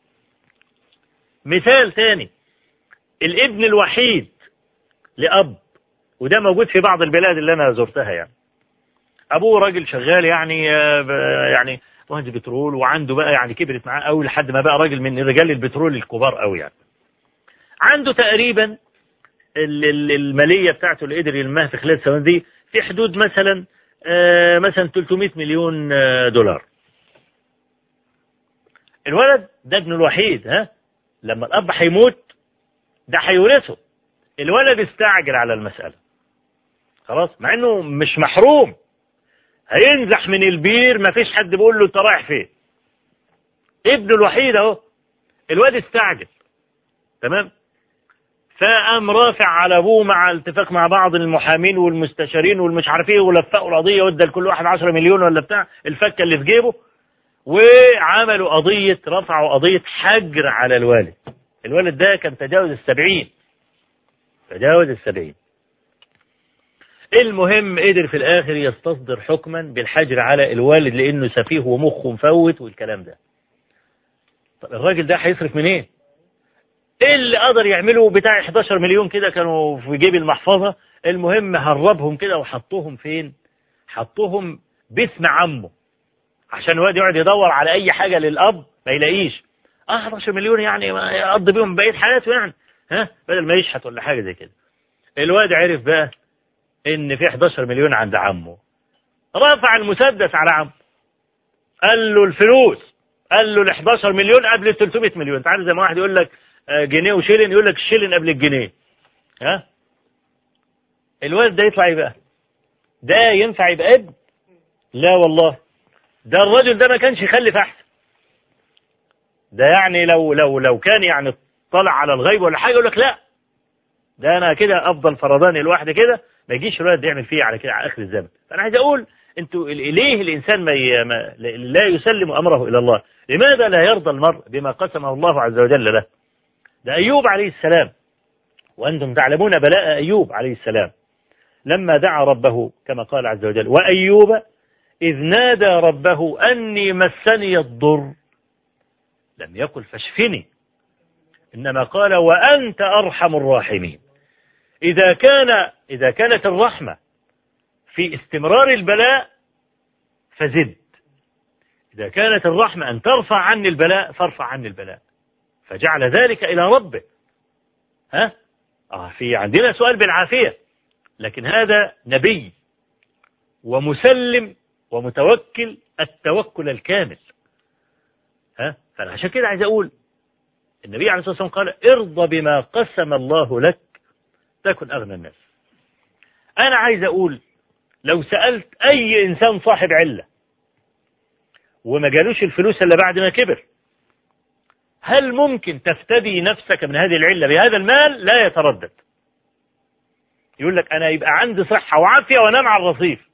مثال تاني، الابن الوحيد لأب، وده موجود في بعض البلاد اللي انا زرتها، يعني ابوه راجل شغال يعني يعني مهندس بترول، وعنده بقى يعني كبرت معاه قوي لحد ما بقى راجل من رجال البترول الكبار قوي، يعني عنده تقريبا المالية بتاعته اللي قدر يلمها في خلال السنوات دي في حدود مثلا آه مثلا ثلاثمائة مليون دولار. الولد ده ابنه الوحيد، ها لما الأب هيموت ده هيورثه. الولد استعجل على المسألة خلاص، مع انه مش محروم، هينزح من البير ما فيش حد بيقول له انت رايح فين. ابنه الوحيد اهو، الولد استعجل تمام، فقام رافع على ابوه مع الاتفاق مع بعض المحامين والمستشارين والمش عارف ايه، ولفقوا القضيه وادى لكل واحد عشرة مليون ولا بتاع الفكه اللي في جيبه، وعملوا قضيه، رفعوا قضيه حجر على الوالد. الولد ده كان تجاوز السبعين، تجاوز السبعين. المهم قدر في الاخر يستصدر حكما بالحجر على الوالد لانه سفيه ومخه مفوت والكلام ده. طب الراجل ده هيصرف منين؟ ايه اللي قدر يعمله بتاع احداشر مليون كده كانوا في جيب المحفظة. المهم هربهم كده وحطوهم فين؟ حطوهم باسم عمه عشان الواد يقعد يدور على اي حاجة للاب ما يلاقيش. اه احداشر مليون يعني يقضي بيهم بقية حياته، يعني ها بدل ما يشحت ولا حاجة زي كده. الواد عرف بقى ان في احداشر مليون عند عمه، رفع المسدس على عمه، قال له الفلوس، قال له ال احداشر مليون قبل ال ثلاثمائة مليون. انت عارف زي ما واحد يقول لك جنيه وشيلن، يقول لك الشيلن قبل الجنيه. ها الولد ده يطلع يبقى ده ينفع يبقى ابن؟ لا والله، ده الرجل ده ما كانش يخلف احسن. ده يعني لو لو لو كان يعني طلع على الغيب ولا حاجه يقول لك لا، ده انا كده افضل فرضان الواحد كده ما يجيش الولد يعمل فيه على كده على اخر الزمن. فانا عايز اقول انتوا ليه الانسان ما, ما لا يسلم امره الى الله؟ لماذا لا يرضى المرء بما قسمه الله عز وجل له؟ ده أيوب عليه السلام، وأنتم تعلمون بلاء أيوب عليه السلام لما دعا ربه كما قال عز وجل: وأيوب إذ نادى ربه أني مسني الضر لم يقل فاشفني، إنما قال وأنت أرحم الراحمين. إذا كان إذا كانت الرحمة في استمرار البلاء فزد، إذا كانت الرحمة أن ترفع عني البلاء فارفع عني البلاء. فجعل ذلك إلى ربه. ها آه في عندنا سؤال بالعافية، لكن هذا نبي ومسلم ومتوكل التوكل الكامل. ها فأنا عشان كده عايز أقول النبي عليه الصلاة والسلام قال ارضى بما قسم الله لك تكن أغنى الناس. أنا عايز أقول لو سألت أي إنسان صاحب علة وما جالوش الفلوس إلا بعد ما كبر، هل ممكن تفتدي نفسك من هذه العلة بهذا المال؟ لا يتردد، يقول لك أنا يبقى عندي صحة وعافية وأنام على الرصيف.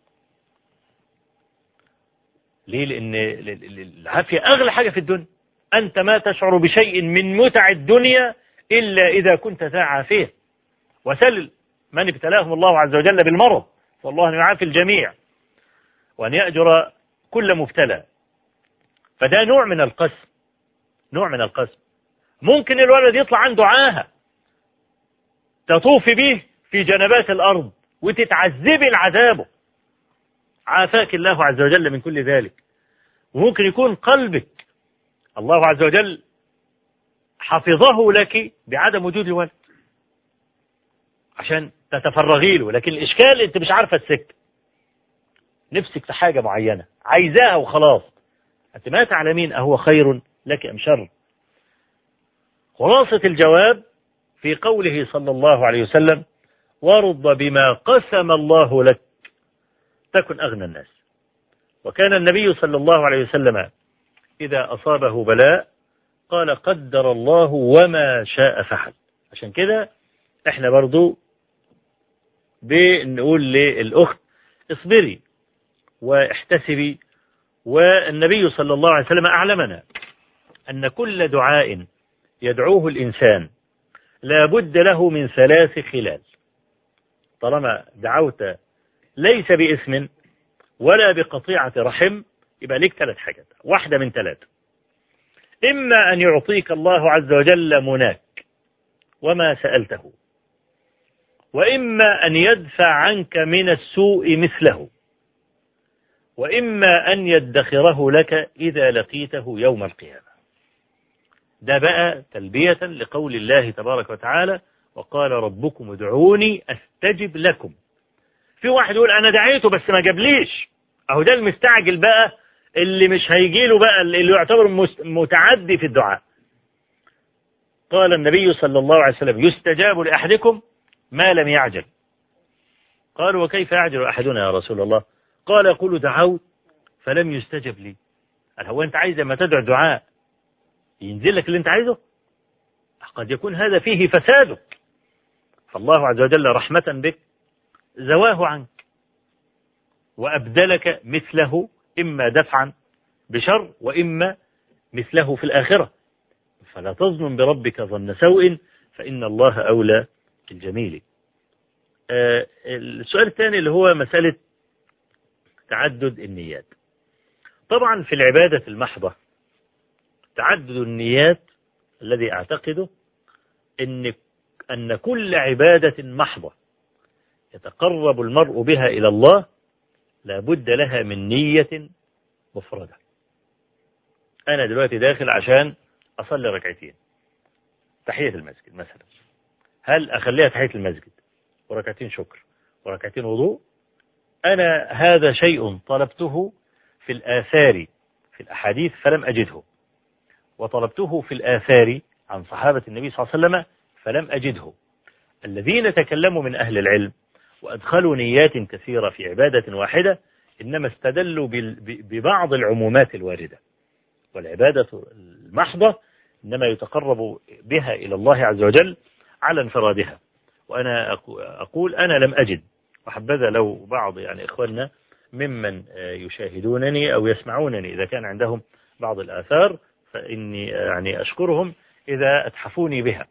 ليه؟ لأن العافية أغلى حاجة في الدنيا. أنت ما تشعر بشيء من متع الدنيا إلا إذا كنت ذا عافية. وسل من ابتلاهم الله عز وجل بالمرض، والله أن يعافي الجميع وأن يأجر كل مبتلى. فده نوع من القسم، نوع من القسم. ممكن الولد يطلع عنده عاهة تطوف به في جنبات الأرض وتتعذبي العذابه، عافاك الله عز وجل من كل ذلك. وممكن يكون قلبك الله عز وجل حفظه لك بعدم وجود الولد عشان تتفرغي له، لكن الإشكال أنت مش عارفة السكة، نفسك في حاجة معينة عايزاها وخلاص، أنت ما تعلمين أهو خير لك أم شر. خلاصة الجواب في قوله صلى الله عليه وسلم وارض بما قسم الله لك تكن أغنى الناس. وكان النبي صلى الله عليه وسلم إذا أصابه بلاء قال قدر الله وما شاء فعل. عشان كده احنا برضو بنقول للأخت اصبري واحتسبي. والنبي صلى الله عليه وسلم أعلمنا أن كل دعاء يدعوه الإنسان لا بد له من ثلاث خلال. طالما دعوت ليس باسم ولا بقطيعة رحم يبقى لك ثلاث حاجات، واحدة من ثلاث: إما أن يعطيك الله عز وجل مناك وما سألته، وإما أن يدفع عنك من السوء مثله، وإما أن يدخره لك إذا لقيته يوم القيامة. ده بقى تلبية لقول الله تبارك وتعالى وقال ربكم ادعوني أستجب لكم. في واحد يقول أنا دعيته بس ما جابليش، أهو ده المستعجل بقى اللي مش هيجيله بقى، اللي يعتبر متعدي في الدعاء. قال النبي صلى الله عليه وسلم يستجاب لأحدكم ما لم يعجل. قالوا وكيف يعجل أحدنا يا رسول الله؟ قال يقول دعوت فلم يستجب لي. قال هو أنت عايز لما تدعو الدعاء ينزل لك اللي أنت عايزه؟ قد يكون هذا فيه فسادك، فالله عز وجل رحمة بك زواه عنك وأبدلك مثله، إما دفعا بشر وإما مثله في الآخرة. فلا تظن بربك ظن سوء فإن الله أولى بالجميل. آه السؤال الثاني اللي هو مسألة تعدد النيات. طبعا في العبادة المحضة تعدد النيات الذي أعتقده إن أن كل عبادة محضة يتقرب المرء بها إلى الله لا بد لها من نية مفردة. أنا دلوقتي داخل عشان أصلي ركعتين تحية المسجد مثلا، هل أخليها تحية المسجد وركعتين شكر وركعتين وضوء؟ أنا هذا شيء طلبته في الآثار في الأحاديث فلم أجده، وطلبته في الآثار عن صحابة النبي صلى الله عليه وسلم فلم أجده. الذين تكلموا من أهل العلم وأدخلوا نيات كثيرة في عبادة واحدة إنما استدلوا ببعض العمومات الواردة، والعبادة المحضة إنما يتقرب بها إلى الله عز وجل على انفرادها. وأنا أقول أنا لم أجد، وحبذا لو بعض يعني إخواننا ممن يشاهدونني أو يسمعونني إذا كان عندهم بعض الآثار فإني يعني أشكرهم إذا أتحفوني بها.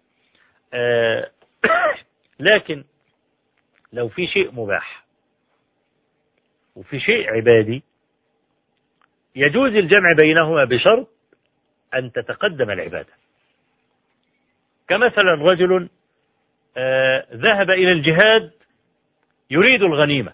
لكن لو في شيء مباح وفي شيء عبادي يجوز الجمع بينهما بشرط أن تتقدم العبادة. كمثلا رجل آه ذهب إلى الجهاد يريد الغنيمة،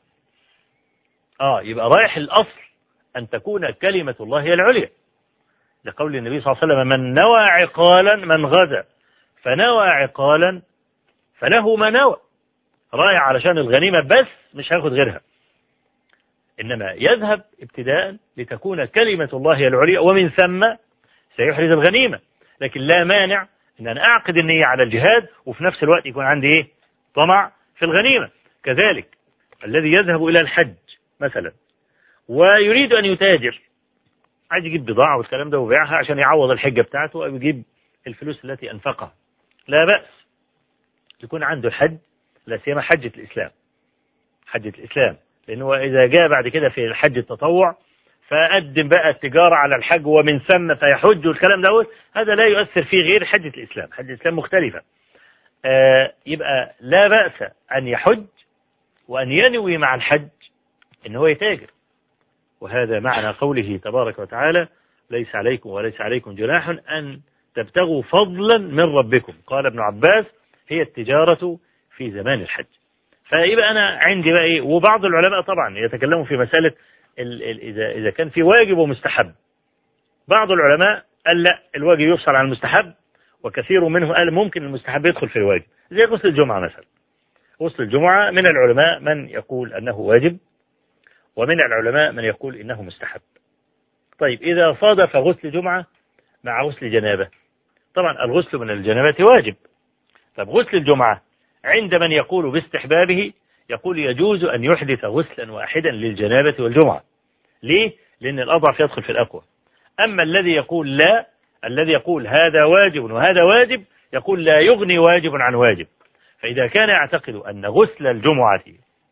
آه يبقى رايح الأصل أن تكون كلمة الله هي العليا، لقول النبي صلى الله عليه وسلم من نوى عقالا من غزا فنوى عقالا فله ما نوى، رايح علشان الغنيمة بس مش هياخد غيرها، إنما يذهب ابتداء لتكون كلمة الله هي العليا ومن ثم سيحرز الغنيمة. لكن لا مانع أن أنا أعقد النية على الجهاد وفي نفس الوقت يكون عندي إيه؟ طمع في الغنيمة. كذلك الذي يذهب إلى الحج مثلا ويريد أن يتاجر، عايز يجيب بضاعة والكلام ده وبيعها عشان يعوض الحجة بتاعته أو يجيب الفلوس التي أنفقها، لا بأس يكون عنده الحج، لا سيما حجة الإسلام، حجة الإسلام، لأنه إذا جاء بعد كده في الحج التطوع فقدم بقى التجارة على الحج ومن ثم فيحج والكلام ده، هذا لا يؤثر فيه غير حجة الإسلام. حجة الإسلام مختلفة. آه يبقى لا بأس أن يحج وأن ينوي مع الحج إن هو يتاجر، وهذا معنى قوله تبارك وتعالى ليس عليكم وليس عليكم جناح أن تبتغوا فضلا من ربكم. قال ابن عباس هي التجارة في زمان الحج. فيبقى أنا عندي بقى إيه، وبعض العلماء طبعا يتكلموا في مسألة ال ال إذا إذا كان في واجب ومستحب. بعض العلماء قال لا، الواجب يفصل عن المستحب، وكثير منهم قال ممكن المستحب يدخل في الواجب، زي غسل الجمعة مثلا. غسل الجمعة من العلماء من يقول أنه واجب، ومن العلماء من يقول إنه مستحب. طيب إذا صادف غسل جمعة مع غسل جنابة، طبعا الغسل من الجنابة واجب. طب غسل الجمعة عند من يقول باستحبابه يقول يجوز أن يحدث غسلا واحدا للجنابة والجمعة. ليه؟ لأن الأضعف يدخل في الأقوى. أما الذي يقول لا، الذي يقول هذا واجب وهذا واجب، يقول لا يغني واجب عن واجب. فإذا كان يعتقد أن غسل الجمعة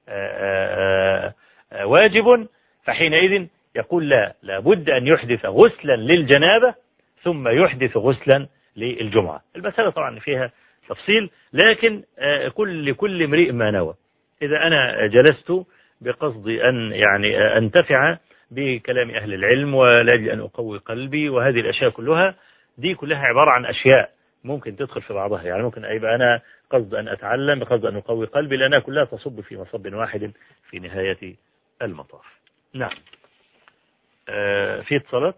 واجب فحينئذ يقول لا، لابد أن يحدث غسلا للجنابة ثم يحدث غسلا للجمعة. المسألة طبعا فيها تفصيل، لكن كل لكل امرئ ما نوى. إذا أنا جلست بقصد أن يعني أنتفع بكلام أهل العلم ولأجل أن أقوي قلبي وهذه الأشياء كلها، دي كلها عبارة عن أشياء ممكن تدخل في بعضها. يعني ممكن يبقى أنا قصد أن أتعلم بقصد أن أقوي قلبي، لأنها كلها تصب في مصب واحد في نهاية المطاف. نعم. آه في اتصالات.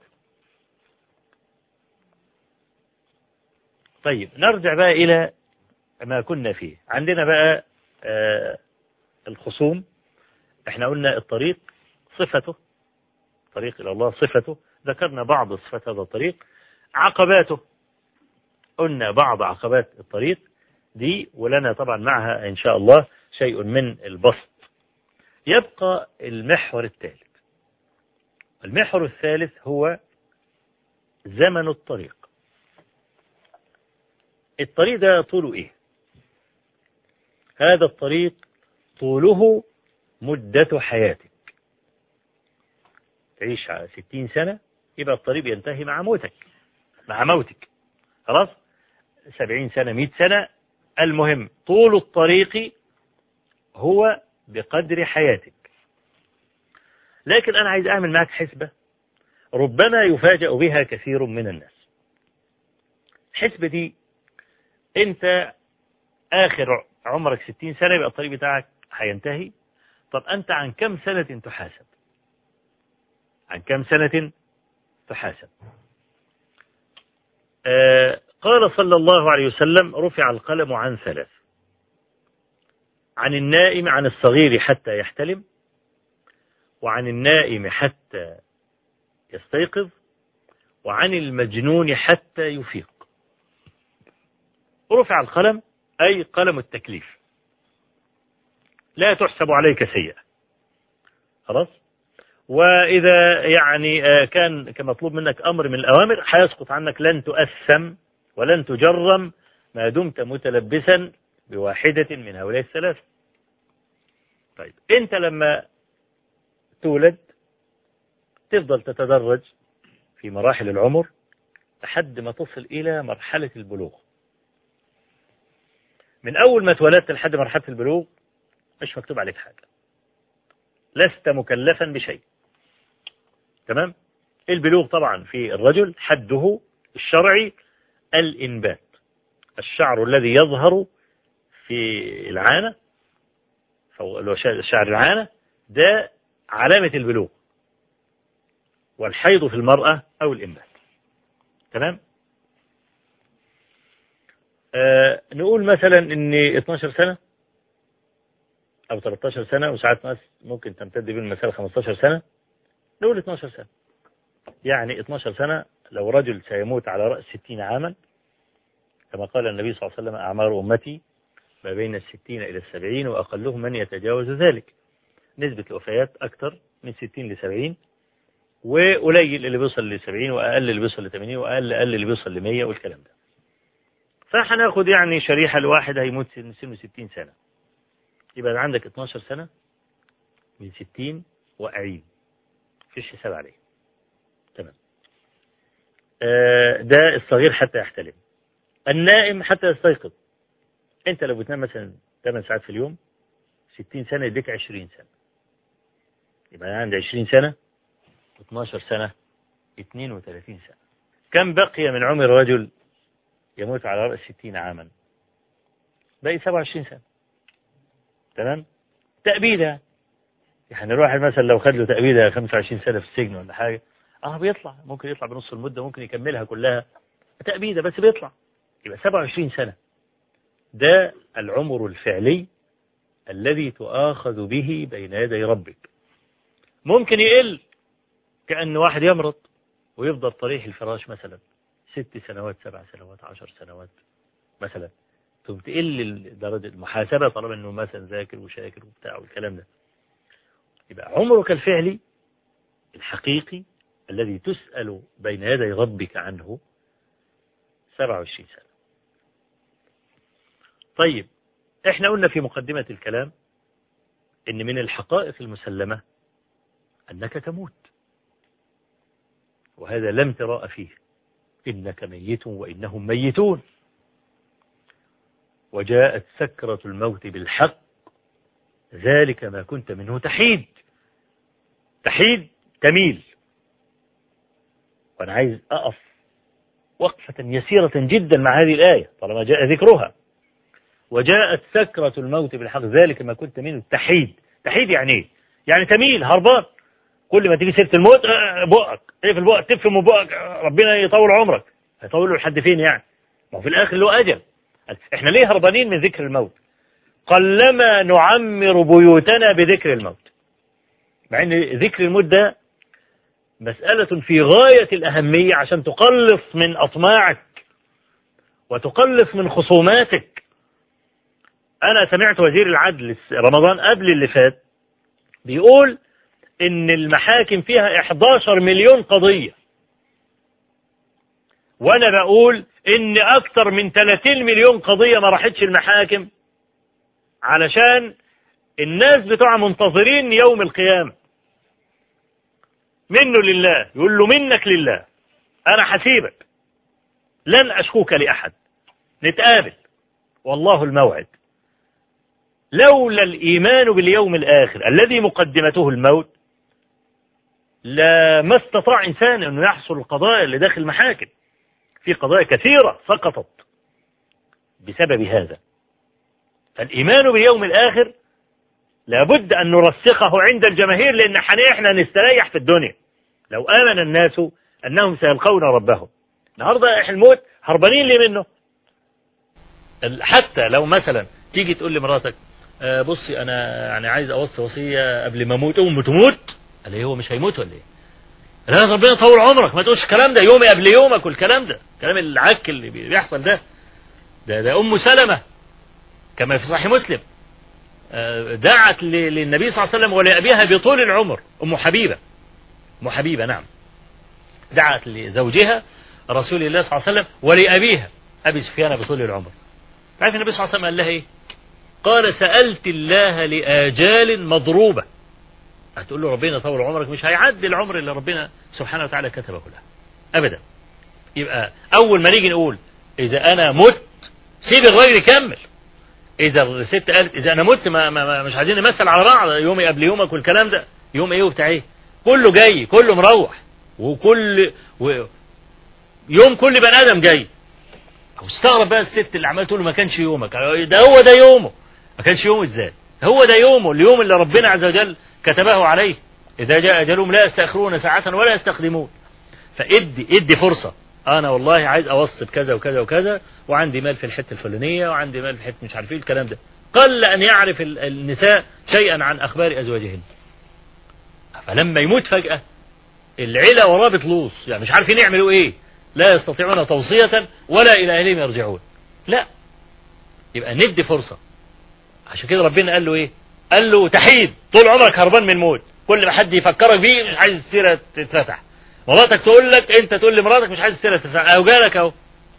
طيب نرجع بقى إلى ما كنا فيه. عندنا بقى آه الخصوم. احنا قلنا الطريق صفته، طريق إلى الله صفته، ذكرنا بعض صفات هذا الطريق. عقباته قلنا بعض عقبات الطريق دي، ولنا طبعا معها إن شاء الله شيء من البسط. يبقى المحور الثالث. المحور الثالث هو زمن الطريق. الطريق ده طوله إيه؟ هذا الطريق طوله مدة حياتك. تعيش ستين سنة يبقى الطريق ينتهي مع موتك، مع موتك خلاص. سبعين سنة، مئة سنة، المهم طول الطريق هو بقدر حياتك. لكن أنا عايز أعمل معك حسبة ربما يفاجأ بها كثير من الناس. الحسبة دي أنت آخر عمرك ستين سنة يبقى الطريق بتاعك هينتهي. طب أنت عن كم سنة تحاسب؟ عن كم سنة تحاسب؟ آه قال صلى الله عليه وسلم رفع القلم عن ثلاث: عن النائم، عن الصغير حتى يحتلم، وعن النائم حتى يستيقظ، وعن المجنون حتى يفيق. رفع القلم أي قلم التكليف، لا تحسب عليك سيئة خلاص. وإذا يعني كان كمطلوب منك أمر من الأوامر هيسقط عنك، لن تؤثم ولن تجرم ما دمت متلبسا بواحدة من هؤلاء الثلاث. طيب أنت لما تولد تفضل تتدرج في مراحل العمر لحد ما تصل إلى مرحلة البلوغ. من أول ما اتولدت لحد مرحلة البلوغ مش مكتوب عليك حاجة، لست مكلفا بشيء. تمام؟ البلوغ طبعا في الرجل حده الشرعي الإنبات، الشعر الذي يظهر في العانة، شعر العانة ده علامة البلوغ، والحيض في المرأة أو الإنبات. تمام. آه نقول مثلا ان اتناشر سنة او تلتاشر سنة، وساعات ناس ممكن تمتد بين المسألة خمستاشر سنة، نقول اتناشر سنة. يعني اتناشر سنة لو رجل سيموت على رأس ستين عاما، كما قال النبي صلى الله عليه وسلم: أعمار أمتي ما بين الستين إلى السبعين وأقلهم من يتجاوز ذلك. نسبة الوفيات أكثر من ستين لسبعين، وقليل اللي بيوصل لسبعين، وأقل اللي بيوصل لثمانين، وأقل أقل اللي بيوصل لمية، والكلام ده. فهناخد يعني شريحة الواحد هيموت سنه ستين سنة، يبقى عندك اتناشر سنة من ستين وأعين، فيش حساب عليه. تمام. آه ده الصغير حتى يحتلم. النائم حتى يستيقظ. انت لو بتنام مثلا ثمان ساعات في اليوم، ستين سنة يديك عشرين سنة، يبقى عندي عشرين سنة اتناشر سنة اثنين وثلاثين سنة. كم بقي من عمر رجل يموت على رأس ستين عاما؟ باقي سبعة وعشرين سنة. تمام. تأبيدة، يعني الواحد مثلا لو خد له تأبيدة خمسة وعشرين سنة في السجن ولا حاجة، اه بيطلع، ممكن يطلع بنص المدة، ممكن يكملها كلها تأبيدة، بس بيطلع. يبقى سبعة وعشرين سنة ده العمر الفعلي الذي تؤاخذ به بين يدي ربك. ممكن يقل، كأن واحد يمرض ويفضل طريح الفراش مثلا ست سنوات، سبع سنوات، عشر سنوات مثلا، ثم تقل درجة المحاسبة طالما انه مثلا ذاكر وشاكر وبتاع والكلام ده. يبقى عمرك الفعلي الحقيقي الذي تسأل بين يدي ربك عنه سبعة وعشرين سنة. طيب، احنا قلنا في مقدمة الكلام ان من الحقائق المسلمة انك تموت، وهذا لم تراء فيه. انك ميت وانهم ميتون، وجاءت سكرة الموت بالحق، ذلك ما كنت منه تحيد. تحيد تميل. وانا عايز اقف وقفة يسيرة جدا مع هذه الآية طالما جاء ذكرها. وجاءت سكرة الموت بالحق ذلك ما كنت منه تحيد. تحيد يعني ايه؟ يعني تميل، هربان. كل ما تيجي سيرة الموت بقك ايه في البقك، تفهم بقك، ربنا يطول عمرك. هيطوله لحد فين يعني؟ ما هو في الاخر له اجل. احنا ليه هربانين من ذكر الموت؟ قلما نعمر بيوتنا بذكر الموت، مع ان ذكر الموت ده مسألة في غاية الأهمية عشان تقلص من أطماعك وتقلص من خصوماتك. أنا سمعت وزير العدل رمضان قبل اللي فات بيقول إن المحاكم فيها إحدى عشر مليون قضية، وأنا بقول إن أكثر من ثلاثين مليون قضية ما راحتش المحاكم علشان الناس بتوع منتظرين يوم القيامة. منه لله، يقول له منك لله، أنا حسيبك، لن أشكوك لأحد، نتقابل والله الموعد. لولا الإيمان باليوم الآخر الذي مقدمته الموت لما استطاع إنسان أنه يحصل القضايا اللي داخل المحاكم. في قضايا كثيرة سقطت بسبب هذا. فالإيمان باليوم الآخر لابد أن نرسخه عند الجماهير، لأن احنا نستريح في الدنيا لو آمن الناس أنهم سيلقون ربهم. النهاردة احنا الموت هربانين لي منه. حتى لو مثلا تيجي تقول لمراتك آه بصي أنا يعني عايز أوصي وصية قبل ما أموت، أم تموت، قال لي هو مش هيموت ولا إيه؟ لا ربنا طول عمرك، ما تقولش الكلام ده، يومي قبل يومك والكلام ده، كلام العك اللي بيحصل ده. ده ده أم سلمة كما في صحيح مسلم دعت للنبي صلى الله عليه وسلم ولأبيها بطول العمر. أم حبيبة، أم حبيبة نعم، دعت لزوجها رسول الله صلى الله عليه وسلم ولأبيها أبي سفيان بطول العمر. تعرف النبي صلى الله عليه وسلم قال لها إيه؟ قال سألت الله لآجال مضروبة. هتقول له ربنا طول عمرك، مش هيعدي العمر اللي ربنا سبحانه وتعالى كتبه لها أبدا. يبقى أول ما نيجي نقول إذا أنا مت سيب الراجل يكمل. إذا الست قالت إذا أنا مت ما, ما مش عايزين نمثل على بعض، يومي قبل يومك والكلام ده، يوم إيه وبتاع إيه، كله جاي، كله مروح، وكل و... يوم كل بني آدم جاي. واستغرب بقى الست اللي عمال تقول ما كانش يومك، ده هو ده يومه. ما كانش يومه إزاي؟ هو ده يومه، اليوم اللي ربنا عز وجل كتبه عليه. إذا جاء أجلهم لا يستأخرون ساعة ولا يستقدمون. فإدي إدي فرصة انا والله عايز اوصي بكذا وكذا وكذا، وعندي مال في الحته الفلانيه، وعندي مال في الحته مش عارف ايه الكلام ده. قل ان يعرف النساء شيئا عن اخبار ازواجهن. فلما يموت فجاه العيله وراه بتلوص، يعني مش عارفين يعملوا ايه، لا يستطيعون توصيه ولا الى اهلهم يرجعون. لا، يبقى ندي فرصه. عشان كده ربنا قال له ايه؟ قال له تحيد، طول عمرك هربان من الموت، كل ما حد يفكرك بيه مش عايز السيره تتفتح. مراتك تقول لك، انت تقول لمراتك مش عايز السيره تتفتح، او جالك اهو.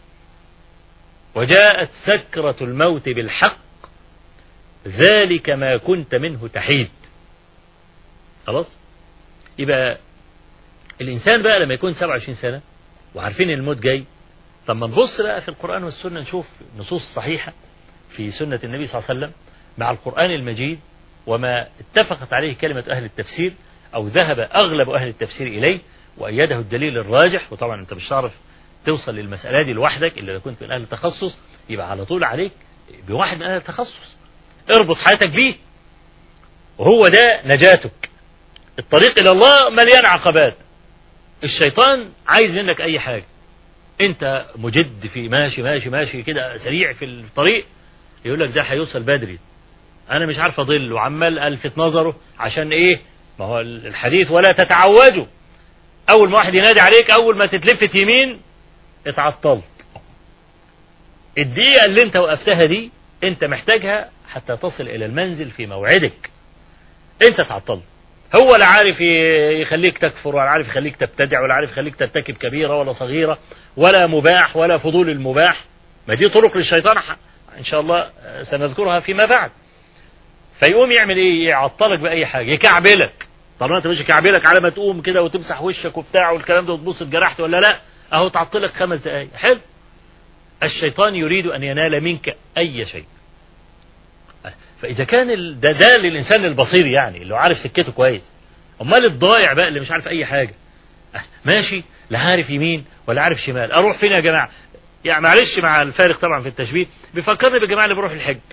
وجاءت سكرة الموت بالحق ذلك ما كنت منه تحيد. خلاص؟ يبقى الإنسان بقى لما يكون سبعة وعشرين سنة وعارفين الموت جاي، طب ما نبص بقى في القرآن والسنة نشوف نصوص صحيحة في سنة النبي صلى الله عليه وسلم مع القرآن المجيد وما اتفقت عليه كلمة أهل التفسير أو ذهب أغلب أهل التفسير إليه وأيده الدليل الراجح. وطبعا أنت مش هتعرف توصل للمسألة دي لوحدك إلا لو كنت من أهل التخصص، يبقى على طول عليك بواحد من أهل التخصص، اربط حياتك بيه، وهو ده نجاتك. الطريق إلى الله مليان عقبات. الشيطان عايز منك أي حاجة، أنت مجد في ماشي ماشي ماشي كده سريع في الطريق، يقول لك ده هيوصل بدري، أنا مش عارف أضل، وعمال ألفت نظره عشان إيه؟ ما هو الحديث ولا تتعوجوا، أول ما واحد ينادي عليك أول ما تتلفت يمين اتعطلت. الدقيقة اللي أنت وقفتها دي أنت محتاجها حتى تصل إلى المنزل في موعدك، أنت تعطلت. هو لا عارف يخليك تكفر، ولا عارف يخليك تبتدع، ولا عارف يخليك ترتكب كبيرة ولا صغيرة، ولا مباح ولا فضول المباح. ما دي طرق للشيطان إن شاء الله سنذكرها فيما بعد. فيقوم يعمل إيه؟ يعطلك بأي حاجة، يكعبلك. طبعا أنت مش كعبلك على ما تقوم كده وتمسح وشك وبتاع والكلام ده وتبص اتجرحت ولا لا، أهو تعطلك خمس دقايق. حلو. الشيطان يريد أن ينال منك أي شيء. فإذا كان ده, ده للإنسان البصير يعني اللي عارف سكته كويس، أمال الضايع بقى اللي مش عارف أي حاجة، ماشي لا عارف يمين ولا عارف شمال، أروح فين يا جماعة؟ يعني معلش مع الفارق طبعا في التشبيه، بيفكرني بالجماعة اللي بيروح الحج،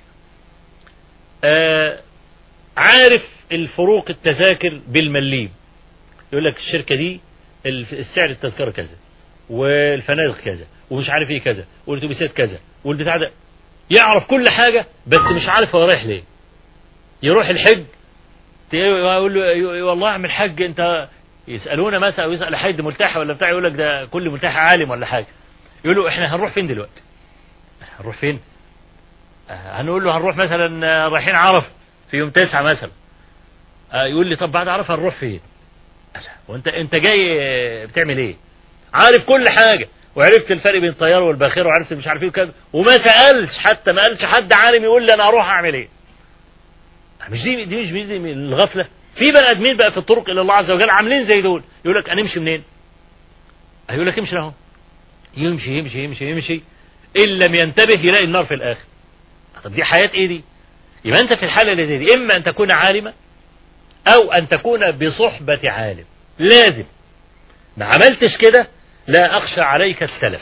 آه عارف الفروق التذاكر بالمليم، يقول لك الشركة دي السعر التذكرة كذا، والفنادق كذا، ومش عارف ايه كذا، والاتوبيسات كذا، والبتاع ده، يعرف كل حاجة بس مش عارف هو رايح ليه. يروح الحج يقول له والله اعمل حج انت، يسألونا مثلا او يسأل حد ملتحي ولا بتاع، يقول لك ده كل ملتحي عالم ولا حاجة، يقول له احنا هنروح فين دلوقتي؟ هنروح فين؟ هنقول له هنروح مثلا رايحين عرفة في يوم تسعة مثلا، يقول لي طب بعد عرفة هنروح فين؟ وانت انت جاي بتعمل ايه؟ عارف كل حاجة، وعرفت الفرق بين الطيار والباخرة، وعرفت مش عارف ايه وكذا، وما سألش حتى، ما قالش حد عالم يقول لي انا هروح اعمل ايه. مش دي دي مش دي من الغفلة. في بني ادمين بقى في الطرق الى الله عز وجل عاملين زي دول، يقول لك انا امشي منين؟ يقول لك امشي اهو، يمشي يمشي يمشي يمشي ان لم ينتبه يلاقي النار في الاخر. طب دي حياة ايه دي؟ يبقى انت في الحالة اللي زي دي اما ان تكون عالما او ان تكون بصحبة عالم. لازم ما عملتش كده لا أخشى عليك السلف.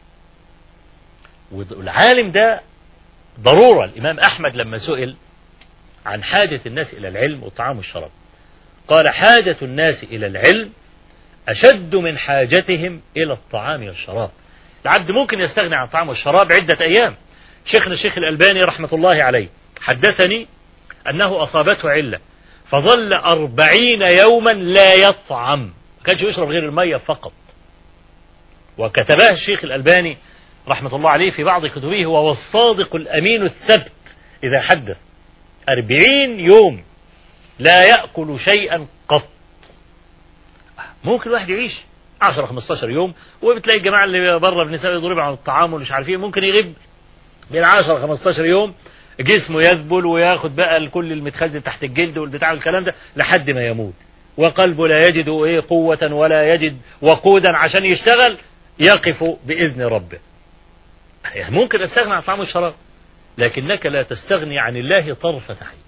والعالم ده ضرورة. الإمام أحمد لما سئل عن حاجة الناس إلى العلم والطعام والشراب قال حاجة الناس إلى العلم أشد من حاجتهم إلى الطعام والشراب. العبد ممكن يستغني عن الطعام والشراب عدة أيام. شيخنا الشيخ الألباني رحمة الله عليه حدثني أنه أصابته علة فظل أربعين يوما لا يطعم، ما كانش يشرب غير المية فقط. وكتبها الشيخ الألباني رحمة الله عليه في بعض كتبه وهو الصادق الأمين الثبت إذا حدث أربعين يوم لا يأكل شيئا قط. ممكن الواحد يعيش عشرة خمستاشر يوم، وبتلاقي الجماعة اللي بره النساء يضرب عن الطعام ومش عارفين، ممكن يغيب بين عشرة خمستاشر يوم جسمه يذبل وياخد بقى كل المتخزن تحت الجلد والبتاع والكلام ده لحد ما يموت، وقلبه لا يجد ايه قوة ولا يجد وقودا عشان يشتغل، يقف بإذن ربه. يعني ممكن استغنى عن طعام الشراب، لكنك لا تستغني عن الله طرفة عين.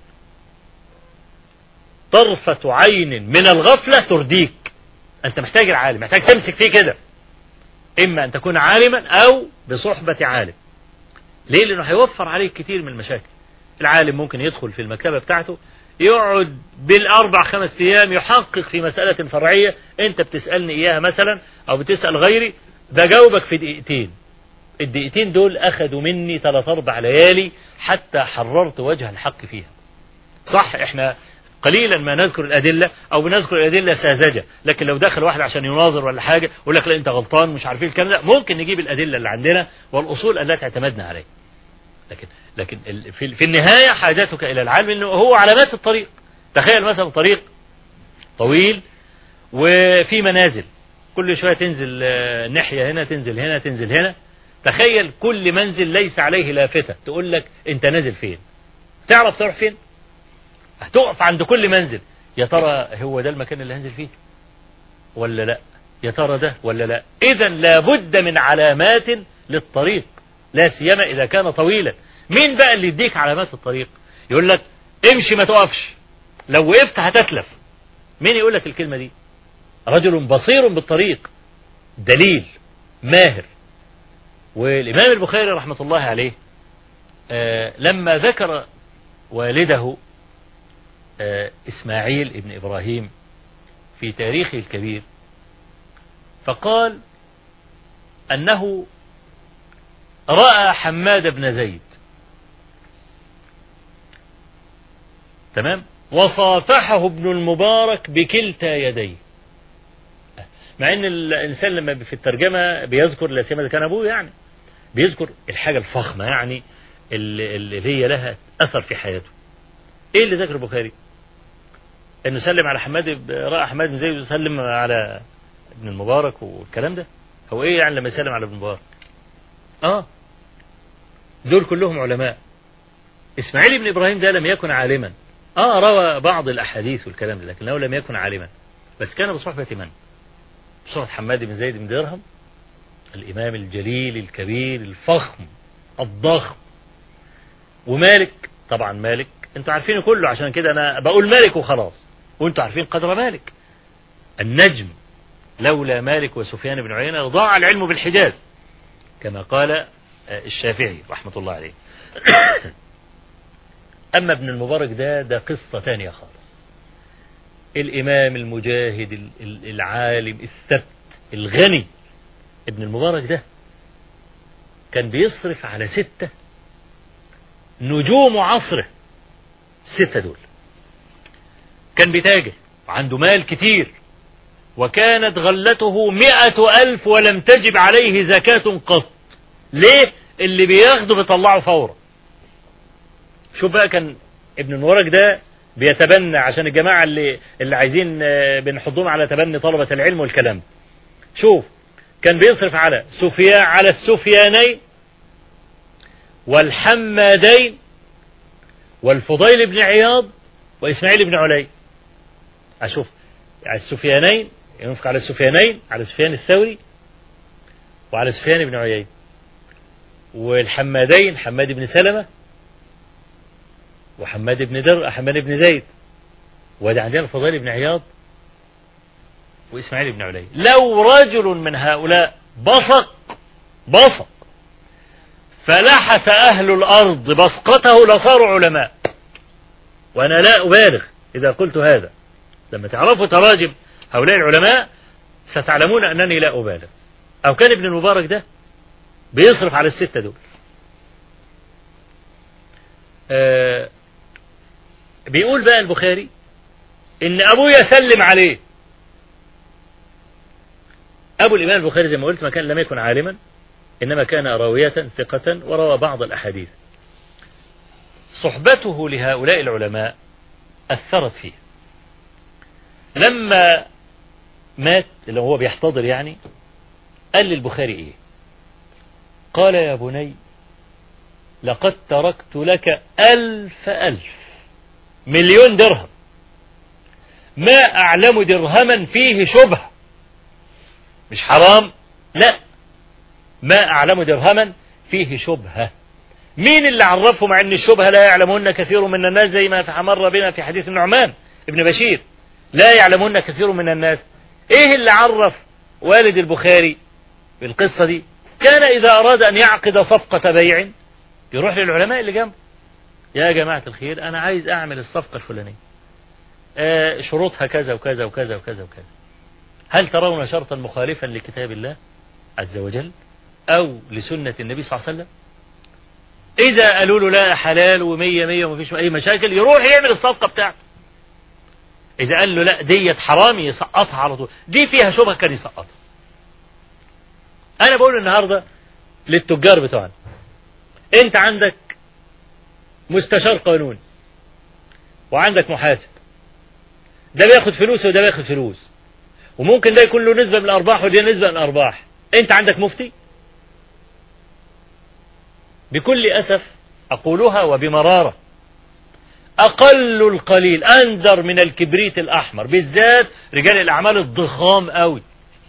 طرفة عين من الغفلة ترديك. أنت محتاج العالم، محتاج تمسك فيه كده، إما أن تكون عالما أو بصحبة عالم. ليه؟ لأنه هيوفر عليك كتير من المشاكل. العالم ممكن يدخل في المكتبة بتاعته يقعد بالأربع خمس أيام يحقق في مسألة فرعية أنت بتسألني إياها مثلا أو بتسأل غيري، بجاوبك في دقيقتين، الدقيقتين دول أخذوا مني ثلاث أربع ليالي حتى حررت وجه الحق فيها. صح احنا قليلا ما نذكر الأدلة أو بنذكر الأدلة ساذجة، لكن لو دخل واحد عشان يناظر ولا حاجة يقول لك لا أنت غلطان مش عارفين الكلام ده، ممكن نجيب الأدلة اللي عندنا والأصول التي اعتمدنا عليها. لكن لكن في في النهاية حاجتك إلى العلم إنه هو علامات الطريق. تخيل مثلا طريق طويل وفي منازل، كل شوية تنزل ناحية هنا تنزل هنا تنزل هنا، تخيل كل منزل ليس عليه لافتة تقول لك أنت نازل فين، تعرف تروح فين؟ هتقف عند كل منزل، يا ترى هو ده المكان اللي هنزل فيه ولا لا، يا ترى ده ولا لا. إذا لابد من علامات للطريق، لا سيما إذا كان طويلا. مين بقى اللي يديك علامات الطريق؟ يقول لك امشي ما تقفش، لو وقفت هتتلف. مين يقول لك الكلمة دي؟ رجل بصير بالطريق، دليل ماهر. والإمام البخاري رحمة الله عليه آه لما ذكر والده آه إسماعيل ابن إبراهيم في تاريخه الكبير، فقال أنه رأى حماد بن زيد، تمام، وصافحه ابن المبارك بكلتا يديه. مع ان الانسان لما في الترجمه بيذكر لا سيما اذا كان ابوه يعني بيذكر الحاجه الفخمه يعني اللي, اللي هي لها اثر في حياته. ايه اللي ذكر البخاري؟ انه سلم على حماد، راى حماد بن زيد وسلم على ابن المبارك والكلام ده. هو ايه يعني لما يسلم على ابن المبارك؟ اه دول كلهم علماء. اسماعيل بن ابراهيم ده لم يكن عالما، اه روى بعض الاحاديث والكلام ده، لكنه لم يكن عالما، بس كان بصحبة من؟ بصحبة حماد بن زيد بن درهم، الامام الجليل الكبير الفخم الضخم. ومالك، طبعا مالك انتوا عارفينه كله، عشان كده انا بقول مالك وخلاص، وانتوا عارفين قدر مالك النجم، لولا مالك وسفيان بن عيينة ضاع العلم بالحجاز كما قال الشافعي رحمة الله عليه. أما ابن المبارك ده ده قصة تانية خالص. الإمام المجاهد العالم الثبت الغني ابن المبارك ده كان بيصرف على ستة نجوم عصره، ستة دول كان بيتاجر وعنده مال كتير، وكانت غلته مئة ألف ولم تجب عليه زكاة قط. ليه؟ اللي بياخده بيطلعه فورا. شوف بقى كان ابن المبارك ده بيتبنى عشان الجماعة اللي اللي عايزين بنحضهم على تبني طلبة العلم والكلام. شوف كان بيصرف على سفيان، على السفيانين والحمادين والفضيل بن عياض وإسماعيل بن علي. أشوف على السفيانين ينفق على السفيانين، على سفيان الثوري وعلى سفيان بن عيينة، والحمادين حماد بن سلمة وحماد بن در حماد بن زيد، وده عندنا الفضيل بن عياض وإسماعيل بن علي. لو رجل من هؤلاء بصق بصق فلحس أهل الأرض بصقته لصاروا علماء، وأنا لا أبالغ إذا قلت هذا. لما تعرفوا تراجم هؤلاء العلماء ستعلمون أنني لا أبالغ. أو كان ابن المبارك ده بيصرف على الستة دول. آه بيقول بقى البخاري إن أبوه يسلم عليه. أبو الإمام البخاري زي ما قلت ما كان لم يكن عالما، إنما كان راوية ثقة وروى بعض الأحاديث. صحبته لهؤلاء العلماء أثرت فيه. لما مات اللي هو بيحتضر يعني، قال للبخاري إيه؟ قال يا بني لقد تركت لك ألف ألف مليون درهم، ما أعلم درهما فيه شبهة، مش حرام، لا، ما أعلم درهما فيه شبهة. مين اللي عرفه مع أن الشبهة لا يعلمون كثير من الناس، زي ما مر بنا في حديث النعمان ابن بشير، لا يعلمون كثير من الناس. ايه اللي عرف والد البخاري بالقصة دي؟ كان إذا أراد أن يعقد صفقة بيع يروح للعلماء اللي جنبه، يا جماعة الخير أنا عايز أعمل الصفقة الفلانية، آه شروطها كذا وكذا وكذا وكذا وكذا، هل ترون شرطا مخالفا لكتاب الله؟ عز وجل أو لسنة النبي صلى الله عليه وسلم. إذا قالوا له لا حلال ومية مية ومفيش أي مشاكل يروح يعمل الصفقة بتاعته. إذا قال له لا ديت حرام يسقطها على طول، دي فيها شبهة كان يسقطها. أنا بقول النهاردة للتجار بتوعنا، أنت عندك مستشار قانوني وعندك محاسب، ده بياخد فلوس وده بياخد فلوس، وممكن ده يكون له نسبة من الأرباح ودي نسبة من الأرباح. أنت عندك مفتي؟ بكل أسف أقولها وبمرارة، أقل القليل أندر من الكبريت الأحمر، بالذات رجال الأعمال الضخام قوي،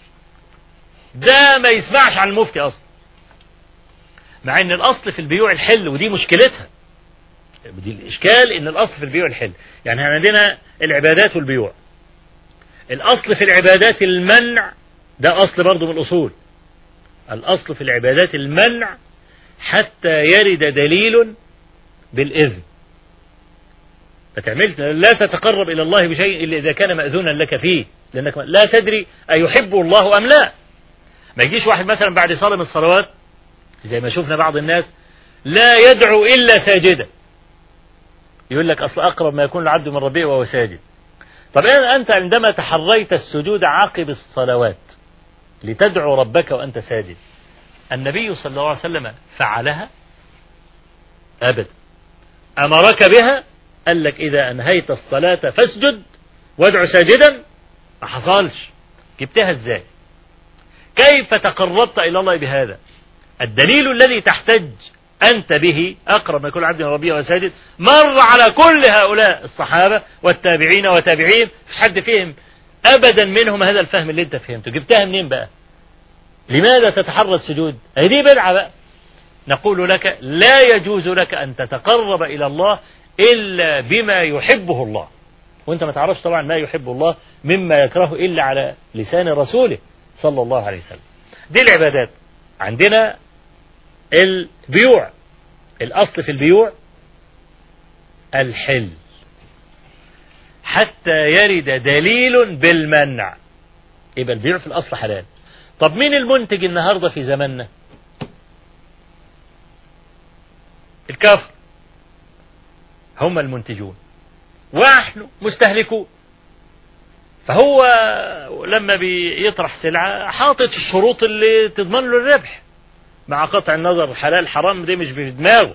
ده ما يسمعش عن المفتي أصلا، مع أن الأصل في البيوع الحل، ودي مشكلتها، دي الإشكال أن الأصل في البيوع الحل. يعني عندنا العبادات والبيوع، الأصل في العبادات المنع، ده أصل برضو من الأصول، الأصل في العبادات المنع حتى يرد دليل بالإذن. فتعملت لا تتقرب إلى الله بشيء إلا إذا كان مأذونا لك فيه، لأنك لا تدري أيحبه الله أم لا. ما يجيش واحد مثلا بعد صلاة من الصلوات زي ما شفنا بعض الناس لا يدعو إلا ساجدا، يقول لك أصل أقرب ما يكون العبد من ربه وهو ساجد. طب أنت عندما تحريت السجود عقب الصلوات لتدعو ربك وأنت ساجد، النبي صلى الله عليه وسلم فعلها؟ أبدا. أمرك بها؟ قال لك إذا أنهيت الصلاة فاسجد وادعو ساجدا؟ ما حصلش. جبتها إزاي؟ كيف تقربت إلى الله بهذا؟ الدليل الذي تحتج أنت به أقرب ما يكون عبد من ربه وساجد مر على كل هؤلاء الصحابة والتابعين وتابعين، في حد فيهم أبدا منهم هذا الفهم اللي أنت فهمته. جبتها منين بقى؟ لماذا تتحرى السجود؟ هذه بدعة بقى. نقول لك لا يجوز لك أن تتقرب إلى الله إلا بما يحبه الله، وأنت ما تعرفش طبعا ما يحبه الله مما يكره إلا على لسان رسوله صلى الله عليه وسلم. دي العبادات. عندنا البيوع، الأصل في البيوع الحل حتى يرد دليل بالمنع، يبقى البيع في الأصل حلال. طب مين المنتج النهاردة في زماننا؟ الكافر هم المنتجون ونحن مستهلكون. فهو لما بيطرح سلعة حاطط الشروط اللي تضمن له الربح، مع قطع النظر حلال حرام دي مش في دماغه.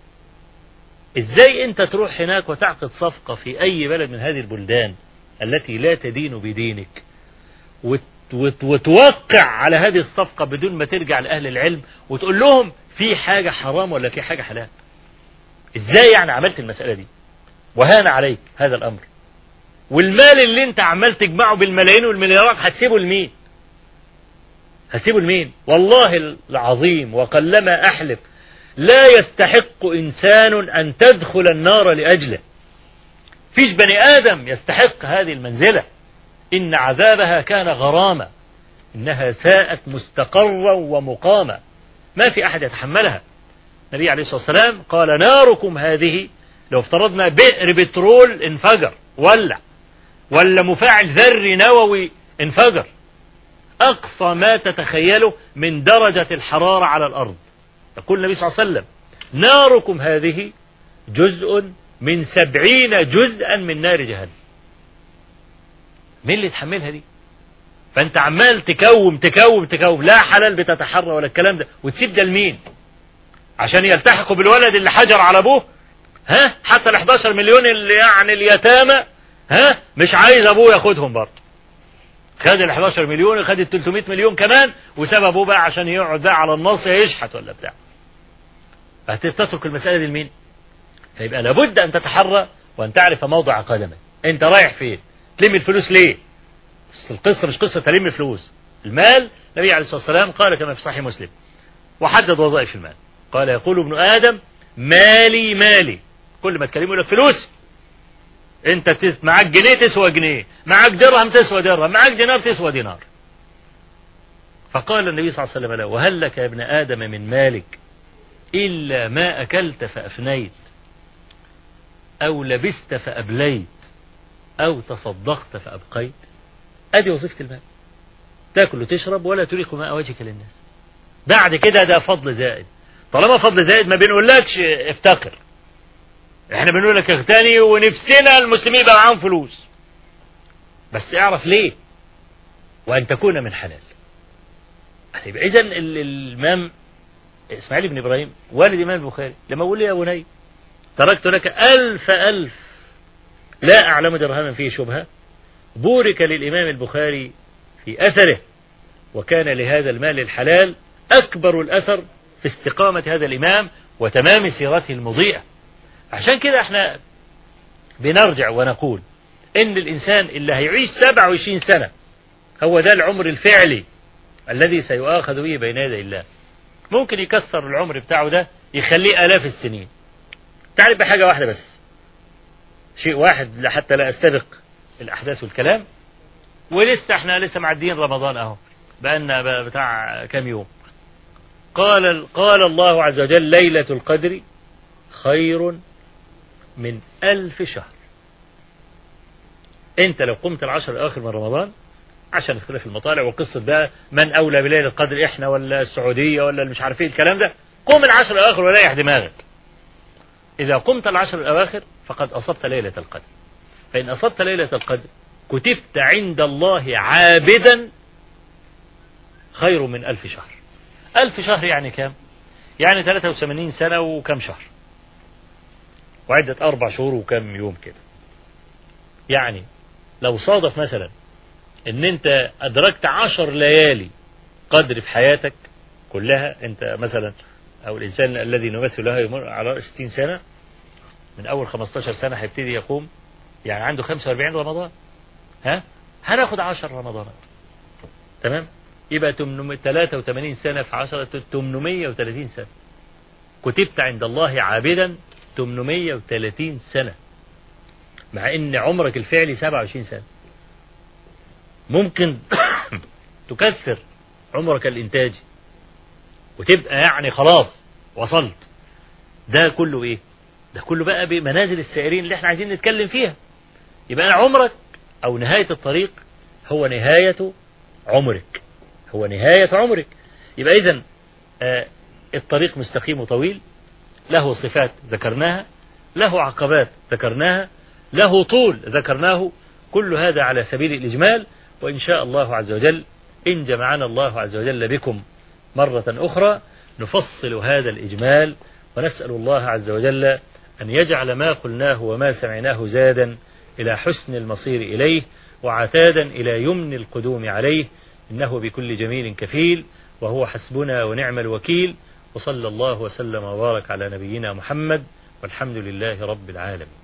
ازاي انت تروح هناك وتعقد صفقة في اي بلد من هذه البلدان التي لا تدين بدينك وت وت وتوقع على هذه الصفقة بدون ما ترجع لأهل العلم وتقول لهم في حاجة حرام ولا في حاجة حلال؟ ازاي يعني عملت المسألة دي وهان عليك هذا الأمر؟ والمال اللي انت عمال تجمعه بالملايين والمليارات هتسيبه لمين؟ هتسيبه لمين؟ والله العظيم وقلما أحلف لا يستحق إنسان أن تدخل النار لأجله. فيش بني آدم يستحق هذه المنزلة، إن عذابها كان غرامة، إنها ساءت مستقرا ومقاما، ما في أحد يتحملها. النبي عليه الصلاة والسلام قال ناركم هذه، لو افترضنا بئر بترول انفجر ولع، ولا مفاعل ذري نووي انفجر، أقصى ما تتخيله من درجة الحرارة على الأرض، يقول النبي صلى الله عليه وسلم ناركم هذه جزء من سبعين جزءا من نار جهنم. مين اللي يتحملها دي؟ فأنت عمال تكوم تكوم تكوم، لا حلال بتتحرى ولا الكلام ده، وتسيب ده لمين؟ عشان يلتحقوا بالولد اللي حجر على أبوه؟ ها؟ حتى ال احد عشر مليون اللي يعني اليتامى ها مش عايز أبوه ياخدهم برضه. خد ال احد عشر مليون، خد ال ثلاثمائة مليون كمان، وساب أبوه بقى عشان يقعد بقى على النص يشحت ولا بتاع. هتترك المسألة دي لمين؟ فيبقى لابد أن تتحرى وأن تعرف موضع قدمك. أنت رايح فين؟ تلم الفلوس ليه؟ القصة مش قصة تلم فلوس. المال النبي عليه الصلاة والسلام قال كما في صحيح مسلم وحدد وظائف المال، قال يقول ابن آدم مالي مالي، كل ما تكلمه لك فلوس. انت معاك جنيه تسوى جنيه، معاك درهم تسوى درهم، معاك دينار تسوى دينار. فقال النبي صلى الله عليه وسلم له وهل لك يا ابن آدم من مالك إلا ما أكلت فأفنيت أو لبست فأبليت أو تصدقت فأبقيت؟ أدي وظيفة المال. تاكل وتشرب ولا تريق ماء وجهك للناس. بعد كده ده فضل زائد. طالما فضل زائد ما بنقولكش افتقر، احنا بنقول لك اغتني ونفسنا المسلمين يبقى معاهم فلوس، بس اعرف ليه، وان تكون من حلال. يبقى اذا الامام اسماعيل بن ابراهيم والد الامام البخاري لما يقول لي يا بني تركت لك الف الف لا اعلم درهما فيه شبهه، بورك للامام البخاري في اثره، وكان لهذا المال الحلال اكبر الاثر في استقامه هذا الامام وتمام سيرته المضيئه. عشان كده احنا بنرجع ونقول ان الانسان اللي هيعيش سبعة وعشرين سنة هو ده العمر الفعلي الذي سيؤاخذ به بين يدي الله. ممكن يكسر العمر بتاعه ده يخليه آلاف السنين. تعرف بحاجة واحدة بس، شيء واحد حتى لا أستبق الأحداث والكلام، ولسه احنا لسه معديين رمضان اهو بقالنا بتاع كام يوم. قال قال الله عز وجل ليلة القدر خير من ألف شهر. انت لو قمت العشر الأواخر من رمضان، عشان اختلاف المطالع وقصة بقى من أولى بليلة القدر، احنا ولا السعودية ولا مش عارفين الكلام ده، قم العشر الأواخر وريح دماغك. إذا قمت العشر الأواخر فقد أصبت ليلة القدر، فإن أصبت ليلة القدر كتبت عند الله عابدا خير من ألف شهر. ألف شهر يعني كام؟ يعني ثلاثة وثمانين سنة وكم شهر، وعدة أربع شهور وكم يوم كده. يعني لو صادف مثلا ان انت ادركت عشر ليالي قدر في حياتك كلها، انت مثلا او الانسان الذي نمثل له يمر على ستين سنة، من اول خمستاشر سنة هيبتدي يقوم، يعني عنده خمسة وأربعين رمضان، ها هناخد عشر رمضانات، تمام؟ يبقى ثلاثة وثمانين سنة في عشرة ثمانمائة وثلاثين سنة، كتبت عند الله عابدا ثمانمائة وثلاثين سنة، مع ان عمرك الفعلي سبعة وعشرين سنة. ممكن تكثر عمرك الانتاجي وتبقى يعني خلاص وصلت. ده كله ايه؟ ده كله بقى بمنازل السائرين اللي احنا عايزين نتكلم فيها. يبقى عمرك او نهاية الطريق هو نهاية عمرك، هو نهاية عمرك. يبقى اذن آه الطريق مستقيم وطويل، له صفات ذكرناها، له عقبات ذكرناها، له طول ذكرناه، كل هذا على سبيل الإجمال. وإن شاء الله عز وجل إن جمعنا الله عز وجل بكم مرة أخرى نفصل هذا الإجمال، ونسأل الله عز وجل أن يجعل ما قلناه وما سمعناه زادا إلى حسن المصير إليه، وعتادا إلى يمن القدوم عليه، إنه بكل جميل كفيل، وهو حسبنا ونعم الوكيل. وصلى الله وسلم وبارك على نبينا محمد، والحمد لله رب العالمين.